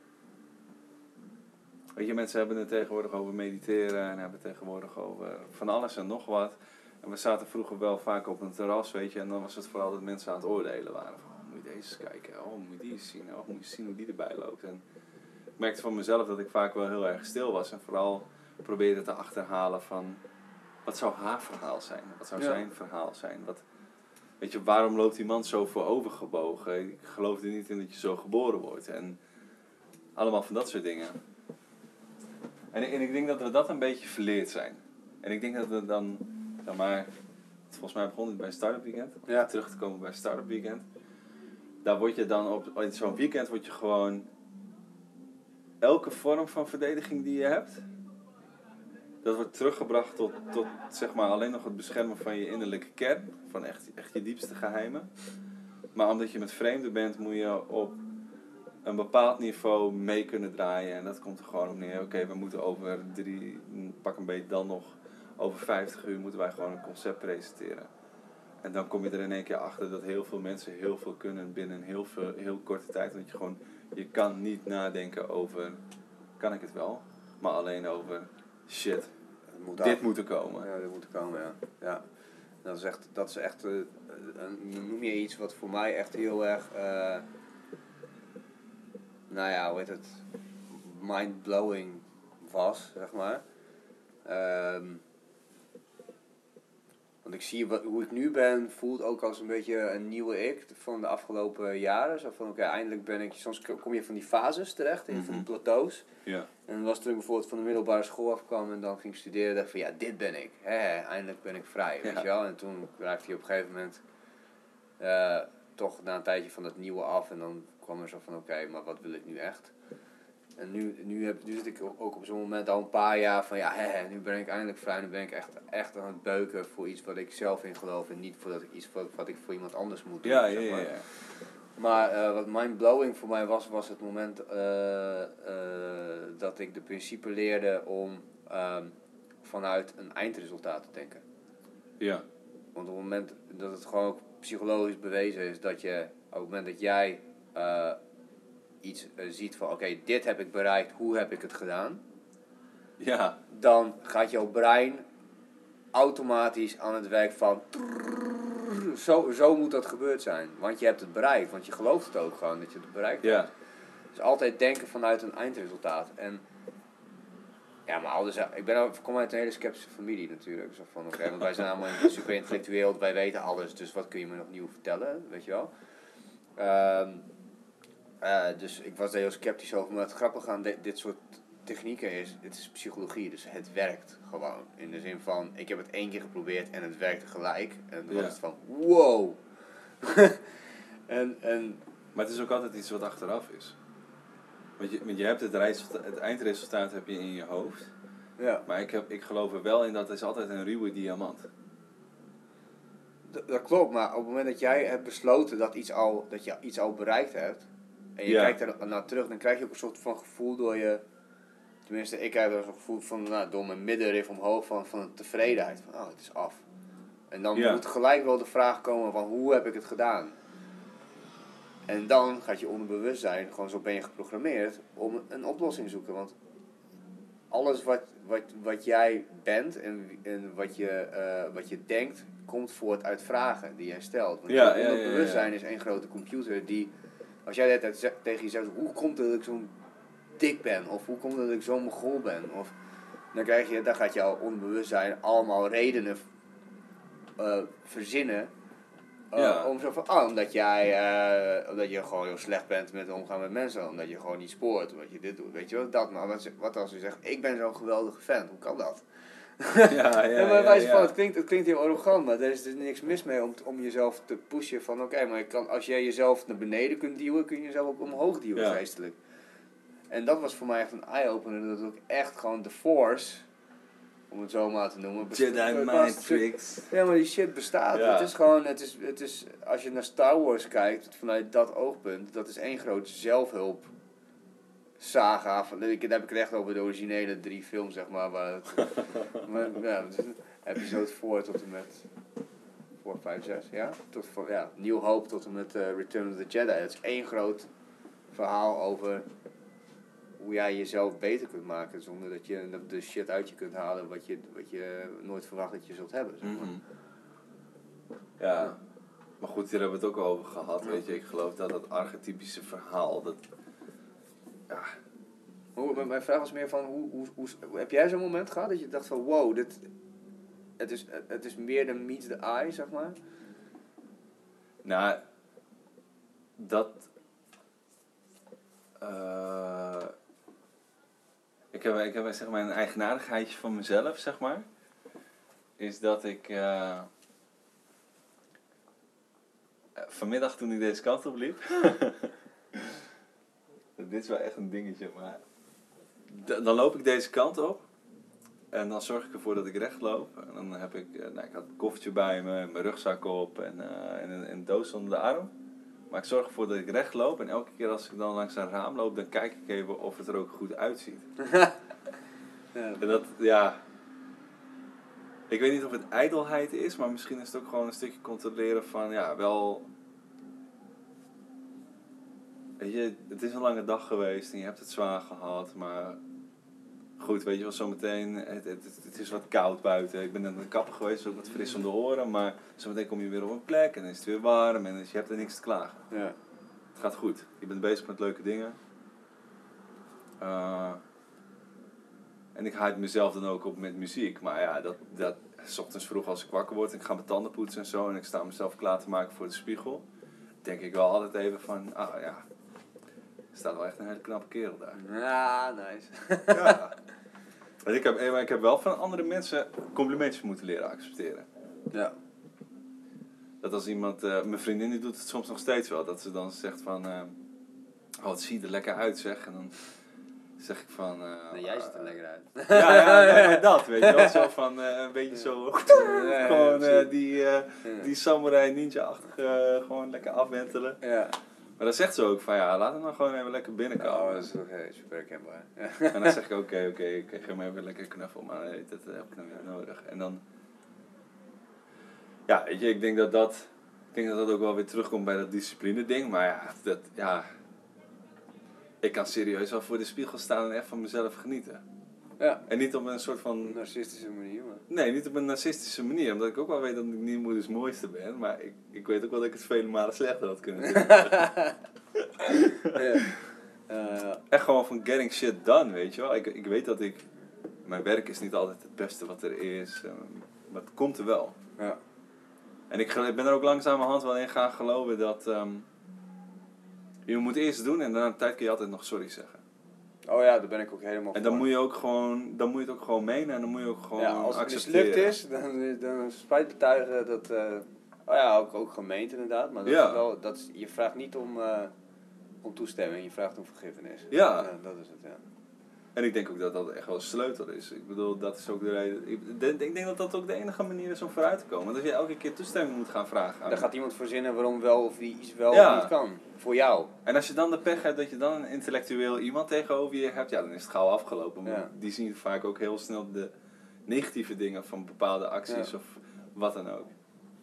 Weet je, mensen hebben het tegenwoordig over mediteren en hebben het tegenwoordig over van alles en nog wat. En we zaten vroeger wel vaak op een terras, weet je, en dan was het vooral dat mensen aan het oordelen waren. Van, oh, moet je deze eens kijken, oh, moet je die eens zien, oh, moet je zien hoe die erbij loopt. En ik merkte van mezelf dat ik vaak wel heel erg stil was en vooral probeerde te achterhalen van, wat zou haar verhaal zijn? Wat zou Ja. zijn verhaal zijn? Wat, weet je, waarom loopt die man zo voorovergebogen? Ik geloof er niet in dat je zo geboren wordt. En allemaal van dat soort dingen. En, en ik denk dat we dat een beetje verleerd zijn. En ik denk dat we dan, zeg maar, volgens mij begon het bij Startup Weekend. Om Ja. terug te komen bij Startup Weekend. Daar word je dan op, in zo'n weekend word je gewoon elke vorm van verdediging die je hebt, dat wordt teruggebracht tot, tot zeg maar alleen nog het beschermen van je innerlijke kern. Van echt, echt je diepste geheimen. Maar omdat je met vreemden bent, moet je op een bepaald niveau mee kunnen draaien. En dat komt er gewoon op neer. Oké, okay, we moeten over drie, pak een beetje dan nog, over vijftig uur moeten wij gewoon een concept presenteren. En dan kom je er in één keer achter dat heel veel mensen heel veel kunnen binnen een heel, veel, heel korte tijd. Want je gewoon, je kan niet nadenken over, kan ik het wel? Maar alleen over, shit, Moet dit af. moet er komen. Ja, dit moet er komen, ja. ja. Dat is echt, dat is echt uh, een, noem je iets wat voor mij echt heel erg, uh, nou ja, hoe heet het, mind-blowing was, zeg maar. Um, want ik zie wat, hoe ik nu ben, voelt ook als een beetje een nieuwe ik van de afgelopen jaren. Zo van, oké, okay, eindelijk ben ik, soms kom je van die fases terecht, in, mm-hmm. van die plateaus. Ja. En dan was toen ik bijvoorbeeld van de middelbare school afkwam en dan ging studeren, dacht ik van ja, dit ben ik. Hè, eindelijk ben ik vrij, weet ja. je wel. En toen raakte hij op een gegeven moment uh, toch na een tijdje van dat nieuwe af en dan kwam er zo van oké, okay, maar wat wil ik nu echt? En nu, nu, heb, nu zit ik ook op zo'n moment al een paar jaar van ja, hè, nu ben ik eindelijk vrij. Nu ben ik echt, echt aan het beuken voor iets wat ik zelf in geloof en niet voor dat ik iets wat, wat ik voor iemand anders moet doen. Ja, zeg ja, maar. ja, ja. Maar uh, wat mind-blowing voor mij was, was het moment uh, uh, dat ik de principe leerde om um, vanuit een eindresultaat te denken. Ja. Want op het moment dat het gewoon psychologisch bewezen is dat je, op het moment dat jij uh, iets uh, ziet van oké, okay, dit heb ik bereikt, hoe heb ik het gedaan? Ja. dan gaat jouw brein automatisch aan het werk van... Zo, zo moet dat gebeurd zijn. Want je hebt het bereikt. Want je gelooft het ook gewoon dat je het bereikt hebt. Ja. Dus altijd denken vanuit een eindresultaat. En ja, maar ouders, ik ben ook, ik kom uit een hele sceptische familie natuurlijk. Zo van, oké, want wij zijn allemaal super intellectueel, wij weten alles, dus wat kun je me nog nieuw vertellen, weet je wel. Um, uh, dus ik was daar heel sceptisch over, maar het grappige aan dit, dit soort technieken is, het is psychologie, dus het werkt gewoon. In de zin van, ik heb het één keer geprobeerd en het werkte gelijk. En dan was Ja. het van, wow. en, en, Maar het is ook altijd iets wat achteraf is. Want je, want je hebt het, resultaat, het eindresultaat heb je in je hoofd. ja. Maar ik, heb, ik geloof er wel in dat het is altijd een ruwe diamant. D- dat klopt, maar op het moment dat jij hebt besloten dat, iets al, dat je iets al bereikt hebt, en je Ja. kijkt er naar terug, dan krijg je ook een soort van gevoel door je, tenminste ik heb er zo'n gevoel van, nou, door mijn middenrif omhoog van, van tevredenheid, van oh het is af. En dan Ja. moet gelijk wel de vraag komen van hoe heb ik het gedaan? En dan gaat je onderbewustzijn, gewoon zo ben je geprogrammeerd, om een oplossing zoeken, want alles wat, wat, wat jij bent en, en wat, je, uh, wat je denkt, komt voort uit vragen die jij stelt. Want Ja, je ja, ja, onderbewustzijn ja. is één grote computer die, als jij de hele tijd zegt, tegen jezelf, hoe komt het dat ik zo'n dik ben? Of hoe komt het dat ik zo'n mogol ben? Of, dan, krijg je, dan gaat jouw onderbewustzijn allemaal redenen uh, verzinnen. Uh, Ja. om zo van, oh, omdat jij, uh, omdat je gewoon heel slecht bent met omgaan met mensen, omdat je gewoon niet spoort, omdat je dit doet, weet je wel, dat. Maar wat, wat als je zegt, ik ben zo'n geweldige fan, hoe kan dat? Ja, ja, Ja, maar ja, wijze ja. van, het klinkt, het klinkt heel arrogant, maar er is er niks mis mee om, om jezelf te pushen van, oké, okay, maar je kan, als jij jezelf naar beneden kunt duwen, kun je jezelf ook omhoog duwen, Ja. geestelijk. En dat was voor mij echt een eye-opener, dat ook echt gewoon de Force, om het zo maar te noemen, best- Jedi was- mind tricks. Ja, maar die shit bestaat. Ja. Het is gewoon, het is, het is, als je naar Star Wars kijkt, vanuit dat oogpunt, dat is één grote zelfhulp saga. Van, ik, daar heb ik het echt over de originele drie films, zeg maar. Waar het, maar, ja, het is een episode vier tot en met vier, vijf, zes, ja? Tot van, ja, New Hope tot en met uh, Return of the Jedi. Het is één groot verhaal over hoe jij jezelf beter kunt maken zonder dat je de shit uit je kunt halen wat je, wat je nooit verwacht dat je zult hebben. Zeg maar. Mm-hmm. Ja, maar goed, hier hebben we het ook over gehad, weet je. Ik geloof dat dat archetypische verhaal, dat... Ja, Hoe, mijn- mijn vraag was meer van, hoe, hoe, hoe, hoe- heb jij zo'n moment gehad dat je dacht van, wow, dit, het, is, het is meer dan meets the eye, zeg maar? nou, dat... eh, ik heb, ik heb zeg maar een eigenaardigheidje van mezelf, zeg maar. Is dat ik... eh, vanmiddag toen ik deze kant op liep... dit is wel echt een dingetje, maar... D- dan loop ik deze kant op. En dan zorg ik ervoor dat ik recht loop. En dan heb ik... eh, nou, ik had een koffertje bij me, mijn rugzak op en, eh, en een, een doos onder de arm. Maar ik zorg ervoor dat ik recht loop. En elke keer als ik dan langs een raam loop, dan kijk ik even of het er ook goed uitziet. Ja. En dat, ja... Ik weet niet of het ijdelheid is, maar misschien is het ook gewoon een stukje controleren van, ja, wel... Weet je, het is een lange dag geweest en je hebt het zwaar gehad, maar... Goed, weet je wel, zometeen, het, het, het is wat koud buiten. Ik ben net naar de kapper geweest, het is ook wat fris om de oren, maar zometeen kom je weer op een plek en dan is het weer warm en dus je hebt er niks te klagen. Ja. Het gaat goed. Je bent bezig met leuke dingen. Uh, en ik hype mezelf dan ook op met muziek. Maar ja, dat, dat, 's ochtends vroeg als ik wakker word en ik ga mijn tanden poetsen en zo en ik sta mezelf klaar te maken voor de spiegel, denk ik wel altijd even van, ah ja, er staat wel echt een hele knappe kerel daar. Ja, nice. Ja. En ik, heb, ik heb wel van andere mensen complimentjes moeten leren accepteren. Ja. Dat als iemand, uh, mijn vriendin die doet het soms nog steeds wel, dat ze dan zegt van, uh, oh het ziet er lekker uit zeg. En dan zeg ik van... Uh, Nee, jij ziet er lekker uit. Ja, ja, nee, maar dat, weet je wel, zo van uh, een beetje zo, Ja, gewoon ja, uh, die, uh, ja. die samurai ninja-achtig uh, gewoon lekker afwentelen. Ja. Maar dan zegt ze ook van, ja, laat hem dan gewoon even lekker binnenkomen. Oh, dat is toch hey, super herkenbaar. Ja. En dan zeg ik, oké, oké, okay, ik geef hem even lekker knuffel, maar nee, dat heb ik dan weer nodig. En dan... Ja, weet je, ik denk dat dat... Ik denk dat dat ook wel weer terugkomt bij dat discipline ding, maar ja, dat, ja... Ik kan serieus wel voor de spiegel staan en echt van mezelf genieten. Ja. En niet op een soort van... Een narcistische manier, maar... Nee, niet op een narcistische manier. Omdat ik ook wel weet dat ik niet moeders mooiste ben. Maar ik, ik weet ook wel dat ik het vele malen slechter had kunnen doen. ja. Uh, Echt gewoon van getting shit done, weet je wel. Ik, ik weet dat ik... Mijn werk is niet altijd het beste wat er is. Um, maar het komt er wel. ja. En ik, ik ben er ook langzamerhand wel in gaan geloven dat... Um, je moet eerst doen en na een tijd kun je altijd nog sorry zeggen. Oh ja, daar ben ik ook helemaal En dan voor. moet je ook gewoon... Dan moet je het ook gewoon menen en dan moet je ook gewoon ja, als het accepteren. mislukt is, dan, dan spijt betuigen dat... Uh, oh ja, ook, ook gemeend inderdaad. Maar dat Ja. is wel, dat is, je vraagt niet om, uh, om toestemming, je vraagt om vergiffenis. Ja. ja. Dat is het, ja. En ik denk ook dat dat echt wel een sleutel is. Ik bedoel, dat is ook de reden... Ik denk, ik denk dat dat ook de enige manier is om vooruit te komen. Want als je elke keer toestemming moet gaan vragen... Daar gaat iemand verzinnen waarom wel of die iets wel Ja. of niet kan. Voor jou. En als je dan de pech hebt dat je dan een intellectueel iemand tegenover je hebt... Ja, dan is het gauw afgelopen. Want Ja. die zien vaak ook heel snel de negatieve dingen van bepaalde acties Ja. of wat dan ook.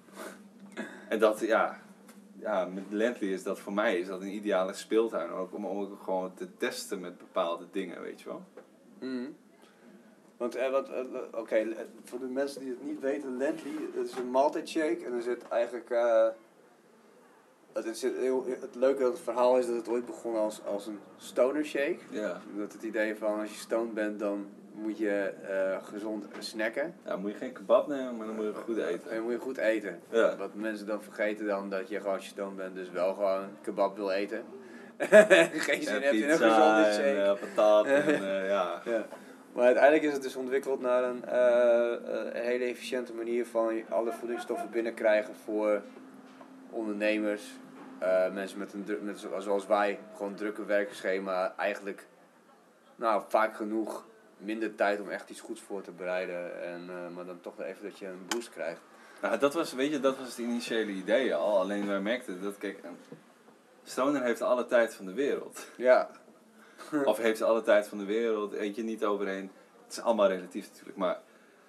En dat, ja... Ja, met Landly is dat voor mij is dat een ideale speeltuin. Ook om ook gewoon te testen met bepaalde dingen, weet je wel. Mm. Want eh, wat, eh, oké, okay, voor de mensen die het niet weten, Landly, het is een maaltijdshake en er zit eigenlijk, uh, het, is heel, het leuke dat het verhaal is dat het ooit begon als, als een stoner shake. Ja. Dat het idee van als je stoned bent dan moet je uh, gezond snacken. Ja, moet je geen kebab nemen, maar dan moet je goed eten. En dan moet je goed eten. Ja. Wat mensen dan vergeten dan dat je gewoon als je stoned bent dus wel gewoon kebab wil eten. Geen zin En hebt in een pizza gezonde shake. en uh, patat en uh, ja. Ja. Maar uiteindelijk is het dus ontwikkeld naar een, uh, een hele efficiënte manier van alle voedingsstoffen binnenkrijgen voor ondernemers, uh, mensen met een dru- met, zoals wij, gewoon drukke werkschema, eigenlijk nou, vaak genoeg minder tijd om echt iets goeds voor te bereiden, en, uh, maar dan toch even dat je een boost krijgt. Nou, dat was, weet je, dat was het initiële idee al. Alleen wij merkten dat, kijk, een stoner heeft alle tijd van de wereld. Ja. Of heeft alle tijd van de wereld, eet je niet overheen. Het is allemaal relatief natuurlijk, maar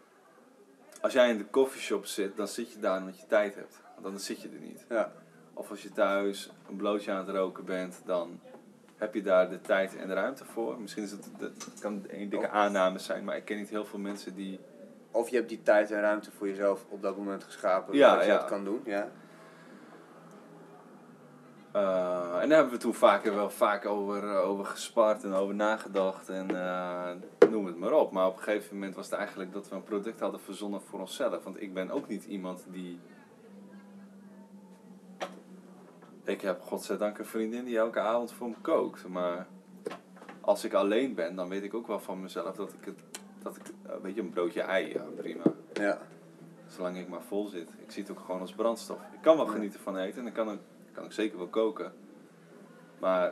als jij in de coffeeshop zit, dan zit je daar omdat je tijd hebt. Want anders zit je er niet. Ja. Of als je thuis een blootje aan het roken bent, dan heb je daar de tijd en de ruimte voor. Misschien is het, het kan een dikke aanname zijn, maar ik ken niet heel veel mensen die... Of je hebt die tijd en ruimte voor jezelf op dat moment geschapen, Ja, dat je ja. dat kan doen. Ja. Uh, en daar hebben we toen vaker wel vaak over, uh, over gespart en over nagedacht en uh, noem het maar op. Maar op een gegeven moment was het eigenlijk dat we een product hadden verzonnen voor onszelf. Want ik ben ook niet iemand die... Ik heb godzijdank een vriendin die elke avond voor me kookt. Maar als ik alleen ben, dan weet ik ook wel van mezelf dat ik het... Dat ik, uh, weet je, een broodje ei, ja, prima. Ja. Zolang ik maar vol zit. Ik zie het ook gewoon als brandstof. Ik kan wel genieten van eten en ik kan ook, ik kan ook zeker wel koken. Maar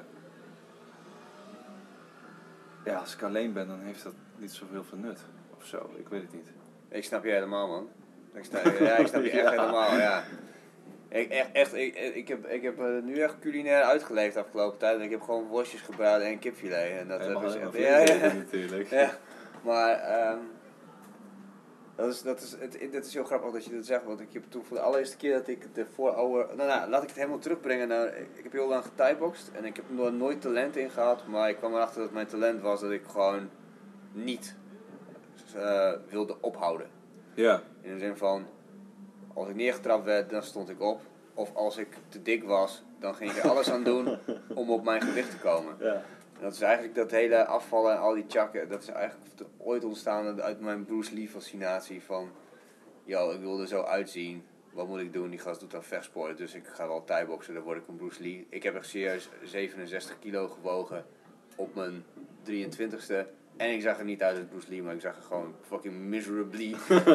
ja, als ik alleen ben, dan heeft dat niet zoveel van nut. Of zo, ik weet het niet. Ik snap je helemaal, man. Ik snap, ja, ik snap je echt Ja. helemaal, ja. Ik, echt, echt, ik, ik heb, ik heb uh, nu echt culinair uitgeleefd de afgelopen tijd. Ik heb gewoon worstjes gebraden en kipfilet. En dat Helemaal, is helemaal echt, ja, vlees ja, eten natuurlijk. ja. Maar um, dat is, dat is, het, het is heel grappig dat je dat zegt. Want ik heb toen voor de allereerste keer dat ik de voor oude... Nou, nou, laat ik het helemaal terugbrengen naar... Ik heb heel lang gethaiboxd en ik heb er nooit talent in gehad. Maar ik kwam erachter dat mijn talent was dat ik gewoon niet uh, wilde ophouden. Ja. In de zin van, als ik neergetrapt werd, dan stond ik op. Of als ik te dik was, dan ging ik er alles aan doen om op mijn gewicht te komen. Ja. En dat is eigenlijk dat hele afvallen en al die chakken, dat is eigenlijk ooit ontstaan uit mijn Bruce Lee fascinatie van, yo, ik wil er zo uitzien, wat moet ik doen? Die gast doet dan vechtsporten, dus ik ga wel thaiboxen, dan word ik een Bruce Lee. Ik heb echt serieus zevenenzestig kilo gewogen op mijn drieëntwintigste. En ik zag er niet uit als Bruce Lee, maar ik zag er gewoon fucking miserably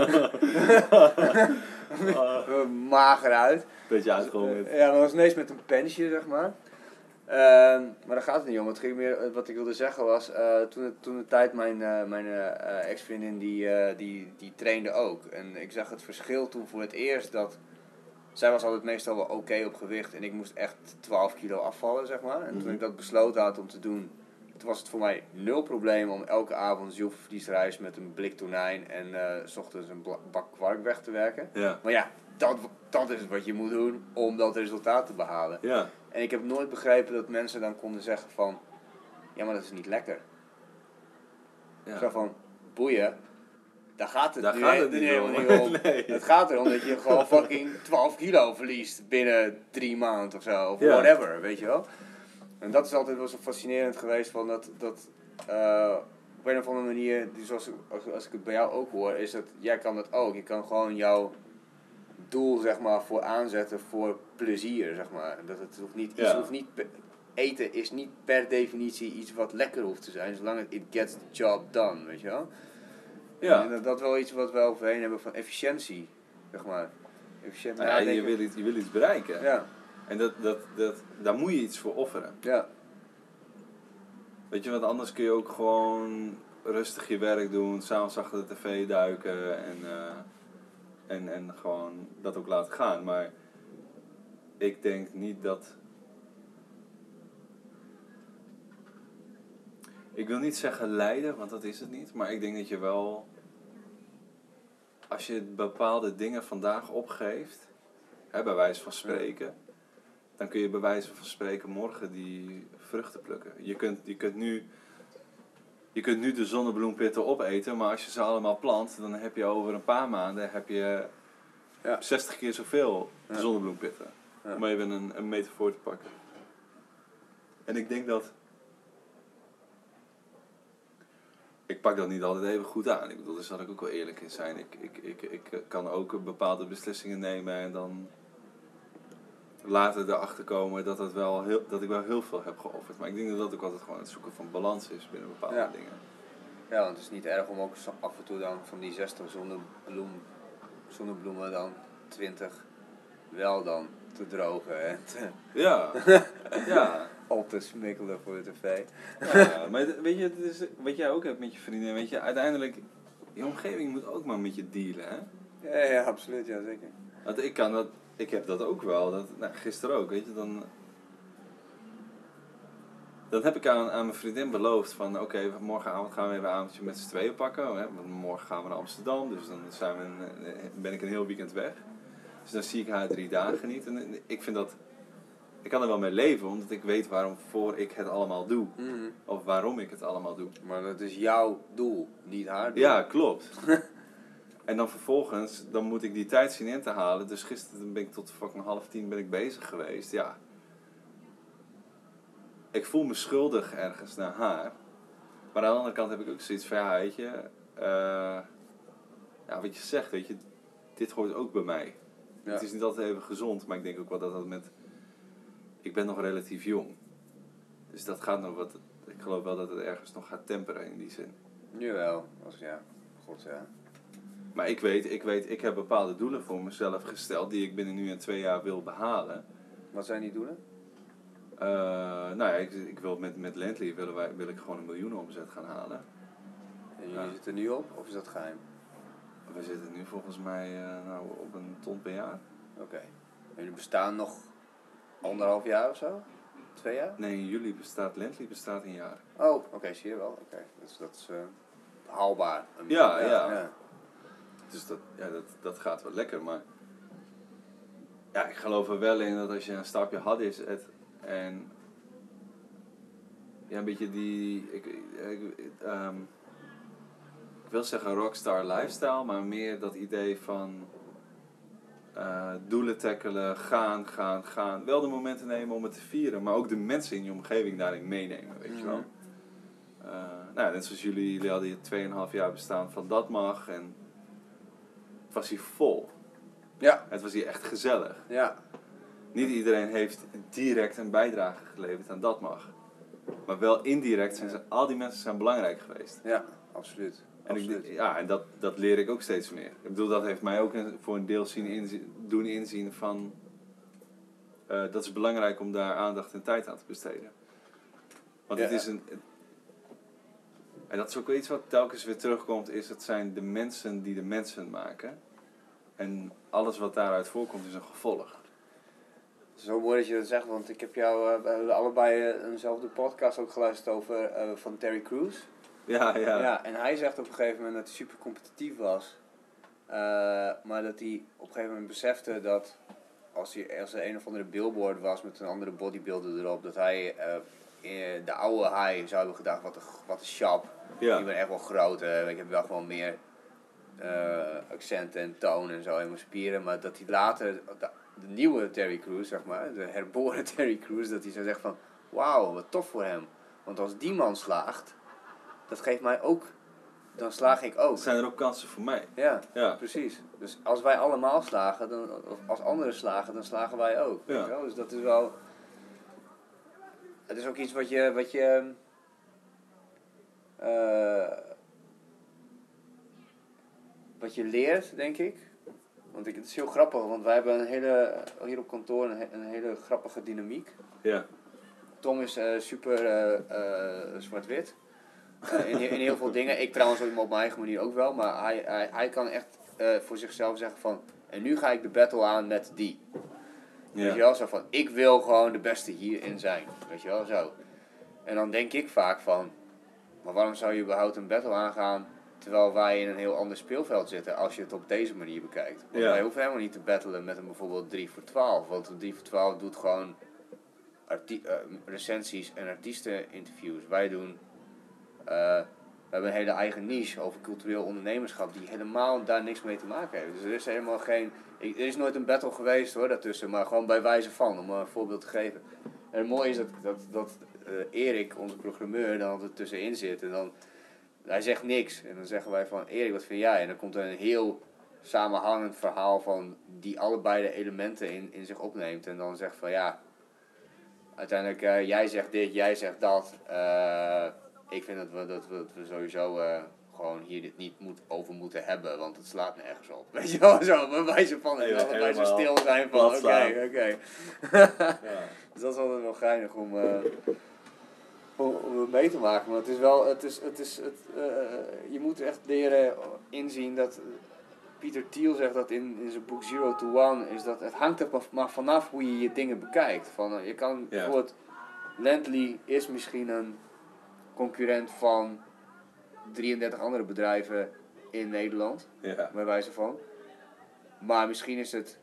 mager uit. Beetje uitgehongerd. Ja, maar dat was ineens met een pensje, zeg maar. Uh, maar daar gaat het niet om. Het ging meer, wat ik wilde zeggen was, uh, toen, het, toen de tijd mijn, uh, mijn uh, ex-vriendin die, uh, die, die trainde ook. En ik zag het verschil toen voor het eerst dat, zij was altijd meestal wel oké okay op gewicht en ik moest echt twaalf kilo afvallen, zeg maar. En toen Mm-hmm. ik dat besloten had om te doen, toen was het voor mij nul probleem om elke avond zilvervliesrijst met een blik tonijn en uh, 's ochtends een bak kwark weg te werken. Ja. Maar ja, dat, dat is wat je moet doen om dat resultaat te behalen. Ja. En ik heb nooit begrepen dat mensen dan konden zeggen van, ja, maar dat is niet lekker. Ja. Zo van, boeien. Daar gaat het Daar nu, gaat he- het nu niet helemaal om. niet om. Nee. Het gaat erom dat je gewoon fucking twaalf kilo verliest binnen drie maanden of zo. Of Ja. whatever, weet je wel. En dat is altijd wel zo fascinerend geweest van dat... dat uh, op een of andere manier, dus zoals, als, als ik het bij jou ook hoor, is dat jij kan dat ook. Je kan gewoon jouw doel zeg maar voor aanzetten voor plezier, zeg maar. Dat het hoeft niet, iets Ja. hoeft niet, eten is niet per definitie iets wat lekker hoeft te zijn, zolang het it gets the job done, weet je wel. Ja. En dat, dat is wel iets wat we overheen hebben van efficiëntie, zeg maar. Efficiënt Nou ja, je, nadenken. wil iets, je wil iets bereiken. Ja, En dat, dat, dat, daar moet je iets voor offeren. ja, Weet je, want anders kun je ook gewoon rustig je werk doen, s'avonds achter de tv duiken en, uh, en, en gewoon dat ook laten gaan. Maar ik denk niet dat... Ik wil niet zeggen lijden, want dat is het niet. Maar ik denk dat je wel... Als je bepaalde dingen vandaag opgeeft, hè, bij wijze van spreken... Dan kun je bij wijze van spreken morgen die vruchten plukken. Je kunt, je kunt, nu, je kunt nu de zonnebloempitten opeten, maar als je ze allemaal plant, dan heb je over een paar maanden heb je Ja. zestig keer zoveel Ja. zonnebloempitten. Ja. Om even een, een metafoor te pakken. En ik denk dat... Ik pak dat niet altijd even goed aan. Ik bedoel, daar zal ik ook wel eerlijk in zijn. Ik, ik, ik, ik kan ook bepaalde beslissingen nemen en dan... later erachter komen dat, het wel heel, dat ik wel heel veel heb geofferd. Maar ik denk dat dat ook altijd gewoon het zoeken van balans is binnen bepaalde Ja. dingen. ja, want het is niet erg om ook zo- af en toe dan van die zestig zonnebloem, zonnebloemen dan twintig wel dan te drogen en te, Ja, ja. op te smikkelen voor de tv. ja. Maar het- weet je, het is, wat jij ook hebt met je vrienden, weet je, uiteindelijk, je omgeving moet ook maar met je dealen, hè. Ja, ja, absoluut, ja zeker. Want ik kan dat, ik heb dat ook wel, dat, nou, gisteren ook, weet je, dan... Dan heb ik aan, aan mijn vriendin beloofd van, oké, okay, morgenavond gaan we even een avondje met z'n tweeën pakken. Hè? Want morgen gaan we naar Amsterdam, dus dan zijn we een, ben ik een heel weekend weg. Dus dan zie ik haar drie dagen niet. En ik vind dat, ik kan er wel mee leven, omdat ik weet waarom voor ik het allemaal doe. Mm-hmm. Of waarom ik het allemaal doe. Maar dat is jouw doel, niet haar doel. Ja, klopt. En dan vervolgens, dan moet ik die tijd zien in te halen. Dus gisteren ben ik tot fucking half tien ben ik bezig geweest. Ja. Ik voel me schuldig ergens naar haar. Maar aan de andere kant heb ik ook zoiets van, ja, weet je... Uh, ja, wat je zegt, weet je... Dit hoort ook bij mij. Ja. Het is niet altijd even gezond, maar ik denk ook wel dat dat met... Ik ben nog relatief jong. Dus dat gaat nog wat... Ik geloof wel dat het ergens nog gaat temperen in die zin. Jawel, als ja, god ja. Maar ik weet, ik weet, ik heb bepaalde doelen voor mezelf gesteld die ik binnen nu en twee jaar wil behalen. Wat zijn die doelen? Uh, nou ja, ik, ik wil met, met Landly willen wij, wil ik gewoon een miljoenen omzet gaan halen. En jullie Ja. zitten er nu op, of is dat geheim? We zitten nu volgens mij uh, nou, op een ton per jaar. Oké. Okay. En jullie bestaan nog anderhalf jaar of zo? Twee jaar? Nee, in juli bestaat Landly bestaat een jaar. Oh, oké, okay, zie je wel. Oké, okay. dat is, dat is uh, haalbaar. Ja, ja, ja. ja. Dus dat, ja, dat, dat gaat wel lekker, maar... Ja, ik geloof er wel in dat als je een stapje had is het... En... Ja, een beetje die... Ik, ik, um, ik wil zeggen rockstar lifestyle, maar meer dat idee van... Uh, doelen tackelen, gaan, gaan, gaan. Wel de momenten nemen om het te vieren, maar ook de mensen in je omgeving daarin meenemen, weet je wel. Uh, nou, net zoals jullie, jullie hadden hier tweeënhalf jaar bestaan van Dat Mag en... Het was hier vol. Ja. Het was hier echt gezellig. Ja. Niet iedereen heeft direct een bijdrage geleverd aan Dat Mag. Maar wel indirect zijn ze, al die mensen zijn belangrijk geweest. Ja, absoluut. En, absoluut. ik, ja, en dat, dat leer ik ook steeds meer. Ik bedoel, dat heeft mij ook een, voor een deel zien inzien, doen inzien van... Uh, dat is belangrijk om daar aandacht en tijd aan te besteden. Want ja. het is een... En dat is ook iets wat telkens weer terugkomt, is het zijn de mensen die de mensen maken. En alles wat daaruit voorkomt is een gevolg. Zo mooi dat je dat zegt, want ik heb jou, uh, we hebben allebei uh, eenzelfde podcast ook geluisterd over uh, van Terry Crews. Ja, ja. Ja, en hij zegt op een gegeven moment dat hij super competitief was. Uh, maar dat hij op een gegeven moment besefte dat als, hij, als er een of andere billboard was met een andere bodybuilder erop, dat hij uh, de oude hij zou hebben gedacht, wat een, wat een shop. Ja. Ik ben echt wel groot, hè. Ik heb wel gewoon meer uh, accenten en toon en zo in mijn spieren. Maar dat hij later, de, de nieuwe Terry Crews, zeg maar, de herboren Terry Crews, dat hij zo zegt van, wauw, wat tof voor hem. Want als die man slaagt, dat geeft mij ook, dan slaag ik ook. Zijn er ook kansen voor mij? Ja, Ja. precies. Dus als wij allemaal slagen, dan, of als anderen slagen, dan slagen wij ook. Ja. Weet je wel? Dus dat is wel... Het is ook iets wat je... Wat je uh, wat je leert, denk ik. Want ik, het is heel grappig, want wij hebben een hele, hier op kantoor een, een hele grappige dynamiek. Ja. Tom is uh, super uh, uh, zwart-wit. Uh, in, in heel veel dingen. Ik trouwens op mijn eigen manier ook wel. Maar hij, hij, hij kan echt uh, voor zichzelf zeggen van... En nu ga ik de battle aan met die. Ja. Weet je wel? Zo van, ik wil gewoon de beste hierin zijn. Weet je wel? Zo. En dan denk ik vaak van... Maar waarom zou je überhaupt een battle aangaan... Terwijl wij in een heel ander speelveld zitten... Als je het op deze manier bekijkt. Want Ja. wij hoeven helemaal niet te battlen met een bijvoorbeeld drie voor twaalf. Want een drie voor twaalf doet gewoon... Arti- uh, recensies en artiesteninterviews. Wij doen... Uh, we hebben een hele eigen niche over cultureel ondernemerschap die helemaal daar niks mee te maken heeft. Dus er is helemaal geen... Er is nooit een battle geweest hoor, daartussen, maar gewoon bij wijze van, om een voorbeeld te geven. En het mooie is dat, dat, dat uh, Erik, onze programmeur, dan altijd tussenin zit en dan... Hij zegt niks en dan zeggen wij van, Erik, wat vind jij? En dan komt er een heel samenhangend verhaal van die allebei de elementen in, in zich opneemt. En dan zegt van, ja, uiteindelijk, uh, jij zegt dit, jij zegt dat... Uh, Ik vind dat we, dat we, dat we sowieso uh, gewoon hier dit niet moet, over moeten hebben, want het slaat nergens op. Weet je wel, zo, bij wijze van, dat we allebei zo stil zijn van, oké, oké. Okay, okay. Ja. Dus dat is altijd wel geinig om, uh, om, om het mee te maken. Maar het is wel, het is, het is, het, uh, je moet echt leren inzien dat, Pieter Thiel zegt dat in, in zijn boek Zero to One, is dat het hangt er maar vanaf hoe je je dingen bekijkt. Van, uh, je kan ja. bijvoorbeeld, Lendlease is misschien een concurrent van drieëndertig andere bedrijven in Nederland, ja. bij wijze van. Maar misschien is het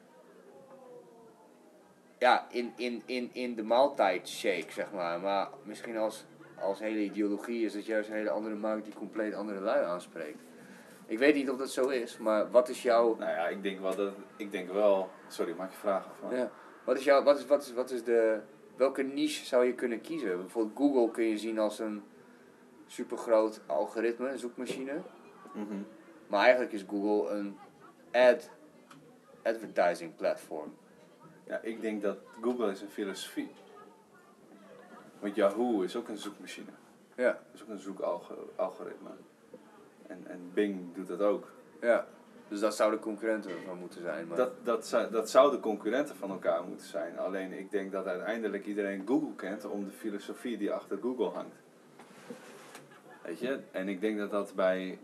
ja, in, in, in, in de maaltijdshake, zeg maar. Maar misschien als, als hele ideologie is het juist een hele andere markt die compleet andere lui aanspreekt. Ik weet niet of dat zo is, maar wat is jouw... Nou ja, ik denk wel dat... Ik denk wel... Sorry, maak je vraag af. Man. Ja. Wat is jouw... Wat is, wat is, wat is de... Welke niche zou je kunnen kiezen? Bijvoorbeeld Google kun je zien als een supergroot algoritme, een zoekmachine. Mm-hmm. Maar eigenlijk is Google een ad advertising platform. Ja, ik denk dat Google is een filosofie. Want Yahoo is ook een zoekmachine. Ja. Dat is ook een zoekalgoritme. En, en Bing doet dat ook. Ja. Dus dat zouden concurrenten van moeten zijn. Maar... Dat, dat, zou, dat zouden concurrenten van elkaar moeten zijn. Alleen ik denk dat uiteindelijk iedereen Google kent om de filosofie die achter Google hangt. Weet je? En ik denk dat dat bij...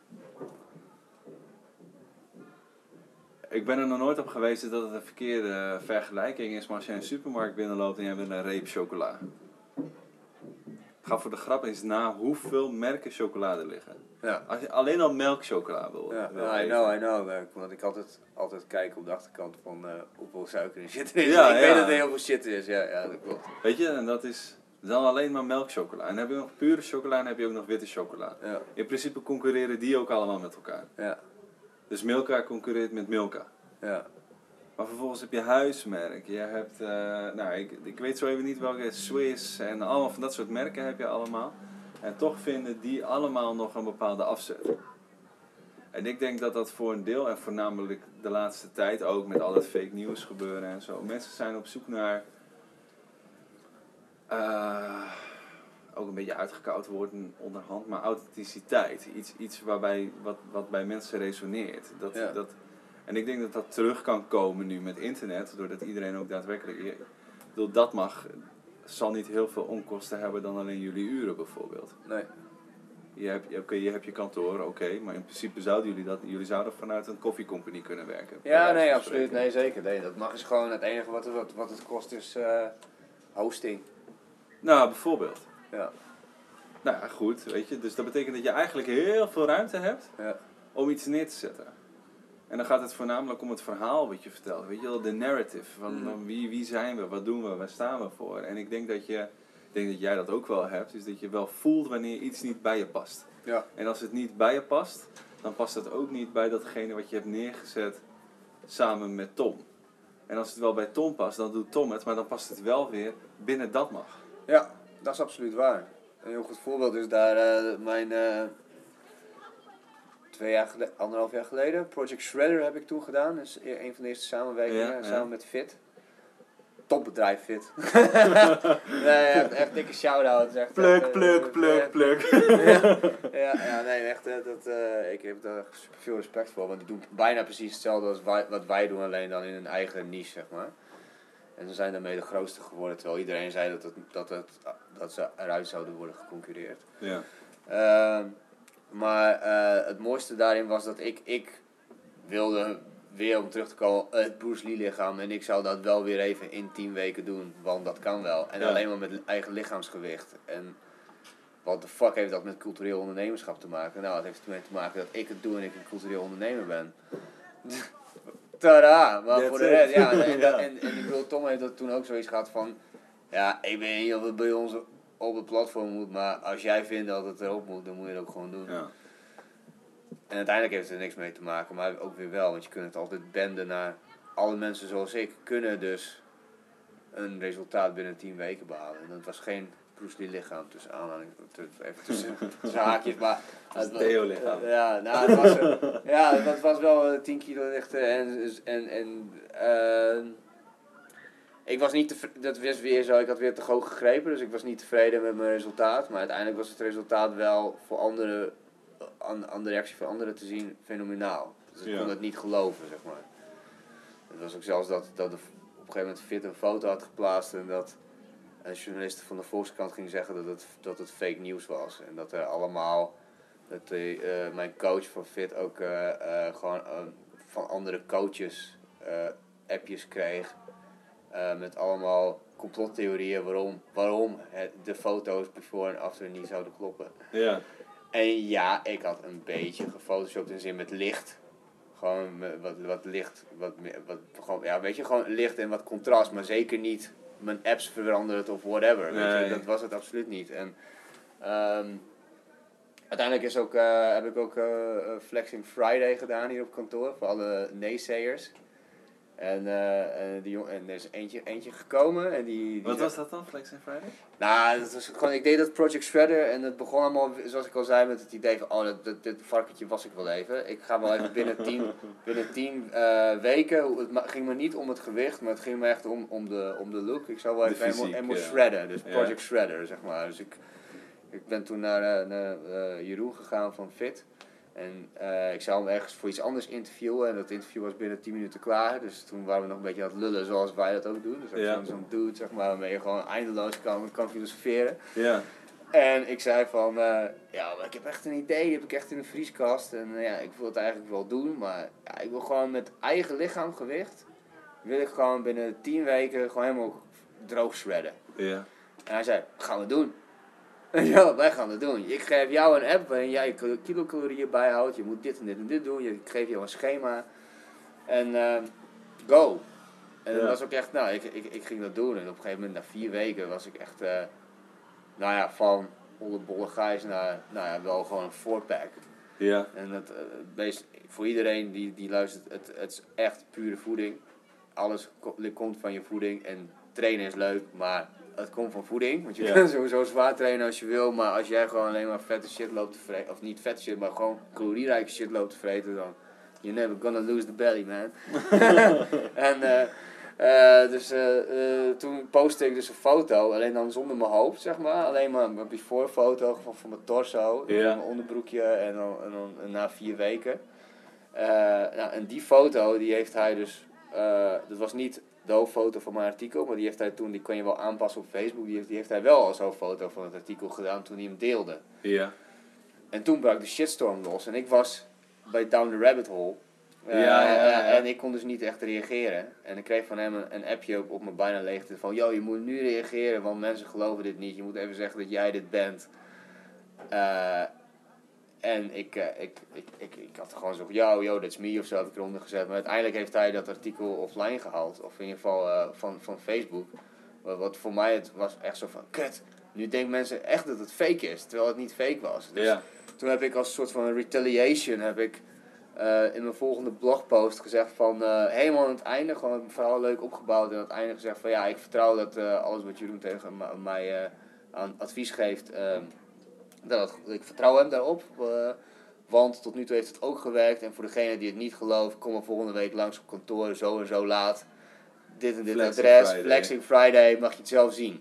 Ik ben er nog nooit op geweest dat het een verkeerde vergelijking is, maar als je een supermarkt binnenloopt en je hebt een reep chocola. Ga voor de grap eens na hoeveel merken chocolade liggen. Ja. Als je alleen al melkchocola wil. Ja, wil ja I eten. know, I know. Want ik altijd, altijd kijk op de achterkant van uh, hoeveel suiker in shit er is. Ja, ik ja. weet dat er heel veel shit is, ja, ja dat klopt. Weet je, en dat is dan alleen maar melkchocola. En dan heb je nog pure chocola en dan heb je ook nog witte chocola. Ja. In principe concurreren die ook allemaal met elkaar. Ja. Dus Milka concurreert met Milka. Ja. Maar vervolgens heb je huismerk. Je hebt, uh, nou ik, ik weet zo even niet welke, Swiss en allemaal van dat soort merken heb je allemaal. En toch vinden die allemaal nog een bepaalde afzet. En ik denk dat dat voor een deel, en voornamelijk de laatste tijd ook met al dat fake nieuws gebeuren en zo. Mensen zijn op zoek naar, uh, ook een beetje uitgekoud worden onderhand, maar authenticiteit. Iets, iets waarbij, wat, wat bij mensen resoneert. Dat, Ja. dat, en ik denk dat dat terug kan komen nu met internet, doordat iedereen ook daadwerkelijk... Ik bedoel, dat mag, zal niet heel veel onkosten hebben dan alleen jullie uren bijvoorbeeld. Nee. Je hebt, oké, okay, je hebt je kantoor, oké, okay, maar in principe zouden jullie dat, jullie zouden vanuit een koffiecompagnie kunnen werken. Ja, nee, absoluut. Nee, zeker. Nee, dat mag is gewoon het enige wat, wat, wat het kost is uh, hosting. Nou, bijvoorbeeld. Ja. Nou ja, goed, weet je. Dus dat betekent dat je eigenlijk heel veel ruimte hebt Ja. om iets neer te zetten. En dan gaat het voornamelijk om het verhaal wat je vertelt. Weet je wel, de narrative. Van, Mm. van wie, wie zijn we, wat doen we, waar staan we voor. En ik denk dat je, ik denk dat jij dat ook wel hebt, is dat je wel voelt wanneer iets niet bij je past. Ja. En als het niet bij je past, dan past het ook niet bij datgene wat je hebt neergezet samen met Tom. En als het wel bij Tom past, dan doet Tom het, maar dan past het wel weer binnen dat mag. Ja, dat is absoluut waar. Een heel goed voorbeeld is daar uh, mijn uh, twee jaar geleden, anderhalf jaar geleden, Project Shredder heb ik toen gedaan. Dat is een van de eerste samenwerkingen, Ja, ja. samen met Fit. Topbedrijf Fit. nee, echt, echt dikke shout-out. Echt, Pluk, echt, pluk, uh, pluk, uh, pluk. ja, ja, ja, nee, echt, uh, dat, uh, ik heb daar super veel respect voor. Want die doen bijna precies hetzelfde als wij, wat wij doen, alleen dan in hun eigen niche, zeg maar. En ze zijn daarmee de grootste geworden, terwijl iedereen zei dat, het, dat, het, dat ze eruit zouden worden geconcurreerd. Ja. Uh, maar uh, het mooiste daarin was dat ik, ik wilde weer om terug te komen het Bruce Lee lichaam. En ik zou dat wel weer even in tien weken doen, want dat kan wel. En Ja. alleen maar met eigen lichaamsgewicht. En wat de fuck heeft dat met cultureel ondernemerschap te maken? Nou, het heeft ermee te maken dat ik het doe en ik een cultureel ondernemer ben. Tada! Maar That's voor de it. rest, ja. En, en, Ja. en, en ik bedoel, Tom heeft dat toen ook zoiets gehad van... Ja, ik weet niet of het bij ons op het platform moet, maar als jij vindt dat het erop moet, dan moet je het ook gewoon doen. Ja. En uiteindelijk heeft het er niks mee te maken, maar ook weer wel, want je kunt het altijd benden naar... Alle mensen zoals ik kunnen dus een resultaat binnen tien weken behalen. En dat was geen Bruce Lee lichaam tussen aanhalingen, even tussen, tussen haakjes, maar... Het was Theo lichaam. Ja, nou, het was, uh, ja, dat was wel uh, tien kilo lichter en... en, en uh, ik was niet tevreden, dat was weer zo, ik had weer te hoog gegrepen, dus ik was niet tevreden met mijn resultaat. Maar uiteindelijk was het resultaat wel voor anderen, aan, aan de reactie van anderen te zien, fenomenaal. Dus ik Ja. kon het niet geloven, zeg maar. Het was ook zelfs dat, dat de, op een gegeven moment Fit een foto had geplaatst en dat een journalist van de Volkskrant ging zeggen dat het, dat het fake nieuws was. En dat er allemaal, dat de, uh, mijn coach van Fit ook uh, uh, gewoon uh, van andere coaches uh, appjes kreeg. Uh, met allemaal complottheorieën waarom, waarom het, de foto's before en after niet zouden kloppen. Ja. En ja, ik had een beetje gefotoshopt in zin met licht. Gewoon met wat, wat licht, wat, meer- wat, gewoon, ja, weet je, gewoon licht en wat contrast, maar zeker niet mijn apps veranderd of whatever. Weet Nee. je, dat was het absoluut niet. En um, uiteindelijk is ook, uh, heb ik ook uh, Flexing Friday gedaan hier op kantoor voor alle naysayers. En, uh, en, die jong, en er is eentje, eentje gekomen en die... die Wat zei- was dat dan, Flex and Friday? Nou, dat was gewoon, ik deed dat Project Shredder en het begon allemaal, zoals ik al zei, met het idee van, oh, dat, dat, dit varkentje was ik wel even. Ik ga wel even binnen tien, binnen tien uh, weken, het ma- ging me niet om het gewicht, maar het ging me echt om, om, de, om de look. Ik zou wel De even helemaal, fysiek, helemaal ja. shredden, dus Ja. Project Shredder, zeg maar. Dus ik, ik ben toen naar, uh, naar uh, Jeroen gegaan van Fit. En uh, ik zou hem ergens voor iets anders interviewen. En dat interview was binnen tien minuten klaar. Dus toen waren we nog een beetje aan het lullen zoals wij dat ook doen. Dus ook Ja. zo'n zo'n dude, zeg maar, waarmee je gewoon eindeloos kan, kan filosoferen. Ja. En ik zei van, uh, ja, maar ik heb echt een idee, die heb ik echt in de vrieskast. En uh, ja, ik wil het eigenlijk wel doen, maar ja, ik wil gewoon met eigen lichaamgewicht, wil ik gewoon binnen tien weken gewoon helemaal droog shredden. Ja. En hij zei, gaan we doen. Ja, wij gaan het doen. Ik geef jou een app waarin jij je kilocalorieën bijhoudt. Je moet dit en dit en dit doen. Ik geef jou een schema. En uh, go. En Ja. dat was ook echt, nou, ik, ik, ik ging dat doen. En op een gegeven moment, na vier weken, was ik echt, uh, nou ja, van hollebolle gijs naar, nou ja, wel gewoon een four-pack. Ja. En dat, uh, meest, voor iedereen die, die luistert, het, het is echt pure voeding. Alles ko- komt van je voeding. En trainen is leuk, maar het komt van voeding. Want je Ja. kan sowieso zwaar trainen als je wil. Maar als jij gewoon alleen maar vette shit loopt te vreten. Of niet vette shit, maar gewoon calorierijke shit loopt te vreten. Dan you're never gonna lose the belly, man. en uh, uh, dus uh, uh, toen postte ik dus een foto. Alleen dan zonder mijn hoofd, zeg maar. Alleen maar een before foto van, van mijn torso. Ja. Van mijn onderbroekje. En dan, en dan en na vier weken. Uh, nou, en die foto, die heeft hij dus... Uh, dat was niet de hoofdfoto van mijn artikel, maar die heeft hij toen, die kon je wel aanpassen op Facebook, die heeft, die heeft hij wel als hoofdfoto van het artikel gedaan toen hij hem deelde. Ja. En toen brak de shitstorm los en ik was bij Down the Rabbit Hole. Uh, Ja, ja, ja, ja. En ik kon dus niet echt reageren. En ik kreeg van hem een, een appje op, op mijn bijna leegte van, yo, je moet nu reageren, want mensen geloven dit niet. Je moet even zeggen dat jij dit bent. Uh, En ik, uh, ik, ik, ik, ik had gewoon zo, yo, yo, that's me of zo, had ik eronder gezet. Maar uiteindelijk heeft hij dat artikel offline gehaald. Of in ieder geval uh, van, van Facebook. Wat, wat voor mij het was echt zo van, kut. Nu denken mensen echt dat het fake is, terwijl het niet fake was. Dus Ja. toen heb ik als soort van retaliation heb ik uh, in mijn volgende blogpost gezegd van uh, helemaal aan het einde, gewoon het verhaal leuk opgebouwd en aan het einde gezegd van ja, ik vertrouw dat uh, alles wat Jeroen tegen m- mij uh, aan advies geeft, uh, dat het, ik vertrouw hem daarop. Uh, want tot nu toe heeft het ook gewerkt en voor degene die het niet gelooft, kom maar volgende week langs op kantoor, zo en zo laat. Dit en dit Flexing adres, Friday. Flexing Friday, mag je het zelf zien.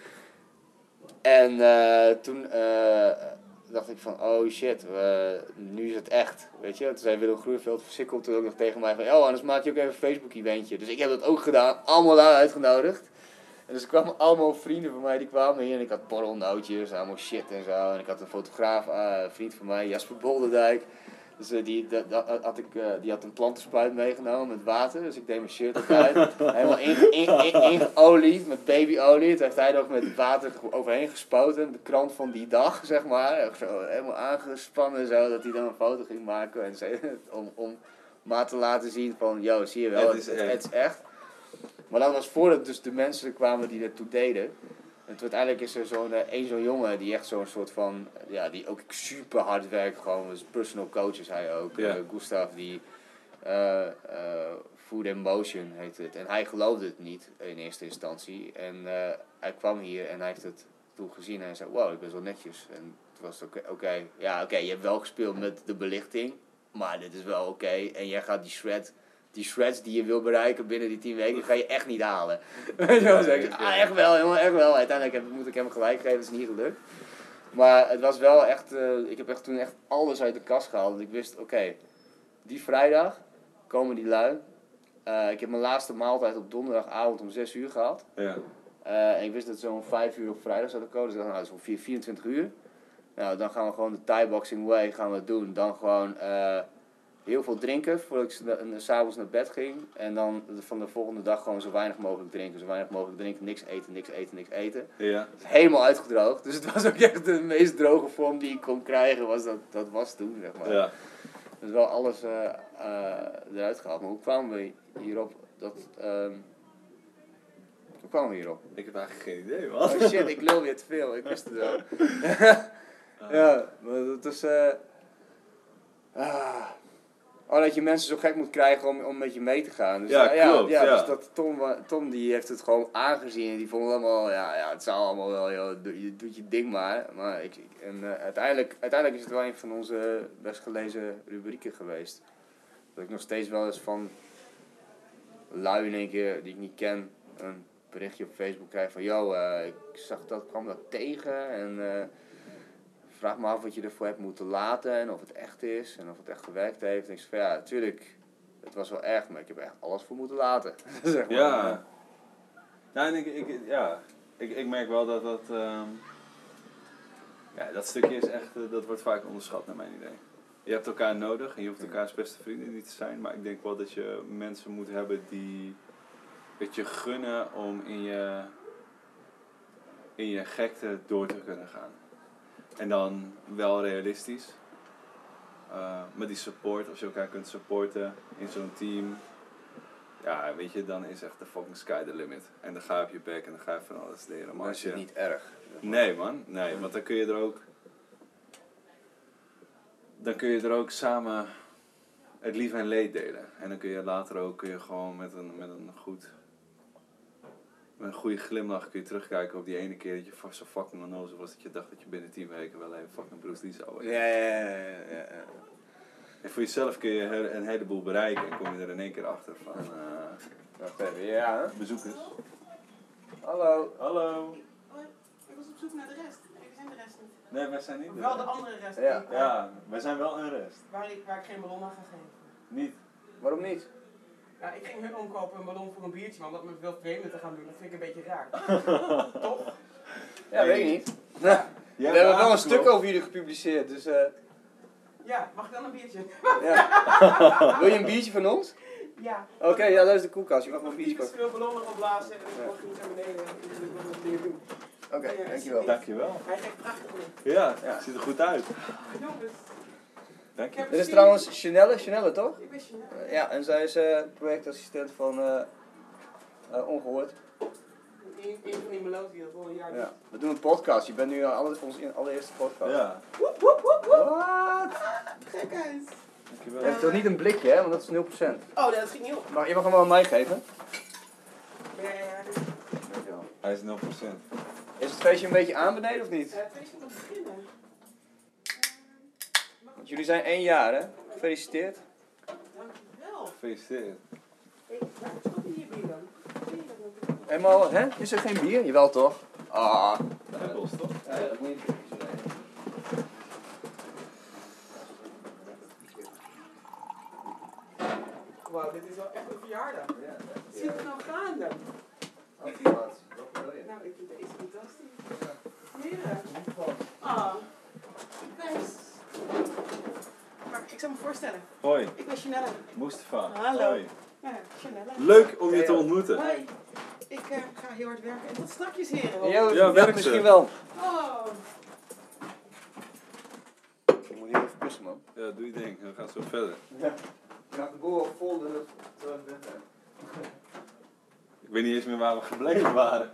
En uh, toen uh, dacht ik van, oh shit, uh, nu is het echt, weet je. Toen zei Willem Groeneveld versikkeld toen ook nog tegen mij van, oh, anders maak je ook even een Facebook-eventje. Dus ik heb dat ook gedaan, allemaal daar uitgenodigd. En dus er kwamen allemaal vrienden van mij, die kwamen hier en ik had borrelnootjes, allemaal shit en zo. En ik had een fotograaf, uh, een vriend van mij, Jasper Bolderdijk. Dus uh, die, dat, dat had ik, uh, die had een plantenspuit meegenomen met water. Dus ik deed mijn shirt ook uit. Helemaal ingeolied in, in, met babyolie. Toen heeft hij er ook met water overheen gespoten. De krant van die dag, zeg maar. Ook zo helemaal aangespannen zo, dat hij dan een foto ging maken. En ze, om, om maar te laten zien van, yo, zie je wel, het is, het, het is echt. Maar dat was voordat dus de mensen kwamen die ertoe deden. En toen uiteindelijk is er zo'n één zo'n jongen die echt zo'n soort van, ja, die ook super hard werkt, gewoon als personal coach is hij ook. Ja. Uh, Gustav, die uh, uh, Food and Motion heet het. En hij geloofde het niet in eerste instantie. En uh, hij kwam hier en hij heeft het toen gezien en hij zei, wow, ik ben zo netjes. En toen was het oké, okay, okay, ja oké, okay, je hebt wel gespeeld met de belichting, maar dit is wel oké. Okay. En jij gaat die shred... Die shreds die je wil bereiken binnen die tien weken, ga je echt niet halen. Weet je wel, zeg ik, ah, echt wel, helemaal echt wel. Uiteindelijk heb, moet ik hem gelijk geven, dat is niet gelukt. Maar het was wel echt, uh, ik heb echt toen echt alles uit de kast gehaald. Want ik wist, oké, okay, die vrijdag komen die lui. Uh, ik heb mijn laatste maaltijd op donderdagavond om zes uur gehad. Ja. Uh, en ik wist dat het zo'n vijf uur op vrijdag zou komen. Dus ik dacht, nou, dat is ongeveer vierentwintig uur. Nou, dan gaan we gewoon de Thai Boxing Way gaan we doen. Dan gewoon... Uh, heel veel drinken voordat ik s'avonds naar bed ging. En dan van de volgende dag gewoon zo weinig mogelijk drinken. Zo weinig mogelijk drinken, niks eten, niks eten, niks eten. Ja. Het is helemaal uitgedroogd. Dus het was ook echt de meest droge vorm die ik kon krijgen. Was dat, dat was toen, zeg maar. Ja. Dus wel alles uh, uh, eruit gehaald. Maar hoe kwamen we hierop? Dat, um, hoe kwamen we hierop? Ik heb eigenlijk geen idee, man. Oh shit, ik lul weer te veel. Ik wist het wel. Ja, maar dat is... Uh, ah... Oh, dat je mensen zo gek moet krijgen om, om met je mee te gaan. Dus, ja, ja, klopt. ja, Ja. Dus dat Tom, Tom die heeft het gewoon aangezien. En die vond het allemaal, ja, ja het zou allemaal wel, joh, doe, je doet je ding maar. Maar ik, ik, en, uh, uiteindelijk, uiteindelijk is het wel een van onze best gelezen rubrieken geweest. Dat ik nog steeds wel eens van lui in één keer, die ik niet ken, een berichtje op Facebook krijg van... Yo, uh, ik zag dat, kwam dat tegen en... Uh, vraag me af wat je ervoor hebt moeten laten en of het echt is en of het echt gewerkt heeft. En ik zeg van ja, natuurlijk, het was wel echt, maar ik heb echt alles voor moeten laten. Zeg maar. Ja. Nou, en ik, ik, ja, ik, ik merk wel dat dat, um, ja, dat stukje is echt, uh, dat wordt vaak onderschat naar mijn idee. Je hebt elkaar nodig en je hoeft elkaars beste vrienden niet te zijn, maar ik denk wel dat je mensen moet hebben die het je gunnen om in je, in je gekte door te kunnen gaan. En dan wel realistisch. Uh, met die support, als je elkaar kunt supporten in zo'n team. Ja, weet je, dan is echt de fucking sky the limit. En dan ga je op je bek en dan ga je van alles leren. Maar Maar als is je... het niet erg. Nee man, nee, want dan kun je er ook... Dan kun je er ook samen het lief en leed delen. En dan kun je later ook kun je gewoon met een, met een goed... Met een goede glimlach kun je terugkijken op die ene keer dat je vast zo fucking onnozel was. Dat je dacht dat je binnen tien weken wel even fucking Bruce Lee zou worden. Ja, ja, ja, ja, ja. En voor jezelf kun je een heleboel bereiken en kom je er in één keer achter van uh, Wacht even, ja. Hè? bezoekers. Hallo. Hallo. Hoi, ik was op zoek naar de rest. Ik zijn de rest niet. Nee, wij zijn niet Of de wel de andere rest. Ja. die ik- Ja, wij zijn wel een rest. Waar ik, waar ik geen ballon aan ga geven. Niet. Waarom niet? Ja, ik ging hun omkopen een ballon voor een biertje, maar om dat met veel vreemden te gaan doen, dat vind ik een beetje raar. Toch? Ja, weet ik niet. Ja, We hebben wel een stuk over jullie gepubliceerd, dus uh, Ja, mag ik dan een biertje? ja. Wil je een biertje van ons? Ja. Oké, okay, ja, dat is de koelkast. Je mag wel een biertje Ik pakken. veel ballonnen opblazen en dan mag je niet naar beneden en dan moet ik nog dingen doen. Oké, okay, dankjewel. Dankjewel. Hij geeft prachtig in. Ja, Ja. ziet er goed uit. Jongens, Dank ik je. heb Dit is gezien- trouwens Chanelle, Chanelle toch? Ik wist je net. Uh, ja, en zij is uh, projectassistent van uh, uh, Ongehoord. een, een van die melo's die dat al een jaar Ja. doet. We doen een podcast. Je bent nu aan alle, onze allereerste podcast. Ja, Woep, woep, woep, woep. Wat? Gekheid. dankjewel. Je hebt toch niet een blikje, hè? Want dat is nul procent. Oh, nee, dat ging niet op. Mag, je mag hem wel aan mij geven. Ja, ja, ja. Dankjewel. Hij is nul procent. Is het feestje een beetje aan beneden of niet? Het feestje moet beginnen. Want jullie zijn één jaar, hè? Gefeliciteerd. Dankjewel. Gefeliciteerd. Hey, waar stop je hier bier dan? Zie je dat ook? Helemaal, hè? Is er geen bier? Jawel toch? Ah. Dat kost toch? Ja, dat moet je niet doen. Wauw, dit is wel echt een verjaardag. Ja, Zie je het nou gaande? dat Nou, ik vind deze fantastisch. Heren. Ah, best. Maar ik zal me voorstellen. Hoi, Ik ben Chanella. Mustafa. Hallo. Hoi. Ja, Chanella. Leuk om je Ja, te ja. ontmoeten. Hoi. Ik uh, ga heel hard werken. En tot straks, heren. Ja, Ja, werk misschien ze. wel. Oh. Ik moet heel even kussen, man. Ja, doe je ding. We gaan zo verder. Ja. Ik had de boel al vol, dus terwijl ik weg ben. Ik weet niet eens meer waar we gebleven waren.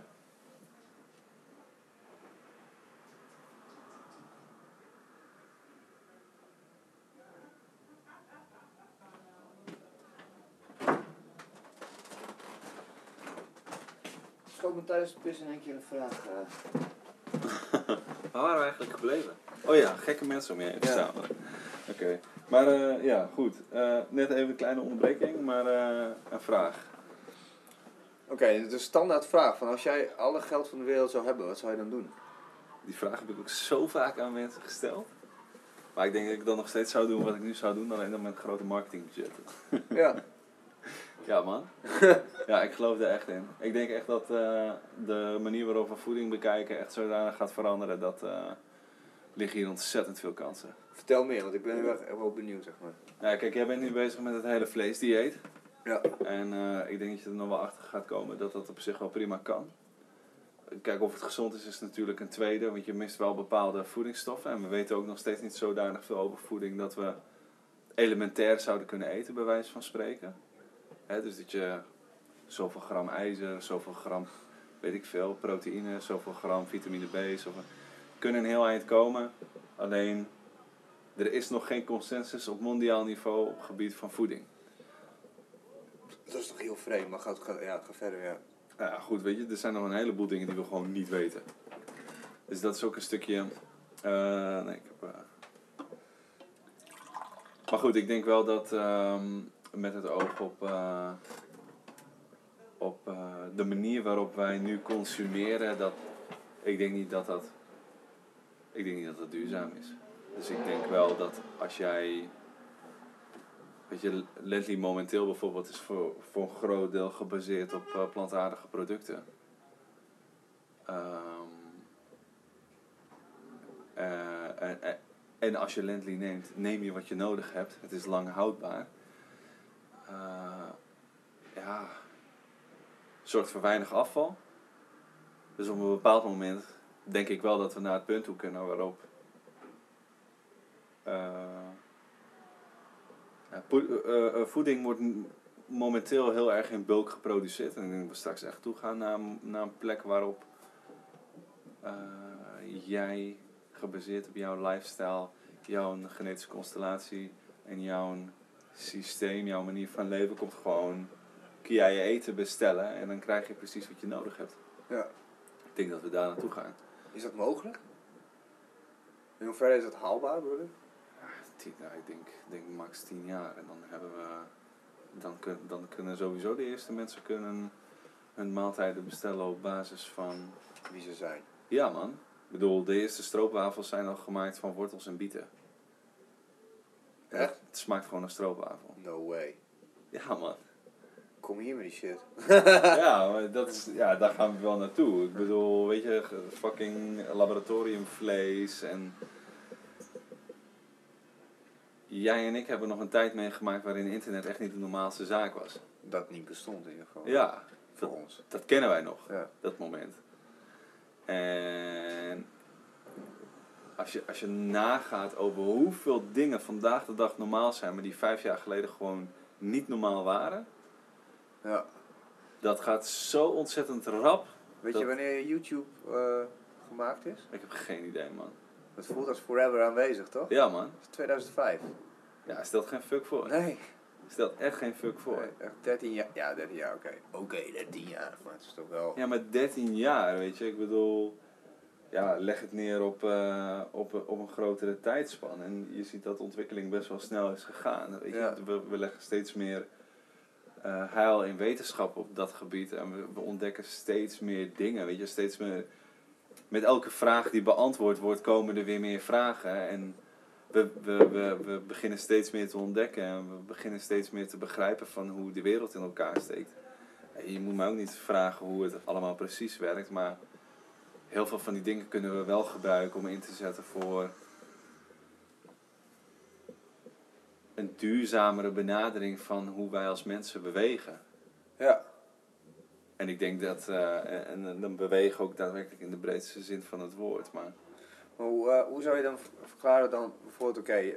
Schoot me tijdens het pissen in één keer een vraag. Uh... Waar waren we eigenlijk gebleven? Oh ja, gekke mensen om je heen te Ja. staan. Oké. Maar eh, ja, goed. Eh, net even een kleine onderbreking, maar eh, een vraag. Oké, okay, de standaard vraag van als jij alle geld van de wereld zou hebben, wat zou je dan doen? Die vraag heb ik ook zo vaak aan mensen gesteld. Maar ik denk dat ik dan nog steeds zou doen wat ik nu zou doen, alleen dan met grote marketingbudgetten. Ja. Ja man. Ja, ik geloof er echt in. Ik denk echt dat uh, de manier waarop we voeding bekijken echt zodanig gaat veranderen. Dat uh, liggen hier ontzettend veel kansen. Vertel meer, want ik ben heel erg wel benieuwd, zeg maar. Ja, kijk, jij bent nu bezig met het hele vleesdieet. Ja. En uh, ik denk dat je er nog wel achter gaat komen dat dat op zich wel prima kan. Kijk, of het gezond is, is natuurlijk een tweede, want je mist wel bepaalde voedingsstoffen. En we weten ook nog steeds niet zodanig veel over voeding dat we elementair zouden kunnen eten, bij wijze van spreken. He, dus dat je zoveel gram ijzer, zoveel gram, weet ik veel, proteïne, zoveel gram vitamine B, zoveel... kunnen een heel eind komen. Alleen, er is nog geen consensus op mondiaal niveau op het gebied van voeding. Dat is toch heel vreemd, maar ga, ga, ja, ga verder, ja. Ja, goed, weet je, er zijn nog een heleboel dingen die we gewoon niet weten. Dus dat is ook een stukje... Uh, nee, ik heb... Uh... Maar goed, ik denk wel dat um, met het oog op, uh, op uh, de manier waarop wij nu consumeren, dat ik denk niet dat dat, ik denk niet dat dat duurzaam is. Dus ik denk wel dat als jij, weet je, Lently momenteel bijvoorbeeld is voor, voor een groot deel gebaseerd op uh, plantaardige producten. Um, uh, en, en, en als je Lently neemt, neem je wat je nodig hebt. Het is lang houdbaar. Uh, ja, zorgt voor weinig afval. Dus op een bepaald moment denk ik wel dat we naar het punt toe kunnen waarop uh, ja, po- uh, uh, voeding wordt momenteel heel erg in bulk geproduceerd. En ik denk dat we straks echt toe gaan naar, naar een plek waarop uh, jij, gebaseerd op jouw lifestyle, jouw genetische constellatie en jouw systeem, jouw manier van leven, komt gewoon, kun jij je eten bestellen en dan krijg je precies wat je nodig hebt. Ja. Ik denk dat we daar naartoe gaan. Is dat mogelijk? In hoeverre is dat haalbaar, broeder? Ja, tien, nou, ik denk, denk max tien jaar en dan hebben we, dan, kun, dan kunnen sowieso de eerste mensen kunnen hun maaltijden bestellen op basis van Wie ze zijn. Ja man, ik bedoel, de eerste stroopwafels zijn al gemaakt van wortels en bieten. Echt? Het smaakt gewoon een stroopwafel. No way. Ja man. Kom hier met die shit. Ja, maar dat is, ja, daar gaan we wel naartoe. Ik bedoel, weet je, fucking laboratoriumvlees en... Jij en ik hebben nog een tijd meegemaakt waarin internet echt niet de normaalste zaak was. Dat niet bestond in ieder geval. Ja, Voor dat, ons. dat kennen wij nog, Ja. dat moment. En als je, als je nagaat over hoeveel dingen vandaag de dag normaal zijn, maar die vijf jaar geleden gewoon niet normaal waren. Ja. Dat gaat zo ontzettend rap Weet Dat- je wanneer YouTube uh, gemaakt is? Ik heb geen idee, man. Het voelt als forever aanwezig, toch? Ja, man. Het is tweeduizend vijf. Ja, hij stelt geen fuck voor. Nee. Stelt echt geen fuck voor. Nee, echt dertien jaar. Ja, dertien jaar, oké. Oké, okay, dertien jaar. Maar het is toch wel... Ja, maar dertien jaar, weet je. Ik bedoel, ja, leg het neer op, uh, op, op een grotere tijdspan. En je ziet dat de ontwikkeling best wel snel is gegaan. Weet je? Ja. We, we leggen steeds meer uh, heil in wetenschap op dat gebied. En we, we ontdekken steeds meer dingen, weet je. Steeds meer... Met elke vraag die beantwoord wordt, komen er weer meer vragen. En we, we, we, we beginnen steeds meer te ontdekken. En we beginnen steeds meer te begrijpen van hoe de wereld in elkaar steekt. Je moet mij ook niet vragen hoe het allemaal precies werkt, maar heel veel van die dingen kunnen we wel gebruiken om in te zetten voor een duurzamere benadering van hoe wij als mensen bewegen. Ja. En ik denk dat, uh, en, en dan bewegen ook daadwerkelijk in de breedste zin van het woord. Maar, maar hoe, uh, hoe zou je dan verklaren dan bijvoorbeeld, oké, okay,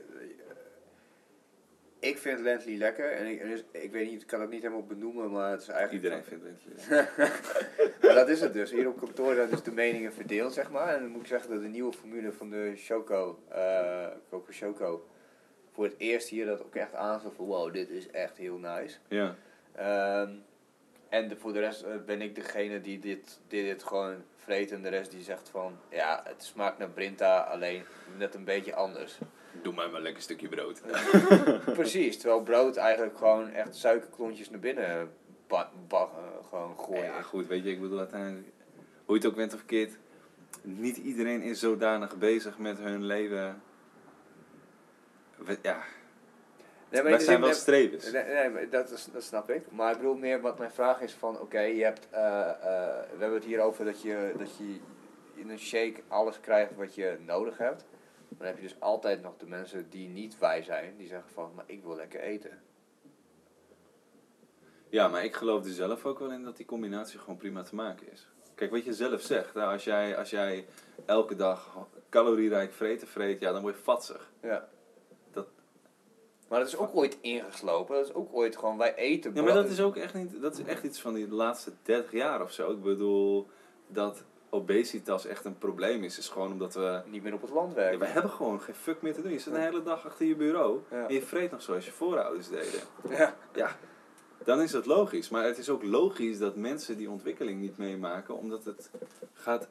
ik vind Lentley lekker en ik, en dus, ik weet niet, ik kan het niet helemaal benoemen, maar het is eigenlijk... Iedereen vindt Lentley lekker. Maar dat is het dus. Hier op kantoor zijn dus de meningen verdeeld, zeg maar. En dan moet ik zeggen dat de nieuwe formule van de Choco, uh, Coco Choco, voor het eerst hier dat ook echt aangeeft van wow, dit is echt heel nice. Ja. Um, en de, voor de rest uh, ben ik degene die dit, die dit gewoon vreet en de rest die zegt van ja, het smaakt naar Brinta, alleen net een beetje anders. Doe mij maar een lekker stukje brood. Precies, terwijl brood eigenlijk gewoon echt suikerklontjes naar binnen ba- ba- uh, gewoon gooien. Ja, goed, weet je, ik bedoel uiteindelijk, hoe je het ook bent of verkeerd, niet iedereen is zodanig bezig met hun leven. We, ja, nee, maar wij in zijn zin, wel strevers. Nee, nee maar dat, is, dat snap ik. Maar ik bedoel meer, wat mijn vraag is van, oké, okay, je hebt, uh, uh, we hebben het hier over dat je, dat je in een shake alles krijgt wat je nodig hebt. Dan heb je dus altijd nog de mensen die niet wij zijn, die zeggen van, maar ik wil lekker eten. Ja, maar ik geloof er zelf ook wel in dat die combinatie gewoon prima te maken is. Kijk, wat je zelf zegt, nou, als, jij, als jij elke dag calorierijk vreten vreet, ja, dan word je vatsig. Ja. Dat... Maar dat is ook ooit ingeslopen, dat is ook ooit gewoon, wij eten... Ja, maar dat is ook echt niet, dat is echt iets van die laatste dertig jaar of zo. Ik bedoel, dat obesitas echt een probleem is, is gewoon omdat we... Niet meer op het land werken. Ja, we hebben gewoon geen fuck meer te doen. Je zit de hele dag achter je bureau Ja. en je vreet nog zoals je voorouders deden. Ja. Ja, dan is dat logisch. Maar het is ook logisch dat mensen die ontwikkeling niet meemaken, omdat het gaat,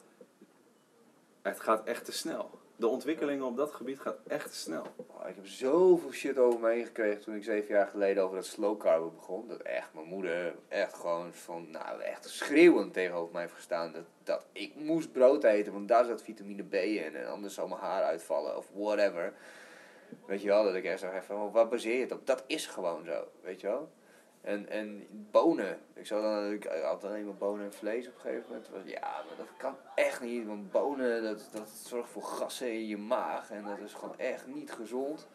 het gaat echt te snel. De ontwikkelingen op dat gebied gaat echt te snel. Oh, ik heb zoveel shit over me heen gekregen toen ik zeven jaar geleden over dat slow carb begon. Dat echt mijn moeder echt gewoon van, nou echt schreeuwend tegenover mij heeft gestaan. Dat, dat ik moest brood eten, want daar zat vitamine B in en anders zou mijn haar uitvallen of whatever. Weet je wel, dat ik echt zeg van, waar baseer je het op? Dat is gewoon zo, weet je wel. En, en bonen. Ik, zou dan, ik had alleen maar bonen en vlees op een gegeven moment. Ja, maar dat kan echt niet. Want bonen, dat, dat zorgt voor gassen in je maag. En dat is gewoon echt niet gezond.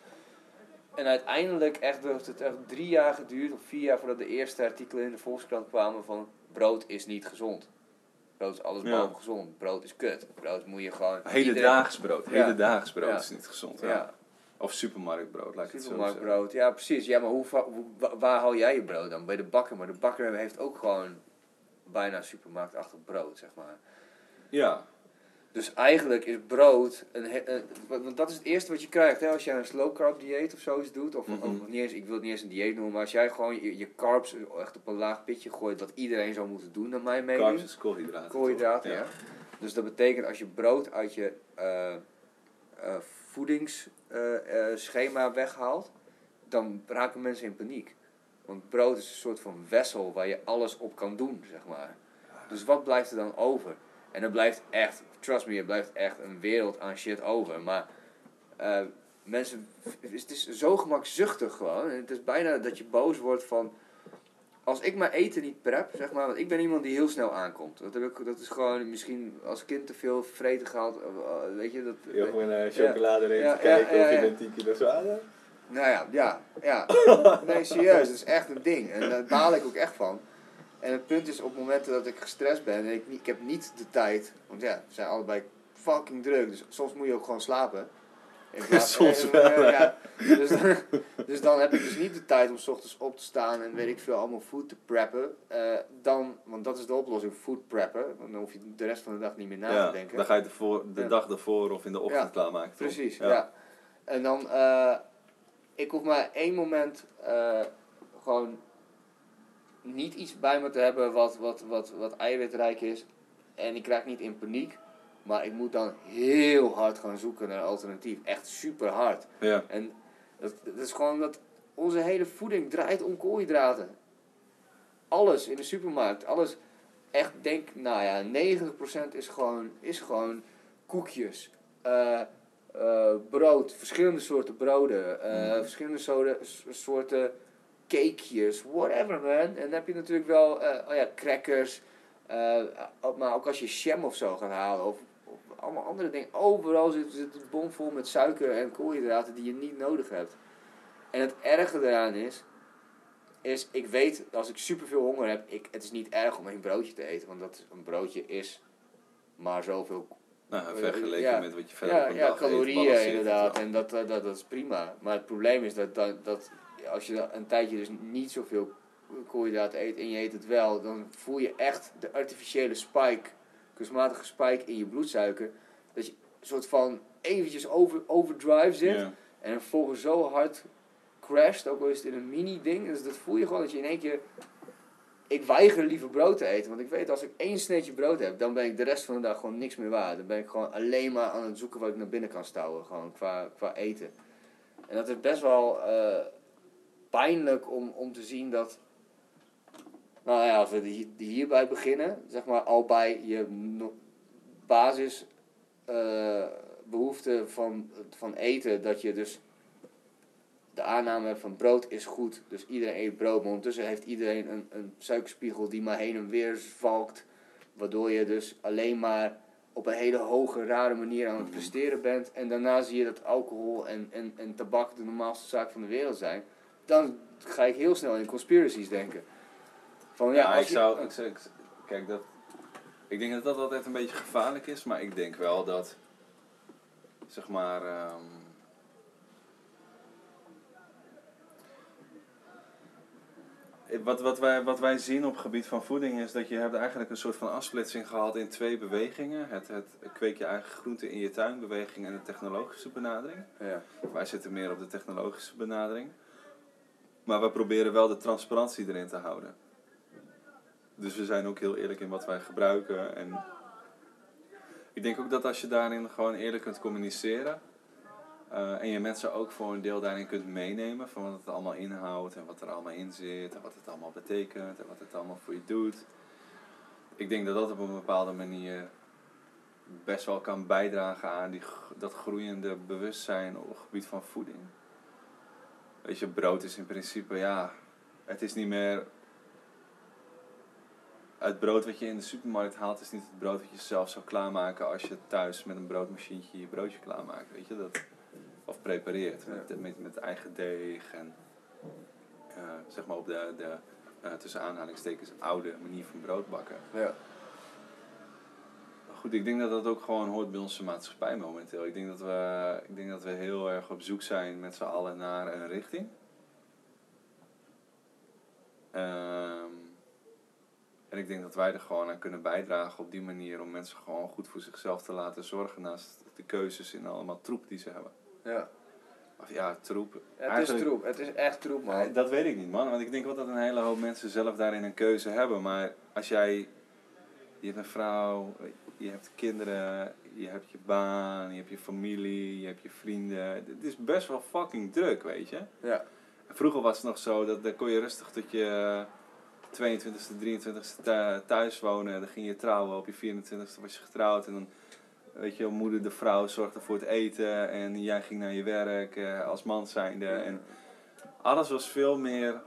En uiteindelijk echt, heeft het echt drie jaar geduurd, of vier jaar voordat de eerste artikelen in de Volkskrant kwamen van brood is niet gezond. Brood is alles behalve Ja. gezond. Brood is kut. Brood moet je gewoon... Hedendaags brood. Ja. Hedendaags brood Ja. is niet gezond. Ja. Ja. Of supermarktbrood, laat ik het zo zeggen. Supermarktbrood, ja precies. Ja, maar hoe, va- hoe, wa- waar haal jij je brood dan? Bij de bakker. Maar de bakker heeft ook gewoon bijna supermarktachtig brood, zeg maar. Ja. Dus eigenlijk is brood, een, he- een, want dat is het eerste wat je krijgt, hè, als jij een slow carb dieet of zoiets doet. Of, Mhm. of niet eens, ik wil het niet eens een dieet noemen, maar als jij gewoon je, je carbs echt op een laag pitje gooit, wat iedereen zou moeten doen, naar mijn mening. Carbs is koolhydraten. Koolhydraten, toch? ja. Dus dat betekent als je brood uit je uh, uh, voedingsschema uh, uh, weghaalt, dan raken mensen in paniek. Want brood is een soort van wessel waar je alles op kan doen, zeg maar. Dus wat blijft er dan over? En er blijft echt, trust me, er blijft echt een wereld aan shit over. Maar uh, mensen, het is zo gemakzuchtig gewoon. En het is bijna dat je boos wordt van... Als ik mijn eten niet prep, zeg maar, want ik ben iemand die heel snel aankomt. Dat, heb ik, dat is gewoon misschien als kind te veel vreten gehad, uh, weet je. Dat, Heel veel naar chocolade ja, erin ja, te kijken ja, of je ja. bent tien kilo zwaarder. Nou ja, ja, ja. Nee, serieus, dat is echt een ding. En daar baal ik ook echt van. En het punt is, op momenten dat ik gestrest ben en ik, niet, ik heb niet de tijd, want ja, we zijn allebei fucking druk, dus soms moet je ook gewoon slapen. In plaats- Soms eh, wel, eh, hè. ja. dus, dan, dus dan heb ik dus niet de tijd om 's ochtends op te staan en weet ik veel allemaal food te preppen. Eh, dan, want dat is de oplossing, food preppen. Want dan hoef je de rest van de dag niet meer na Ja, te denken. dan ga je de, voor, de Ja. dag ervoor of in de ochtend Ja, klaarmaken. toch? Precies, ja. En dan, eh, ik hoef maar één moment eh, gewoon niet iets bij me te hebben wat, wat, wat, wat eiwitrijk is. En ik raak niet in paniek. Maar ik moet dan heel hard gaan zoeken naar een alternatief. Echt super hard. Ja. En dat, dat is gewoon dat onze hele voeding draait om koolhydraten. Alles in de supermarkt, alles. Echt denk, nou ja, negentig procent is gewoon, is gewoon koekjes, eh, eh, brood, verschillende soorten broden, eh, Mhm. verschillende soorten, soorten cakejes, whatever man. En dan heb je natuurlijk wel, eh, oh ja, crackers, eh, maar ook als je jam of zo gaat halen, of, of allemaal andere dingen. Overal zit, zit het bomvol met suiker en koolhydraten die je niet nodig hebt. En het erge eraan is, is ik weet als ik superveel honger heb, ik, het is niet erg om een broodje te eten, want dat is, een broodje is maar zoveel Nou, vergeleken Ja. met wat je verder ja, op een ja, dag eet, calorieën balanceert het inderdaad. wel. En dat, dat, dat, dat is prima. Maar het probleem is dat, dat, dat als je dan een tijdje dus niet zoveel koolhydraten eet en je eet het wel, dan voel je echt de artificiële spike, kunstmatige spike in je bloedsuiker. Dat je een soort van eventjes over, overdrive zit. Ja. En vervolgens zo hard crasht, ook al is het in een mini ding. Dus dat voel je gewoon dat je in één keer... Ik weiger liever brood te eten. Want ik weet als ik één sneetje brood heb, dan ben ik de rest van de dag gewoon niks meer waard. Dan ben ik gewoon alleen maar aan het zoeken wat ik naar binnen kan stouwen. Gewoon qua, qua eten. En dat is best wel eh, pijnlijk om, om te zien dat... Nou ja, als we hier- hierbij beginnen, zeg maar al bij je no- basis eh, behoefte van, van eten, dat je dus de aanname hebt van brood is goed, dus iedereen eet brood, maar ondertussen heeft iedereen een, een suikerspiegel die maar heen en weer zwalkt, waardoor je dus alleen maar op een hele hoge, rare manier aan het presteren bent en daarna zie je dat alcohol en, en, en tabak de normaalste zaak van de wereld zijn, dan ga ik heel snel in conspiracies denken. Van, ja, Ja, als ik je- zou, ik zou, ik- kijk, dat, ik denk dat dat altijd een beetje gevaarlijk is, maar ik denk wel dat, zeg maar, ehm, wat, wat, wij, wat wij zien op het gebied van voeding is dat je hebt eigenlijk een soort van afsplitsing gehad in twee bewegingen. Het, het kweek je eigen groente in je tuin beweging en de technologische benadering. Ja. Wij zitten meer op de technologische benadering. Maar we proberen wel de transparantie erin te houden. Dus we zijn ook heel eerlijk in wat wij gebruiken. En ik denk ook dat als je daarin gewoon eerlijk kunt communiceren. Uh, en je mensen ook voor een deel daarin kunt meenemen. Van wat het allemaal inhoudt en wat er allemaal in zit. En wat het allemaal betekent en wat het allemaal voor je doet. Ik denk dat dat op een bepaalde manier best wel kan bijdragen aan die, dat groeiende bewustzijn op het gebied van voeding. Weet je, brood is in principe, ja, het is niet meer... Het brood wat je in de supermarkt haalt is niet het brood wat je zelf zou klaarmaken als je thuis met een broodmachientje je broodje klaarmaakt, weet je, dat... Of prepareert, met, met, met eigen deeg en uh, zeg maar op de, de uh, tussen aanhalingstekens oude manier van brood bakken. Ja. Goed, ik denk dat dat ook gewoon hoort bij onze maatschappij momenteel. Ik denk dat we, ik denk dat we heel erg op zoek zijn met z'n allen naar een richting. Um, en ik denk dat wij er gewoon aan kunnen bijdragen op die manier om mensen gewoon goed voor zichzelf te laten zorgen naast de keuzes in allemaal troep die ze hebben. Ja. Of ja, troep. Ja, het Eigenlijk, is troep, het is echt troep, man. Ja, dat weet ik niet, man. Want ik denk wel dat een hele hoop mensen zelf daarin een keuze hebben. Maar als jij... Je hebt een vrouw, je hebt kinderen, je hebt je baan, je hebt je familie, je hebt je vrienden. Het is best wel fucking druk, weet je. Ja. Vroeger was het nog zo, dat dan kon je rustig tot je tweeëntwintigste, drieëntwintigste thuis wonen. Dan ging je trouwen, op je vierentwintigste was je getrouwd. En dan, weet je, moeder de vrouw zorgde voor het eten. En jij ging naar je werk eh, als man zijnde. En alles was veel meer...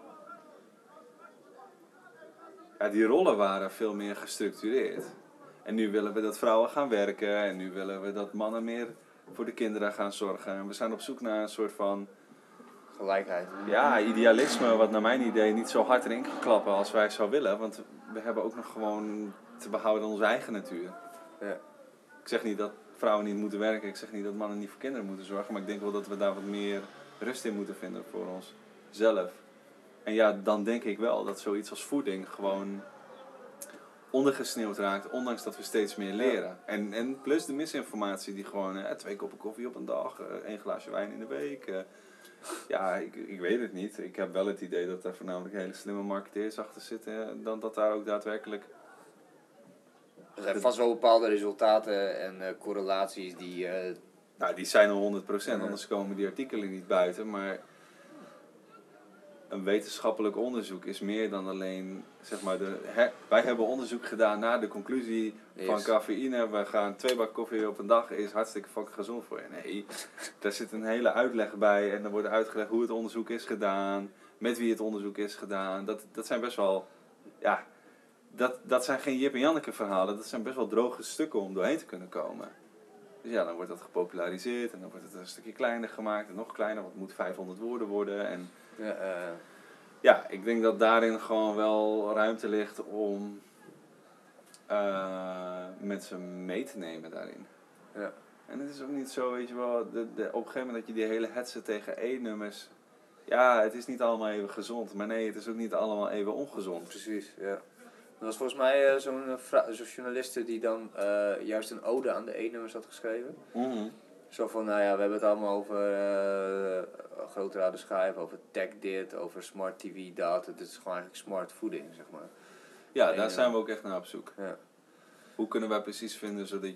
Ja, die rollen waren veel meer gestructureerd. En nu willen we dat vrouwen gaan werken. En nu willen we dat mannen meer voor de kinderen gaan zorgen. En we zijn op zoek naar een soort van... Gelijkheid. Ja, idealisme wat naar mijn idee niet zo hard erin kan klappen als wij zou willen. Want we hebben ook nog gewoon te behouden onze eigen natuur. Ja. Ik zeg niet dat vrouwen niet moeten werken. Ik zeg niet dat mannen niet voor kinderen moeten zorgen. Maar ik denk wel dat we daar wat meer rust in moeten vinden voor onszelf. En ja, dan denk ik wel dat zoiets als voeding gewoon ondergesneeuwd raakt. Ondanks dat we steeds meer leren. Ja. En, en plus de misinformatie die gewoon... Eh, twee koppen koffie op een dag. Eh, één glaasje wijn in de week. Eh, ja, ik, ik weet het niet. Ik heb wel het idee dat daar voornamelijk hele slimme marketeers achter zitten. Dan dat daar ook daadwerkelijk... Er zijn vast wel bepaalde resultaten en uh, correlaties die... Uh... Nou, die zijn al honderd procent, Ja. Anders komen die artikelen niet buiten. Maar een wetenschappelijk onderzoek is meer dan alleen... Zeg maar de, he, wij hebben onderzoek gedaan naar de conclusie Yes. van cafeïne. We gaan twee bak koffie op een dag is hartstikke fucking gezond voor je. Nee, daar zit een hele uitleg bij. En er wordt uitgelegd hoe het onderzoek is gedaan. Met wie het onderzoek is gedaan. Dat, dat zijn best wel... Ja, dat, dat zijn geen Jip en Janneke verhalen. Dat zijn best wel droge stukken om doorheen te kunnen komen. Dus ja, dan wordt dat gepopulariseerd. En dan wordt het een stukje kleiner gemaakt. En nog kleiner, want het moet vijfhonderd woorden worden. En Ja, uh... ja, ik denk dat daarin gewoon wel ruimte ligt om uh, mensen mee te nemen daarin. Ja. En het is ook niet zo, weet je wel, de, de, op een gegeven moment dat je die hele hetsen tegen E-nummers... Ja, het is niet allemaal even gezond, maar nee, het is ook niet allemaal even ongezond. Precies, ja. Er was volgens mij uh, zo'n uh, vra- zo'n journaliste die dan uh, juist een ode aan de E-nummers had geschreven. Mm-hmm. Zo van, nou ja, we hebben het allemaal over uh, grotere harde schijf, over tech dit, over smart T V dat. Het is gewoon eigenlijk smart voeding, zeg maar. Ja, en, daar uh, zijn we ook echt naar op zoek. Ja. Hoe kunnen wij precies vinden zodat...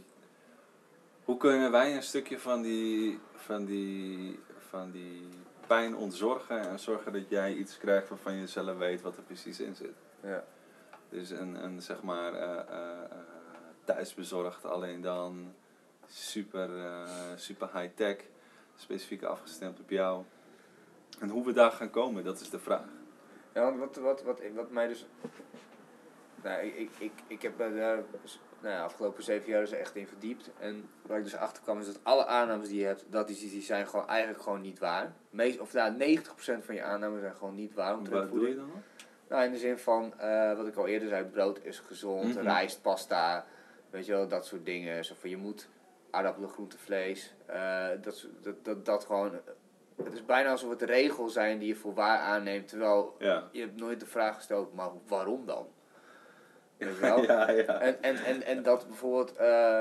Hoe kunnen wij een stukje van die, van die, van die pijn ontzorgen en zorgen dat jij iets krijgt waarvan je zelf weet wat er precies in zit. Ja. Dus een, een zeg maar uh, uh, uh, thuisbezorgd, alleen dan super, uh, super high-tech, specifiek afgestemd op jou. En hoe we daar gaan komen, dat is de vraag. Ja, want wat, wat, wat, wat mij dus... Nou, ik, ik, ik, ik heb daar nou ja, afgelopen zeven jaar dus echt in verdiept. En waar ik dus achter kwam is dat alle aannames die je hebt, dat die, die zijn gewoon eigenlijk gewoon niet waar. Meest, of nou, negentig procent van je aannames zijn gewoon niet waar. Wat bedoel je dan? Nou, in de zin van, uh, wat ik al eerder zei, brood is gezond, Mm-hmm. rijst, pasta, weet je wel, dat soort dingen. Zo van, je moet aardappelen, groente, vlees, uh, dat, dat, dat, dat gewoon... Het is bijna alsof het regels zijn die je voor waar aanneemt, terwijl ja. je hebt nooit de vraag gesteld, maar waarom dan? Weet je wel? ja, ja. En, en, en, en dat bijvoorbeeld, uh,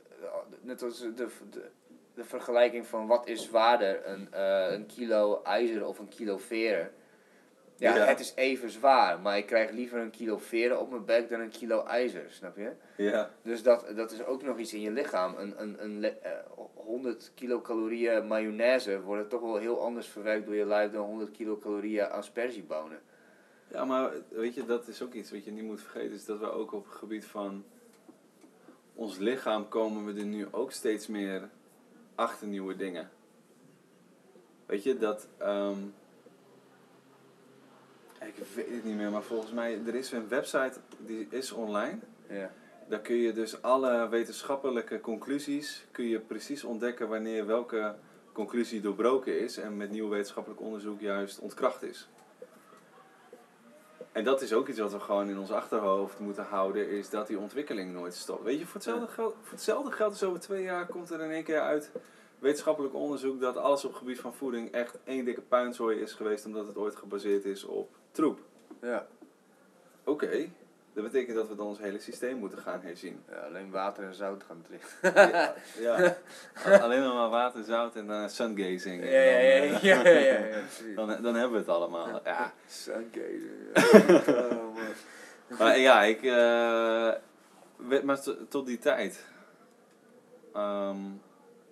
net als de, de, de vergelijking van wat is zwaarder, een, uh, een kilo ijzer of een kilo veren. Ja, ja, het is even zwaar, maar ik krijg liever een kilo veren op mijn bek dan een kilo ijzer, snap je? Ja. Dus dat, dat is ook nog iets in je lichaam. Een, een, een uh, honderd kilocalorieën mayonaise wordt toch wel heel anders verwerkt door je lijf dan honderd kilocalorieën aspergebonen. Ja, maar weet je, dat is ook iets wat je niet moet vergeten, is dat we ook op het gebied van ons lichaam komen we er nu ook steeds meer achter nieuwe dingen. Weet je, dat... Um, ik weet het niet meer, maar volgens mij, er is een website, die is online. Ja. Daar kun je dus alle wetenschappelijke conclusies, kun je precies ontdekken wanneer welke conclusie doorbroken is en met nieuw wetenschappelijk onderzoek juist ontkracht is. En dat is ook iets wat we gewoon in ons achterhoofd moeten houden, is dat die ontwikkeling nooit stopt. Weet je, voor hetzelfde geld, voor hetzelfde geld is over twee jaar komt er in één keer uit wetenschappelijk onderzoek dat alles op het gebied van voeding echt één dikke puinzooi is geweest omdat het ooit gebaseerd is op troep. Ja. Oké, okay. Dat betekent dat we dan ons hele systeem moeten gaan herzien. Ja, alleen water en zout gaan drinken. ja, ja. Alleen nog maar water, zout en uh, sungazing. Ja, ja, ja, ja, ja, ja, ja, ja, dan, dan hebben we het allemaal. Ja. Sungazing, ja. Oh, maar ja, ik... Uh, weet, maar t- tot die tijd... Um,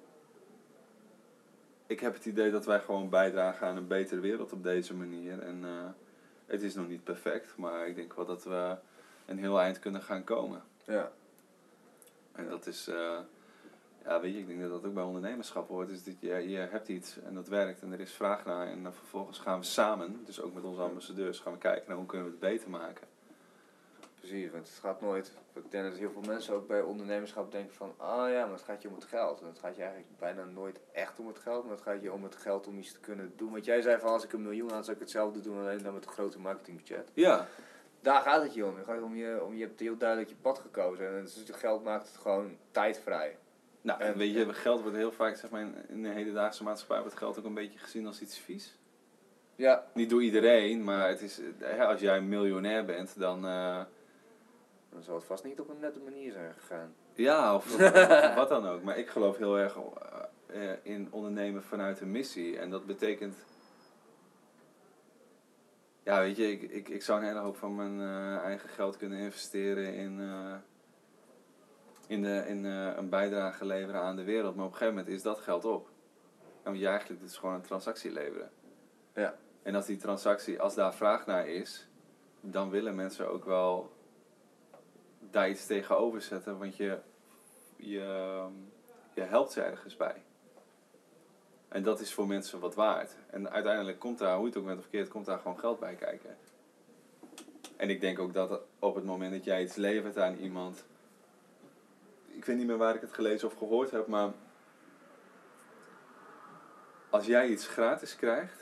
ik heb het idee dat wij gewoon bijdragen aan een betere wereld op deze manier. En uh, het is nog niet perfect, maar ik denk wel dat we een heel eind kunnen gaan komen. Ja. En ja. dat is... Uh, ja, weet je, ik denk dat dat ook bij ondernemerschap hoort. Is dat je, je hebt iets en dat werkt en er is vraag naar. En dan vervolgens gaan we samen, dus ook met onze ambassadeurs, gaan we kijken naar hoe kunnen we het beter maken. Precies, want het gaat nooit... Ik denk dat heel veel mensen ook bij ondernemerschap denken van... Ah ja, maar het gaat je om het geld. En het gaat je eigenlijk bijna nooit echt om het geld. Maar het gaat je om het geld om iets te kunnen doen. Want jij zei van als ik een miljoen had, zou ik hetzelfde doen. Alleen dan met een grote marketingbudget. Ja. Daar gaat het je om. Je, gaat om je, om je hebt heel duidelijk je pad gekozen. En het, dus het geld maakt het gewoon tijdvrij. Nou, En- weet je, geld wordt heel vaak, zeg maar, in- in de hedendaagse maatschappij wordt geld ook een beetje gezien als iets vies. Ja, Niet door iedereen, maar het is, eh, als jij miljonair bent, dan... eh, dan zal het vast niet op een nette manier zijn gegaan. ja, of, of wat dan ook. Maar ik geloof heel erg eh, in ondernemen vanuit een missie. En dat betekent... Ja, weet je, ik, ik, ik zou een hele hoop van mijn eh, eigen geld kunnen investeren in... eh, in, de, in eh, een bijdrage leveren aan de wereld. Maar op een gegeven moment is dat geld op. En wat je eigenlijk doet is gewoon een transactie leveren. Ja. En als die transactie, als daar vraag naar is, dan willen mensen ook wel daar iets tegenover zetten, want je, je, je helpt ze ergens bij. En dat is voor mensen wat waard. En uiteindelijk komt daar, hoe je het ook bent of verkeerd, komt daar gewoon geld bij kijken. En ik denk ook dat op het moment dat jij iets levert aan iemand, ik weet niet meer waar ik het gelezen of gehoord heb, maar als jij iets gratis krijgt,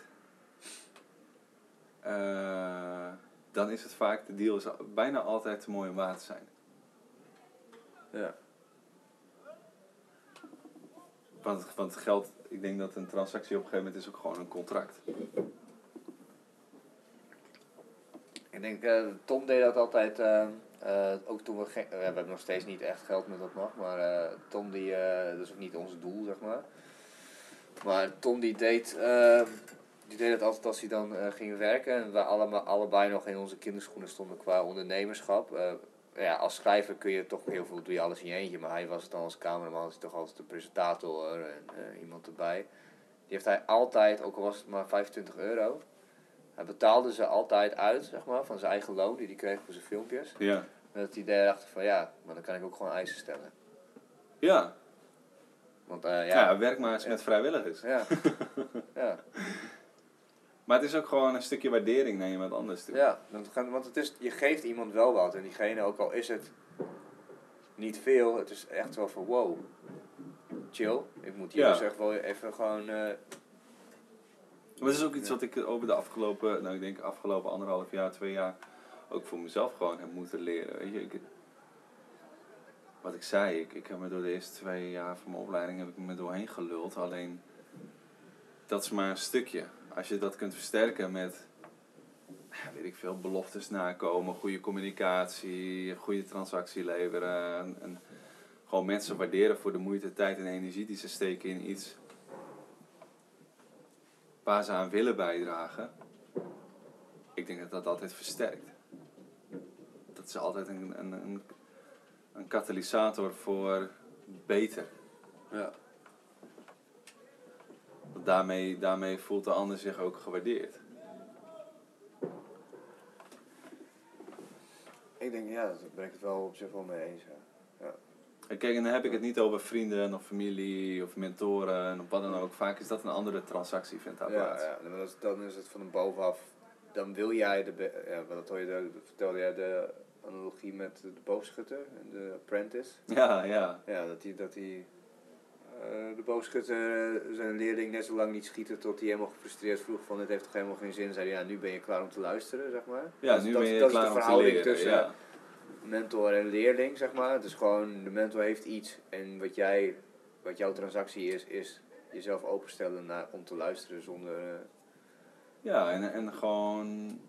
uh, dan is het vaak, de deal is bijna altijd te mooi om waar te zijn. Ja. Want, want geld, ik denk dat een transactie op een gegeven moment is ook gewoon een contract. Ik denk, uh, Tom deed dat altijd, uh, uh, ook toen we, ge- uh, we hebben nog steeds niet echt geld met dat mag, maar uh, Tom die, uh, dat is ook niet ons doel, zeg maar. Maar Tom die deed, uh, die deed het altijd als hij dan uh, ging werken en we allemaal, allebei nog in onze kinderschoenen stonden qua ondernemerschap. Uh, ja, als schrijver kun je toch heel veel, doe je alles in je eentje, maar hij was het dan als cameraman, was hij toch altijd de presentator en uh, iemand erbij. Die heeft hij altijd, ook al was het maar vijfentwintig euro, hij betaalde ze altijd uit, zeg maar, van zijn eigen loon die hij kreeg voor zijn filmpjes. Ja. Met het idee erachter van, ja, maar dan kan ik ook gewoon eisen stellen. Ja. Want, uh, ja, ja, werk maar eens ja. met vrijwilligers. Ja. Ja. Maar het is ook gewoon een stukje waardering naar iemand anders toe. Ja, want het is, je geeft iemand wel wat en diegene, ook al is het niet veel, het is echt wel van wow, chill. Ik moet hier Ja. dus echt wel even gewoon... Uh, Maar dat is ook iets wat ik over de afgelopen, nou ik denk afgelopen anderhalf jaar, twee jaar, ook voor mezelf gewoon heb moeten leren. Weet je, ik, wat ik zei, ik, ik heb me door de eerste twee jaar van mijn opleiding heb ik me doorheen geluld. Alleen, dat is maar een stukje. Als je dat kunt versterken met, weet ik veel, beloftes nakomen, goede communicatie, goede transactie leveren. En, en gewoon mensen waarderen voor de moeite, tijd en energie die ze steken in iets waar ze aan willen bijdragen. Ik denk dat dat altijd versterkt. Dat is altijd een, een, een, een katalysator voor beter. ja. Want daarmee, daarmee voelt de ander zich ook gewaardeerd. Ik denk, ja, daar ben ik het wel op zich wel mee eens. Ja. Ja. En kijk, en dan heb ik het niet over vrienden of familie of mentoren of wat dan ook. Vaak is dat een andere transactie, vindt daar Ja, plaats. ja, maar dat is- dan is het van een bovenaf. Dan wil jij de, be- ja, maar dat hoor je, de, dat vertelde jij de analogie met de boogschutter en de apprentice. Ja, ja. Ja, dat hij, dat hij uh, de boogschutter uh, zijn leerling net zo lang niet schieten tot hij helemaal gefrustreerd vroeg van het heeft toch helemaal geen zin. Zei hij, ja, nu ben je klaar om te luisteren, zeg maar. Ja, dat, nu dat, ben je dat klaar is de om te verhouding leren. tussen Ja. mentor en leerling, zeg maar. Het is gewoon, de mentor heeft iets en wat jij, wat jouw transactie is, is jezelf openstellen naar, om te luisteren zonder... Uh, Ja, en, en gewoon...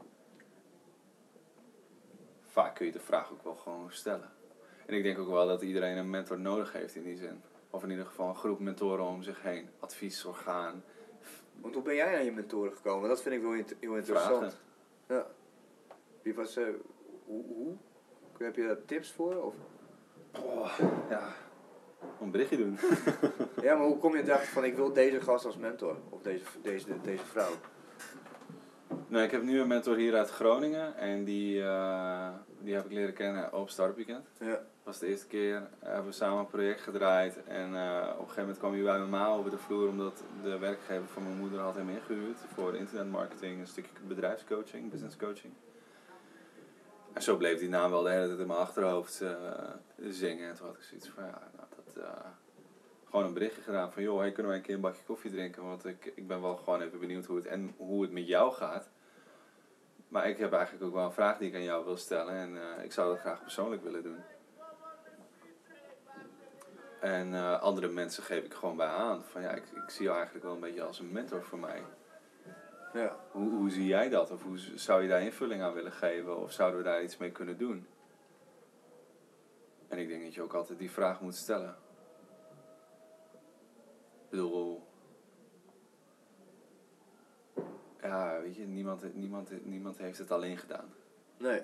Vaak kun je de vraag ook wel gewoon stellen. En ik denk ook wel dat iedereen een mentor nodig heeft in die zin. Of in ieder geval een groep mentoren om zich heen. Adviesorgaan. Want hoe ben jij aan je mentoren gekomen? Dat vind ik wel int- heel interessant. Vragen. Ja. Wie was... Uh, hoe, hoe? Heb je daar tips voor? Of? Oh, ja. Een berichtje doen. Ja, maar hoe kom je erachter van ik wil deze gast als mentor? Of deze, deze, deze vrouw? Nou, ik heb nu een mentor hier uit Groningen. En die, uh, die heb ik leren kennen op Startup Weekend. Ja. Dat was de eerste keer. Uh, hebben we samen een project gedraaid. En uh, op een gegeven moment kwam hij bij mijn ma over de vloer. Omdat de werkgever van mijn moeder had hem ingehuurd. Voor internetmarketing, een stukje bedrijfscoaching, business coaching. En zo bleef die naam wel de hele tijd in mijn achterhoofd uh, zingen. En toen had ik zoiets van, ja, nou, dat... Uh, gewoon een berichtje gedaan van, joh, hey, kunnen wij een keer een bakje koffie drinken? Want ik, ik ben wel gewoon even benieuwd hoe het, en hoe het met jou gaat. Maar ik heb eigenlijk ook wel een vraag die ik aan jou wil stellen. En uh, ik zou dat graag persoonlijk willen doen. En uh, andere mensen geef ik gewoon bij aan. Van ja, ik, ik zie jou eigenlijk wel een beetje als een mentor voor mij. Ja. Hoe, hoe zie jij dat? Of hoe zou je daar invulling aan willen geven? Of zouden we daar iets mee kunnen doen? En ik denk dat je ook altijd die vraag moet stellen. Ik bedoel... Ja, weet je, niemand, niemand, niemand heeft het alleen gedaan. Nee.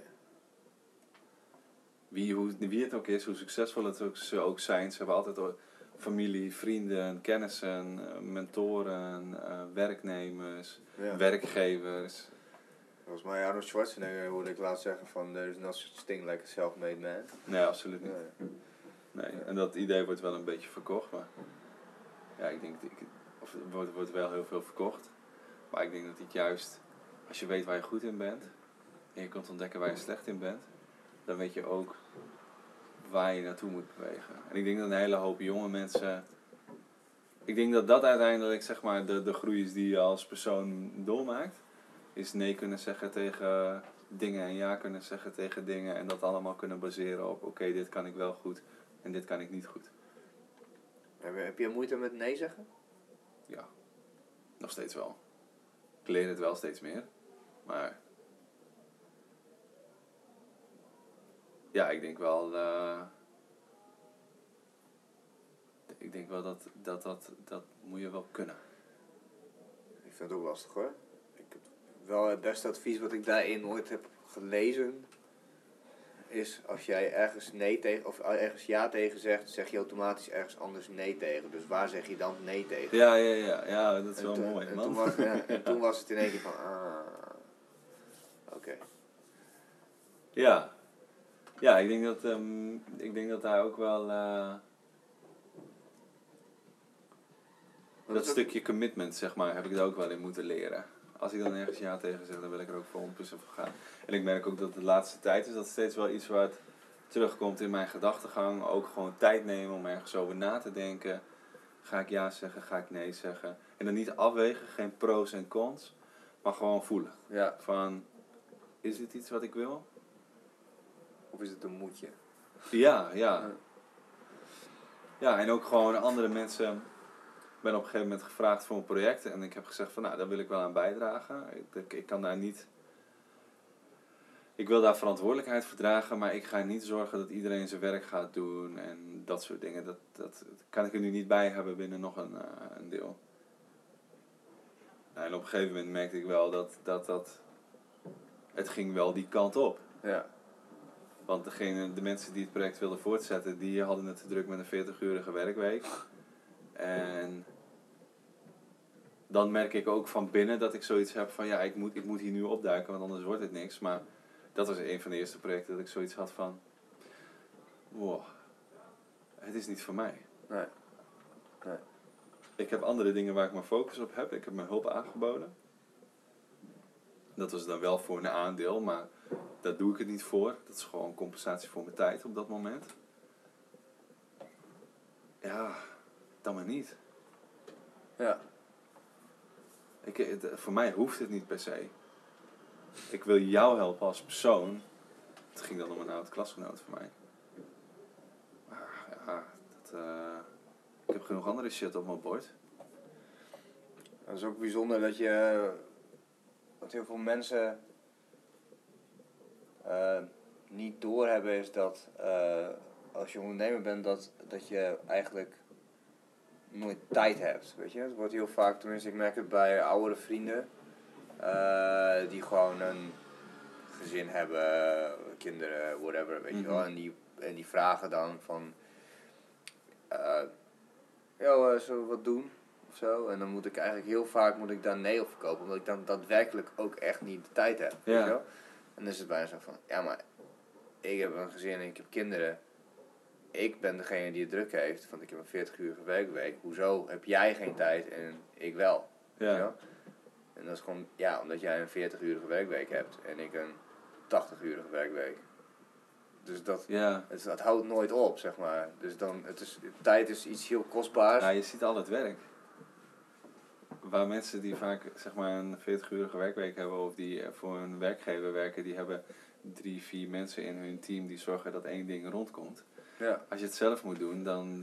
Wie, hoe, wie het ook is, hoe succesvol het ook, ze ook zijn. Ze hebben altijd familie, vrienden, kennissen, mentoren, uh, werknemers, Ja. werkgevers. Volgens mij Arnold Schwarzenegger hoorde ik laatst zeggen van there is no such thing like a self-made man. Nee, absoluut niet. Nee. Nee, en dat idee wordt wel een beetje verkocht, maar ja, ik denk, ik, of er wordt, wordt wel heel veel verkocht. Maar ik denk dat het juist, als je weet waar je goed in bent en je kunt ontdekken waar je slecht in bent, dan weet je ook waar je naartoe moet bewegen. En ik denk dat een hele hoop jonge mensen, ik denk dat dat uiteindelijk zeg maar de, de groei is die je als persoon doormaakt. Is nee kunnen zeggen tegen dingen en ja kunnen zeggen tegen dingen en dat allemaal kunnen baseren op oké, okay, dit kan ik wel goed en dit kan ik niet goed. Heb je moeite met nee zeggen? Ja, nog steeds wel. Ik leer het wel steeds meer, maar ja, ik denk wel, uh, ik denk wel dat dat, dat dat moet je wel kunnen. Ik vind het ook lastig hoor. Ik heb wel het beste advies wat ik daarin ooit heb gelezen is als jij ergens nee tegen of ergens ja tegen zegt, zeg je automatisch ergens anders nee tegen. Dus waar zeg je dan nee tegen? Ja, ja, ja, ja, dat is en wel toen, mooi, en man. Toen was, ja, en toen was het in één keer van, ah, oké. Okay. Ja. Ja, ik denk dat, um, ik denk dat daar ook wel uh, dat, dat stukje commitment, zeg maar, heb ik daar ook wel in moeten leren. Als ik dan ergens ja tegen zeg, dan wil ik er ook voor honderd procent voor gaan. En ik merk ook dat de laatste tijd is dat steeds wel iets wat terugkomt in mijn gedachtegang. Ook gewoon tijd nemen om ergens over na te denken. Ga ik ja zeggen, ga ik nee zeggen. En dan niet afwegen, geen pro's en cons, maar gewoon voelen. Ja. Van, is dit iets wat ik wil? Of is het een moedje? Ja, ja. Ja, en ook gewoon andere mensen. Ik ben op een gegeven moment gevraagd voor een project. En ik heb gezegd van, nou, daar wil ik wel aan bijdragen. Ik, ik kan daar niet... Ik wil daar verantwoordelijkheid voor dragen, maar ik ga niet zorgen dat iedereen zijn werk gaat doen. En dat soort dingen. Dat, dat kan ik er nu niet bij hebben binnen nog een, uh, een deel. Nou, en op een gegeven moment merkte ik wel dat, dat, dat... Het ging wel die kant op. Ja. Want degene, de mensen die het project wilden voortzetten, die hadden het te druk met een veertig-urige werkweek. En dan merk ik ook van binnen dat ik zoiets heb van ja, ik moet, ik moet hier nu opduiken, want anders wordt het niks. Maar dat was een van de eerste projecten dat ik zoiets had van, wow, het is niet voor mij. Nee. Nee. Ik heb andere dingen waar ik mijn focus op heb. Ik heb mijn hulp aangeboden. Dat was dan wel voor een aandeel, maar daar doe ik het niet voor. Dat is gewoon compensatie voor mijn tijd op dat moment. Ja, dan maar niet. Ja. Ik, het, voor mij hoeft het niet per se. Ik wil jou helpen als persoon. Het ging dan om een oud klasgenoot van mij. Maar ja, dat, uh, ik heb genoeg andere shit op mijn bord. Het is ook bijzonder dat je... Wat heel veel mensen uh, niet doorhebben is dat uh, als je ondernemer bent dat, dat je eigenlijk nooit tijd hebt. Weet je? Het wordt heel vaak, tenminste ik merk het bij oudere vrienden, uh, die gewoon een gezin hebben, kinderen, whatever, weet mm-hmm. je wel. En die, en die vragen dan van, uh, yo, uh, zullen we wat doen? Of zo. En dan moet ik eigenlijk heel vaak moet ik daar nee op verkopen, omdat ik dan daadwerkelijk ook echt niet de tijd heb. Ja. Weet je wel? En dan is het bijna zo van, ja maar ik heb een gezin en ik heb kinderen. Ik ben degene die het druk heeft, want ik heb een veertig-urige werkweek. Hoezo heb jij geen tijd en ik wel? Ja. Weet je wel? En dat is gewoon, ja, omdat jij een veertig-urige werkweek hebt en ik een tachtig-urige werkweek. Dus dat, ja. het, dat houdt nooit op, zeg maar. Dus dan, het is, tijd is iets heel kostbaars. Ja, je ziet al het werk. Waar mensen die vaak zeg maar een veertig-urige werkweek hebben of die voor een werkgever werken, die hebben drie, vier mensen in hun team die zorgen dat één ding rondkomt. Ja. Als je het zelf moet doen, dan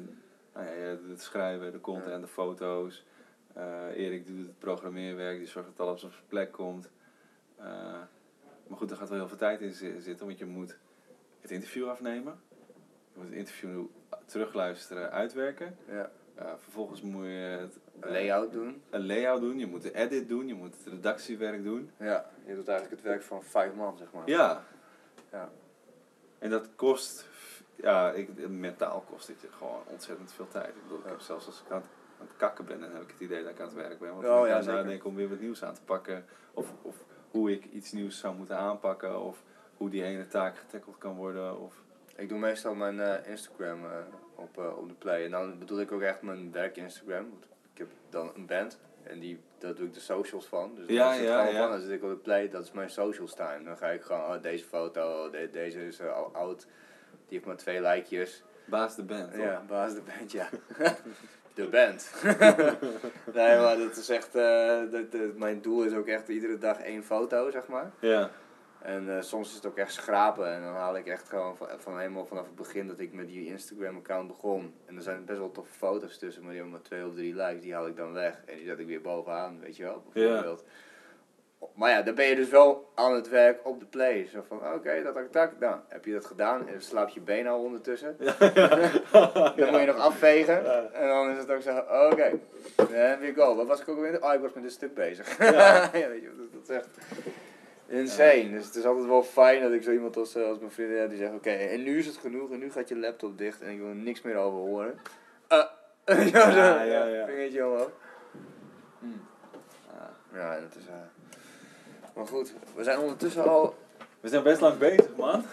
Nou ja, jij doet het schrijven, de content, Ja. de foto's. Uh, Erik doet het programmeerwerk, die zorgt dat alles op zijn plek komt. Uh, maar goed, er gaat wel heel veel tijd in zitten, want je moet het interview afnemen. Je moet het interview terugluisteren, uitwerken. Ja. Uh, vervolgens moet je het, uh, Een layout doen. Een layout doen, je moet de edit doen, je moet het redactiewerk doen. Ja, je doet eigenlijk het werk van vijf man, zeg maar. Ja. Ja. En dat kost, ja, ik, mentaal kost dit je gewoon ontzettend veel tijd. Ik bedoel, ik Ja. heb zelfs als ik aan het, aan het kakken ben, dan heb ik het idee dat ik aan het werk ben. Want Oh, dan ben ik ja, aan het zeker. nadenken om weer wat nieuws aan te pakken. Of, of hoe ik iets nieuws zou moeten aanpakken. Of hoe die ene taak getackeld kan worden. Of... Ik doe meestal mijn uh, Instagram uh, op, uh, op de play. En dan bedoel ik ook echt mijn werk Instagram. Want ik heb dan een band. En die, daar doe ik de socials van. Dus Ja, dan zit ja, gewoon ja. van, dan zit ik op de play, dat is mijn socials time. Dan ga ik gewoon, oh, deze foto, oh, de, deze is uh, al oud. Die heeft maar twee likejes. Baas de band, toch? Ja, baas de band, ja. De band. Nee, maar dat is echt, uh, dat, dat, mijn doel is ook echt iedere dag één foto, zeg maar. Ja. En uh, soms is het ook echt schrapen en dan haal ik echt gewoon van, van helemaal vanaf het begin dat ik met die Instagram account begon. En er zijn best wel toffe foto's tussen, maar die hebben maar twee of drie likes, die haal ik dan weg. En die zet ik weer bovenaan, weet je wel, bijvoorbeeld. Ja. Maar ja, dan ben je dus wel aan het werk op de play. Zo van, oké, okay, dat tak tak, nou, heb je dat gedaan en dan slaap je been al ondertussen. Ja, ja. Dan moet je nog afvegen ja. En dan is het ook zo, oké, okay. En weer go. Wat was ik ook alweer? Oh, ik was met dit stuk bezig. Ja, ja weet je, dat, dat is echt... insane. Ja. Dus het is altijd wel fijn dat ik zo iemand als, als mijn vriendin heb die zegt, oké, okay, en nu is het genoeg en nu gaat je laptop dicht en ik wil er niks meer over horen. Uh, ja, ja, ja, ja. Vingertje omhoog. Hmm. Ja, en het is... Uh... Maar goed, we zijn ondertussen al... We zijn best lang bezig, man.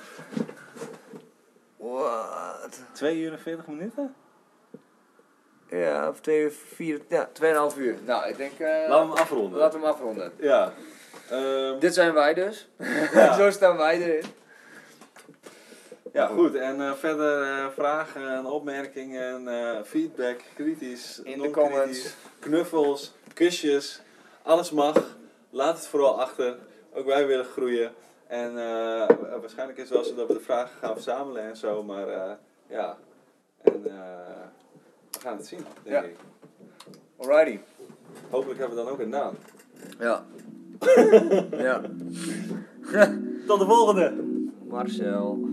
What? Twee uur en veertig minuten? Ja, of twee uur, vier, ja, tweeënhalf uur. Nou, ik denk... Uh, laten we hem afronden. Laten we hem afronden. Ja. Um, Dit zijn wij dus. Ja. Zo staan wij erin. Ja, goed. En uh, verder uh, vragen en opmerkingen, uh, feedback, kritisch, in de comments, knuffels, kusjes, alles mag. Laat het vooral achter. Ook wij willen groeien. En uh, waarschijnlijk is het wel zo dat we de vragen gaan verzamelen en zo, maar uh, ja. En uh, we gaan het zien, denk ja. ik. Alrighty. Hopelijk hebben we dan ook een naam. Ja. Ja. Tot de volgende! Marcel.